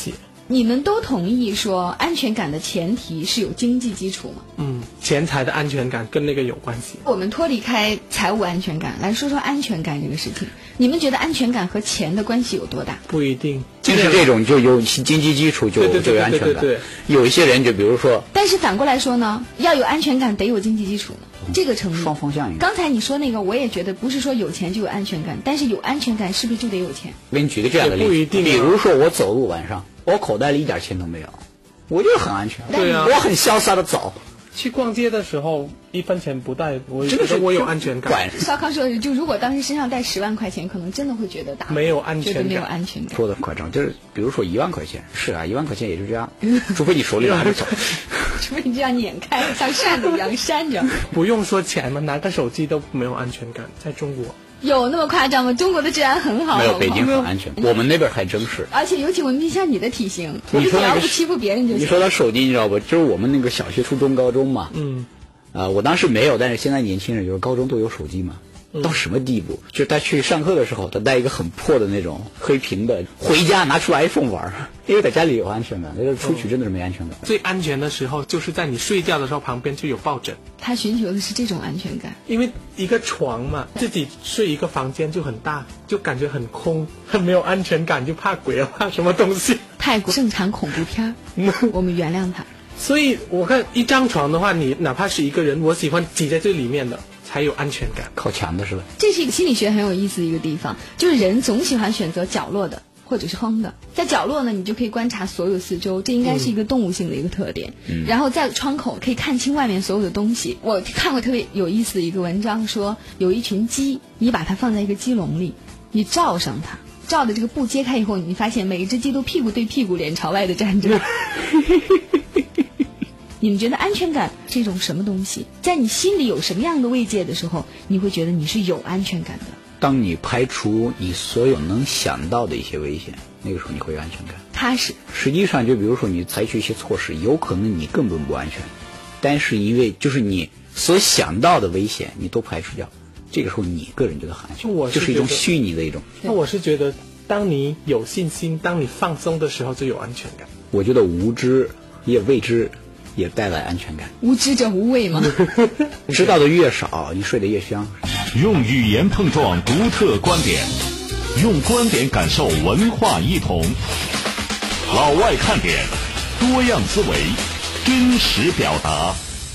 你们都同意说安全感的前提是有经济基础吗？ 钱财的安全感跟那个有关系。 我们脱离开财务安全感来说说安全感这个事情，你们觉得安全感和钱的关系有多大？ 不一定， 就是这种就有经济基础就有安全感。有一些人就比如说， 但是反过来说呢，要有安全感得有经济基础呢，这个成立。 双方向应该。 刚才你说那个，我也觉得不是说有钱就有安全感，但是有安全感是不是就得有钱？ 我给你举个这样的例子， 不一定比如说我走路晚上，我口袋里一点钱都没有，我就很安全。 对啊， 我很潇洒的走。 去逛街的时候1分钱不带，我觉得我有安全感。 少康说的，就如果当时身上带10万块钱，可能真的会觉得没有安全感， 没有安全感。 说的夸张，就是比如说1万块钱，是啊，1万块钱也就这样，除非你手里还没走， 除非你这样碾开，像扇子一样扇着。 不用说钱嘛，拿个手机都没有安全感，在中国。 有那么夸张吗？中国的治安很好， 没有北京很安全，我们那边还真是。 而且尤其文斌像你的体型， 你说要不欺负别人就行。 你说到手机，你知道不？就是我们那个小学、初中、高中嘛，我当时没有，但是现在年轻人就是高中都有手机嘛。到什么地步？就他去上课的时候，他带一个很破的那种黑屏的，回家拿出 iPhone 玩，因为在家里有安全感，那个出去真的是没安全感。 最安全的时候就是在你睡觉的时候旁边就有抱枕。 他寻求的是这种安全感， 因为一个床嘛，自己睡一个房间就很大，就感觉很空，很没有安全感，就怕鬼怕什么东西。 泰国正常恐怖片，我们原谅他。 所以我看一张床的话，你哪怕是一个人，我喜欢挤在最里面的才有安全感。 靠墙的是吧？ 这是一个心理学很有意思的一个地方，就是人总喜欢选择角落的或者是空的。在角落呢，你就可以观察所有四周，这应该是一个动物性的一个特点。然后在窗口可以看清外面所有的东西。我看过特别有意思的一个文章，说有一群鸡，你把它放在一个鸡笼里，你罩上它，罩的这个布揭开以后，你发现每一只鸡都屁股对屁股，脸朝外的站着。你们觉得安全感是一种什么东西？在你心里有什么样的慰藉的时候，你会觉得你是有安全感的？ 当你排除你所有能想到的一些危险，那个时候你会有安全感， 踏实。 实际上就比如说你采取一些措施，有可能你根本不安全，但是因为就是你所想到的危险你都排除掉，这个时候你个人觉得很安全，就是一种虚拟的一种。 那我是觉得当你有信心，当你放松的时候就有安全感。 我觉得无知也未知也带来安全感。 无知者无畏吗？ 知道的越少，你睡得越香。 用语言碰撞独特观点，用观点感受文化异同。老外看点，多样思维，真实表达。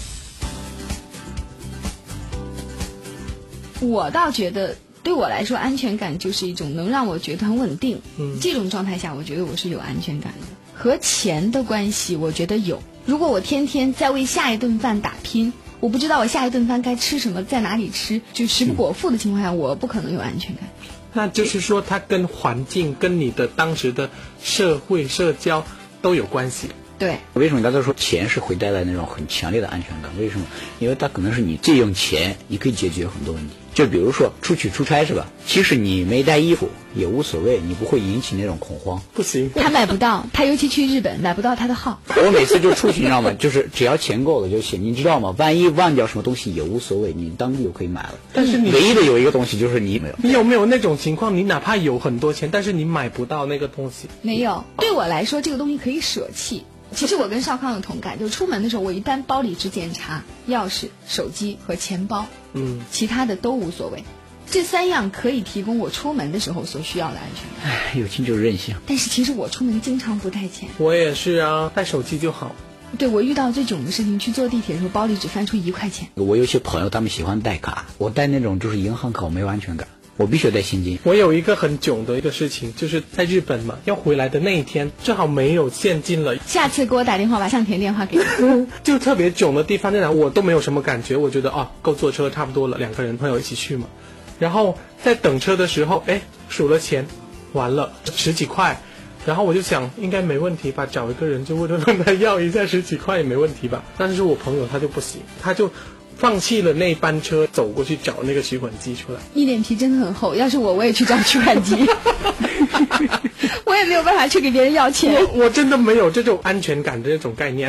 我倒觉得对我来说，安全感就是一种能让我觉得很稳定。这种状态下，我觉得我是有安全感的。和钱的关系，我觉得有。如果我天天在为下一顿饭打拼，我不知道我下一顿饭该吃什么，在哪里吃，就食不果腹的情况下，我不可能有安全感。 那就是说，它跟环境、跟你的当时的社会、社交都有关系。 对， 为什么大家说钱是会带来那种很强烈的安全感？为什么？因为它可能是你借用钱，你可以解决很多问题。就比如说出去出差是吧？其实你没带衣服也无所谓，你不会引起那种恐慌。 不行， 他买不到，他尤其去日本买不到他的号。 我每次就出去，你知道吗？就是只要钱够了就行，你知道吗？万一忘掉什么东西也无所谓，你当地就可以买了。 但是你唯一的有一个东西就是你没有。 你有没有那种情况？你哪怕有很多钱，但是你买不到那个东西？ 没有。对我来说，这个东西可以舍弃。其实我跟少康有同感，就是出门的时候，我一般包里只检查钥匙、手机和钱包，其他的都无所谓。这3样可以提供我出门的时候所需要的安全感。 有钱就是任性。 但是其实我出门经常不带钱。 我也是啊，带手机就好。 对，我遇到最囧的事情，去坐地铁的时候，包里只翻出1块钱。 我有些朋友他们喜欢带卡，我带那种就是银行卡，我没有安全感。我必须带现金。 我有一个很囧的一个事情，就是在日本嘛，要回来的那一天，正好没有现金了。 下次给我打电话，把向田电话给我。 就特别囧的地方，那我都没有什么感觉，我觉得够坐车差不多了，2个人朋友一起去嘛。然后在等车的时候，数了钱，完了10几块。然后我就想应该没问题吧，找一个人就问他要一下10几块也没问题吧。但是我朋友他就不行，他就放弃了那班车，走过去找那个取款机出来。 你脸皮真的很厚，要是我也去找取款机。我也没有办法去给别人要钱。 我真的没有这种安全感的这种概念。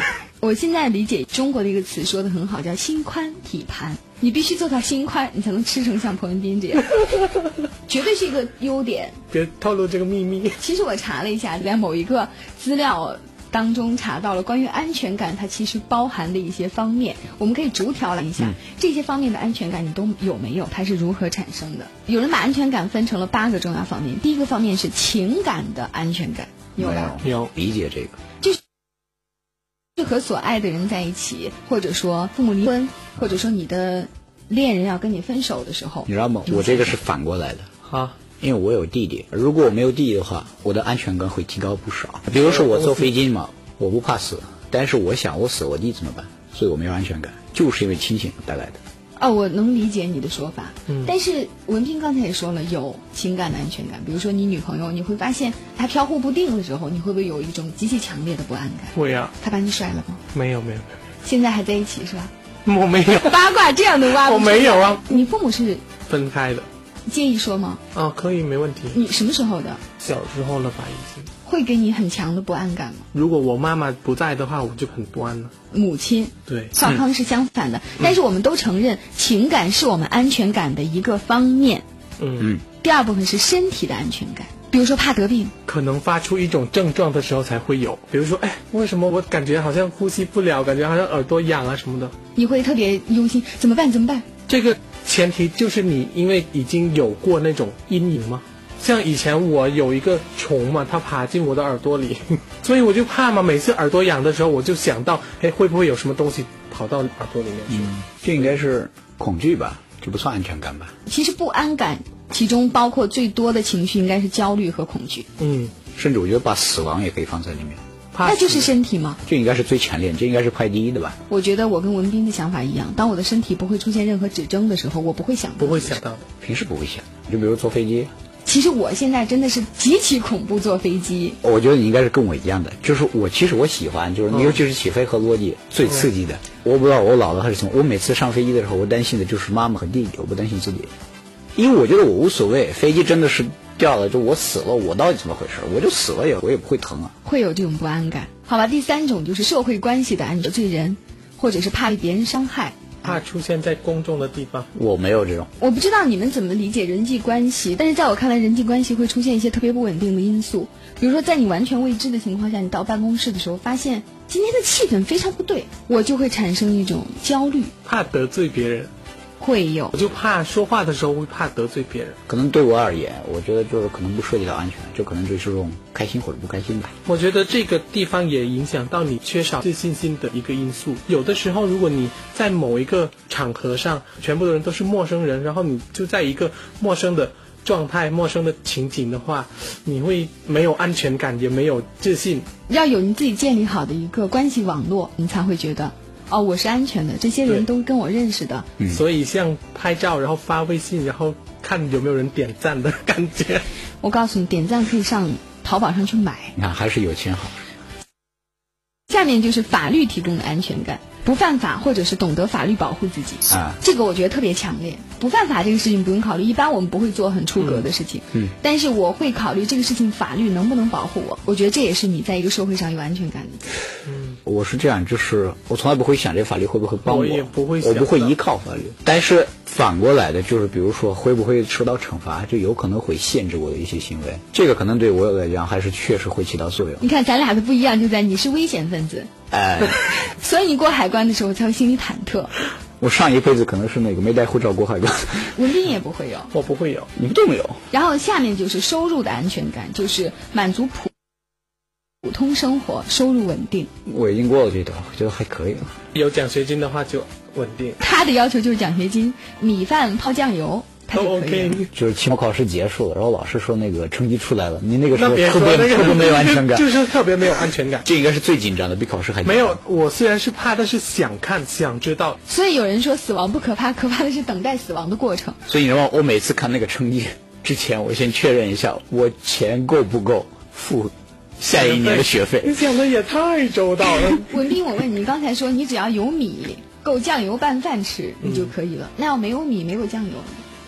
我现在理解中国的一个词说的很好，叫心宽体盘。你必须做到心宽，你才能吃成像彭文斌这样，绝对是一个优点。 别透露这个秘密。 其实我查了一下，在某一个资料当中查到了关于安全感，它其实包含的一些方面，我们可以逐条来一下，这些方面的安全感你都有没有？它是如何产生的？有人把安全感分成了8个重要方面。第一个方面是情感的安全感，有吧？ 有理解这个。 就和所爱的人在一起，或者说父母离婚，或者说你的恋人要跟你分手的时候， 你知道吗？我这个是反过来的。 好， 因为我有弟弟，如果我没有弟弟的话，我的安全感会提高不少。比如说我坐飞机嘛，我不怕死，但是我想我死我弟怎么办？所以我没有安全感，就是因为亲情带来的。 我能理解你的说法，但是文斌刚才也说了，有情感的安全感。比如说你女朋友，你会发现她飘忽不定的时候，你会不会有一种极其强烈的不安感？ 会啊。 她把你甩了吗？ 没有。 现在还在一起是吧？ 我没有。 八卦这样的挖不出。 我没有啊。 你父母是分开的。 介意说吗？ 可以，没问题。 你什么时候的？ 小时候了吧，已经。 会给你很强的不安感吗？ 如果我妈妈不在的话，我就很不安了。 母亲对， 少康是相反的，但是我们都承认情感是我们安全感的一个方面。第二部分是身体的安全感，比如说怕得病， 可能发出一种症状的时候才会有，比如说为什么我感觉好像呼吸不了，感觉好像耳朵痒啊什么的， 你会特别忧心，怎么办？ 这个前提就是你因为已经有过那种阴影吗？像以前我有一个虫嘛，它爬进我的耳朵里，所以我就怕嘛。每次耳朵痒的时候，我就想到，会不会有什么东西跑到耳朵里面去？ 这应该是恐惧吧，这不算安全感吧？ 其实不安感其中包括最多的情绪应该是焦虑和恐惧。 甚至我觉得把死亡也可以放在里面。 那就是身体吗？ 这应该是最强烈，这应该是排第一的吧？ 我觉得我跟文斌的想法一样，当我的身体不会出现任何指征的时候，我不会想到。 不会想到的， 平时不会想。就比如坐飞机。 其实我现在真的是极其恐怖坐飞机。 我觉得你应该是跟我一样的，就是其实我喜欢，就是尤其是起飞和落地最刺激的。我不知道我老了还是什么，我每次上飞机的时候，我担心的就是妈妈和弟弟，我不担心自己，因为我觉得我无所谓，飞机真的是掉了，就我死了，我到底怎么回事？我就死了我也不会疼啊。 会有这种不安感。好吧，第三种就是社会关系的安全，得罪人，或者是怕被别人伤害。 怕出现在公众的地方。 我没有这种。 我不知道你们怎么理解人际关系，但是在我看来，人际关系会出现一些特别不稳定的因素。比如说，在你完全未知的情况下，你到办公室的时候，发现今天的气氛非常不对，我就会产生一种焦虑， 怕得罪别人。 会有， 我就怕说话的时候会怕得罪别人。 可能对我而言，我觉得就是可能不涉及到安全，就可能就是这种开心或者不开心吧。 我觉得这个地方也影响到你缺少自信心的一个因素。有的时候，如果你在某一个场合上，全部的人都是陌生人，然后你就在一个陌生的状态、陌生的情景的话，你会没有安全感，也没有自信。 要有你自己建立好的一个关系网络，你才会觉得我是安全的，这些人都跟我认识的。 所以像拍照，然后发微信，然后看有没有人点赞的感觉。 我告诉你，点赞可以上淘宝上去买。 你看，还是有钱好。 下面就是法律提供的安全感，不犯法或者是懂得法律保护自己。这个我觉得特别强烈。不犯法这个事情不用考虑，一般我们不会做很出格的事情。但是我会考虑这个事情法律能不能保护我。我觉得这也是你在一个社会上有安全感的。 我是这样，就是我从来不会想这法律会不会帮我， 也不会想， 我不会依靠法律。但是反过来的，就是比如说会不会受到惩罚，就有可能会限制我的一些行为。这个可能对我来讲还是确实会起到作用。 你看咱俩的不一样就在你是危险分子，所以你过海关的时候才会心里忐忑。 我上一辈子可能是那个没带护照过海关。 文斌也不会有， 我不会有， 你们都没有。 然后下面就是收入的安全感，就是满足普通生活，收入稳定。 我已经过了这段，我觉得还可以了。 有奖学金的话就稳定。 他的要求就是奖学金，米饭泡酱油。 都 OK， 就是期末考试结束了，然后老师说那个成绩出来了，你那个时候特别没有安全感， 就是特别没有安全感。 这应该是最紧张的，比考试还没有。我虽然是怕，但是想看想知道。 所以有人说死亡不可怕，可怕的是等待死亡的过程。 所以你知道我每次看那个成绩之前，我先确认一下我钱够不够付下一年的学费。 你想的也太周到了。 文斌，我问你，刚才说你只要有米够酱油拌饭吃，你就可以了。那要没有米没有酱油呢？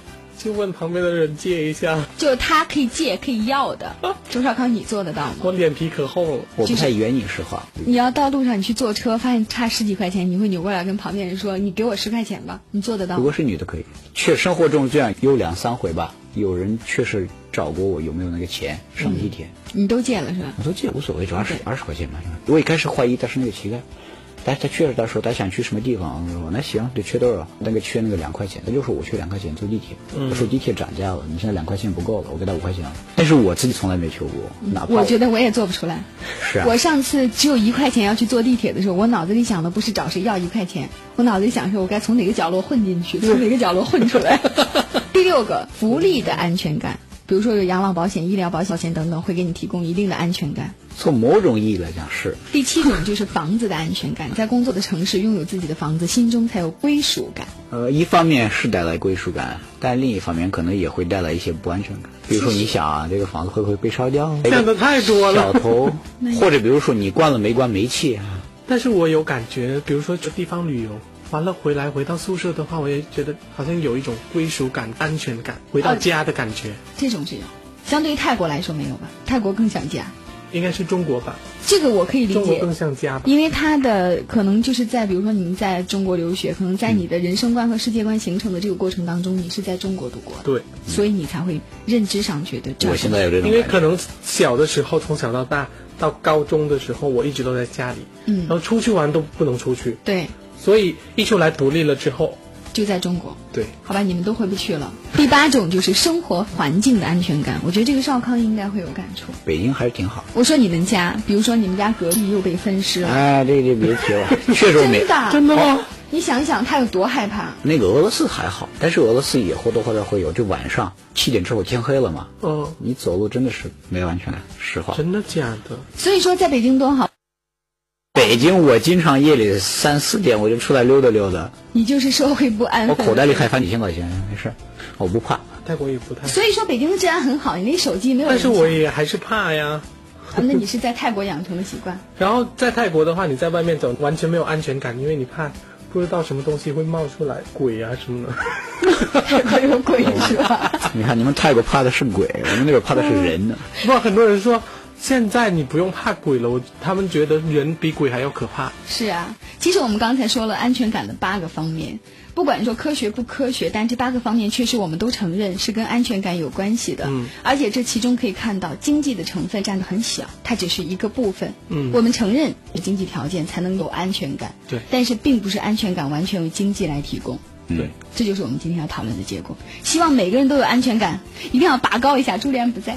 就问旁边的人借一下。 就他可以借可以要的。周少康，你做得到吗？ 我脸皮可厚了， 我不太圆你实话。 你要到路上你去坐车，发现差10几块钱，你会扭过来跟旁边人说：“你给我10块钱吧。”你做得到吗？ 如果是女的可以，确生活中这样有2、3回吧，有人确实找过我有没有那个钱上地铁。 你都借了是吧？ 我都借，无所谓，就20块钱嘛。我一开始怀疑他是那个乞丐。但是他确实他说他想去什么地方，我说那行，得缺多少？那个缺那个2块钱，他就说我缺2块钱坐地铁。我说地铁涨价了，你现在2块钱不够了，我给他5块钱。但是我自己从来没求过，哪怕我觉得我也做不出来。 是啊， 我上次只有1块钱要去坐地铁的时候，我脑子里想的不是找谁要1块钱，我脑子里想说我该从哪个角落混进去，从哪个角落混出来。第6个，福利的安全感，比如说有养老保险、医疗保险等等，会给你提供一定的安全感。 从某种意义来讲是。 第7种就是房子的安全感，在工作的城市拥有自己的房子，心中才有归属感。 一方面是带来归属感，但另一方面可能也会带来一些不安全感。比如说你想啊，这个房子会不会被烧掉？ 想的太多了。 小偷，或者比如说你关了没关煤气。 但是我有感觉，比如说去地方旅游，完了回到宿舍的话，我也觉得好像有一种归属感、安全感，回到家的感觉。 这种是有，相对于泰国来说没有吧？泰国更像家。 应该是中国吧， 这个我可以理解， 中国更像家吧， 因为它的可能就是在比如说你们在中国留学，可能在你的人生观和世界观形成的这个过程当中，你是在中国度过的， 对， 所以你才会认知上觉得这样。 我现在有这种， 因为可能小的时候从小到大到高中的时候，我一直都在家里，然后出去玩都不能出去， 对， 所以一出来独立了之后。 就在中国， 对， 好吧，你们都回不去了。第8种就是生活环境的安全感，我觉得这个少康应该会有感触。 北京还是挺好。 我说你们家，比如说你们家隔壁又被分尸了， 哎，这别提了，确实没真的吗？你想一想，他有多害怕。 那个俄罗斯还好，但是俄罗斯也或多或少会有，就晚上7点之后天黑了嘛，你走路真的是没有安全感，实话。 真的假的？ 所以说在北京多好。 北京我经常夜里3、4点我就出来溜达溜达。 你就是社会不安分。 我口袋里还翻几千块钱，没事，我不怕。 泰国也不太。 所以说北京的治安很好，你那手机没有人抢。 但是我也还是怕呀。 那你是在泰国养成的习惯。 然后在泰国的话，你在外面走完全没有安全感，因为你怕不知道什么东西会冒出来，鬼啊什么的。 泰国有鬼是吧？ 你看你们泰国怕的是鬼，我们那边怕的是人呢。 不，很多人说。现在你不用怕鬼了，他们觉得人比鬼还要可怕。 是啊，其实我们刚才说了安全感的8个方面，不管说科学不科学，但这8个方面确实我们都承认是跟安全感有关系的。而且这其中可以看到经济的成分占得很小，它只是一个部分。我们承认经济条件才能有安全感， 对， 但是并不是安全感完全由经济来提供。 对， 这就是我们今天要讨论的结果。希望每个人都有安全感，一定要拔高一下。朱莲不在。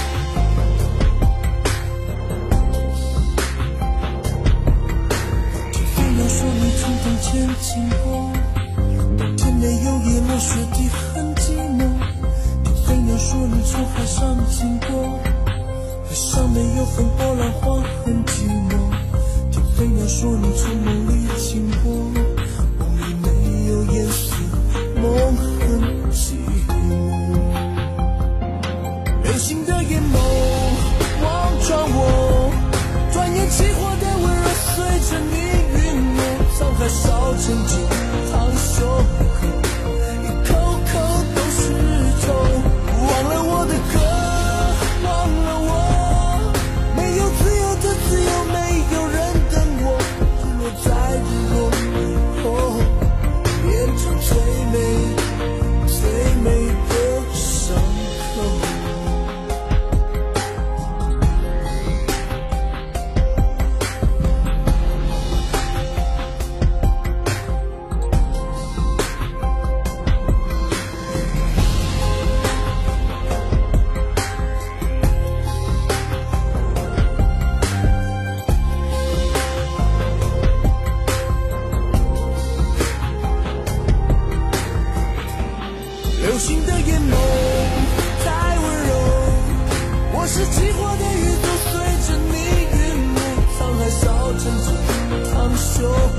天雪地很寂寞，听飞鸟说你从海上经过，海上没有风波浪花很寂寞，听飞鸟说你从梦里经过，梦里没有颜色，梦很寂寞。流星的眼眸望穿我，转眼起火的温柔随着你陨落，沧海烧成金汤修河，一口口都是痛。忘了我的歌，忘了我，没有自由的自由，没有人等我，日落在日落以后，变成最美最美的伤口。流星的眼眸太温柔，我是起火的宇宙，随着你陨落，沧海烧成金汤修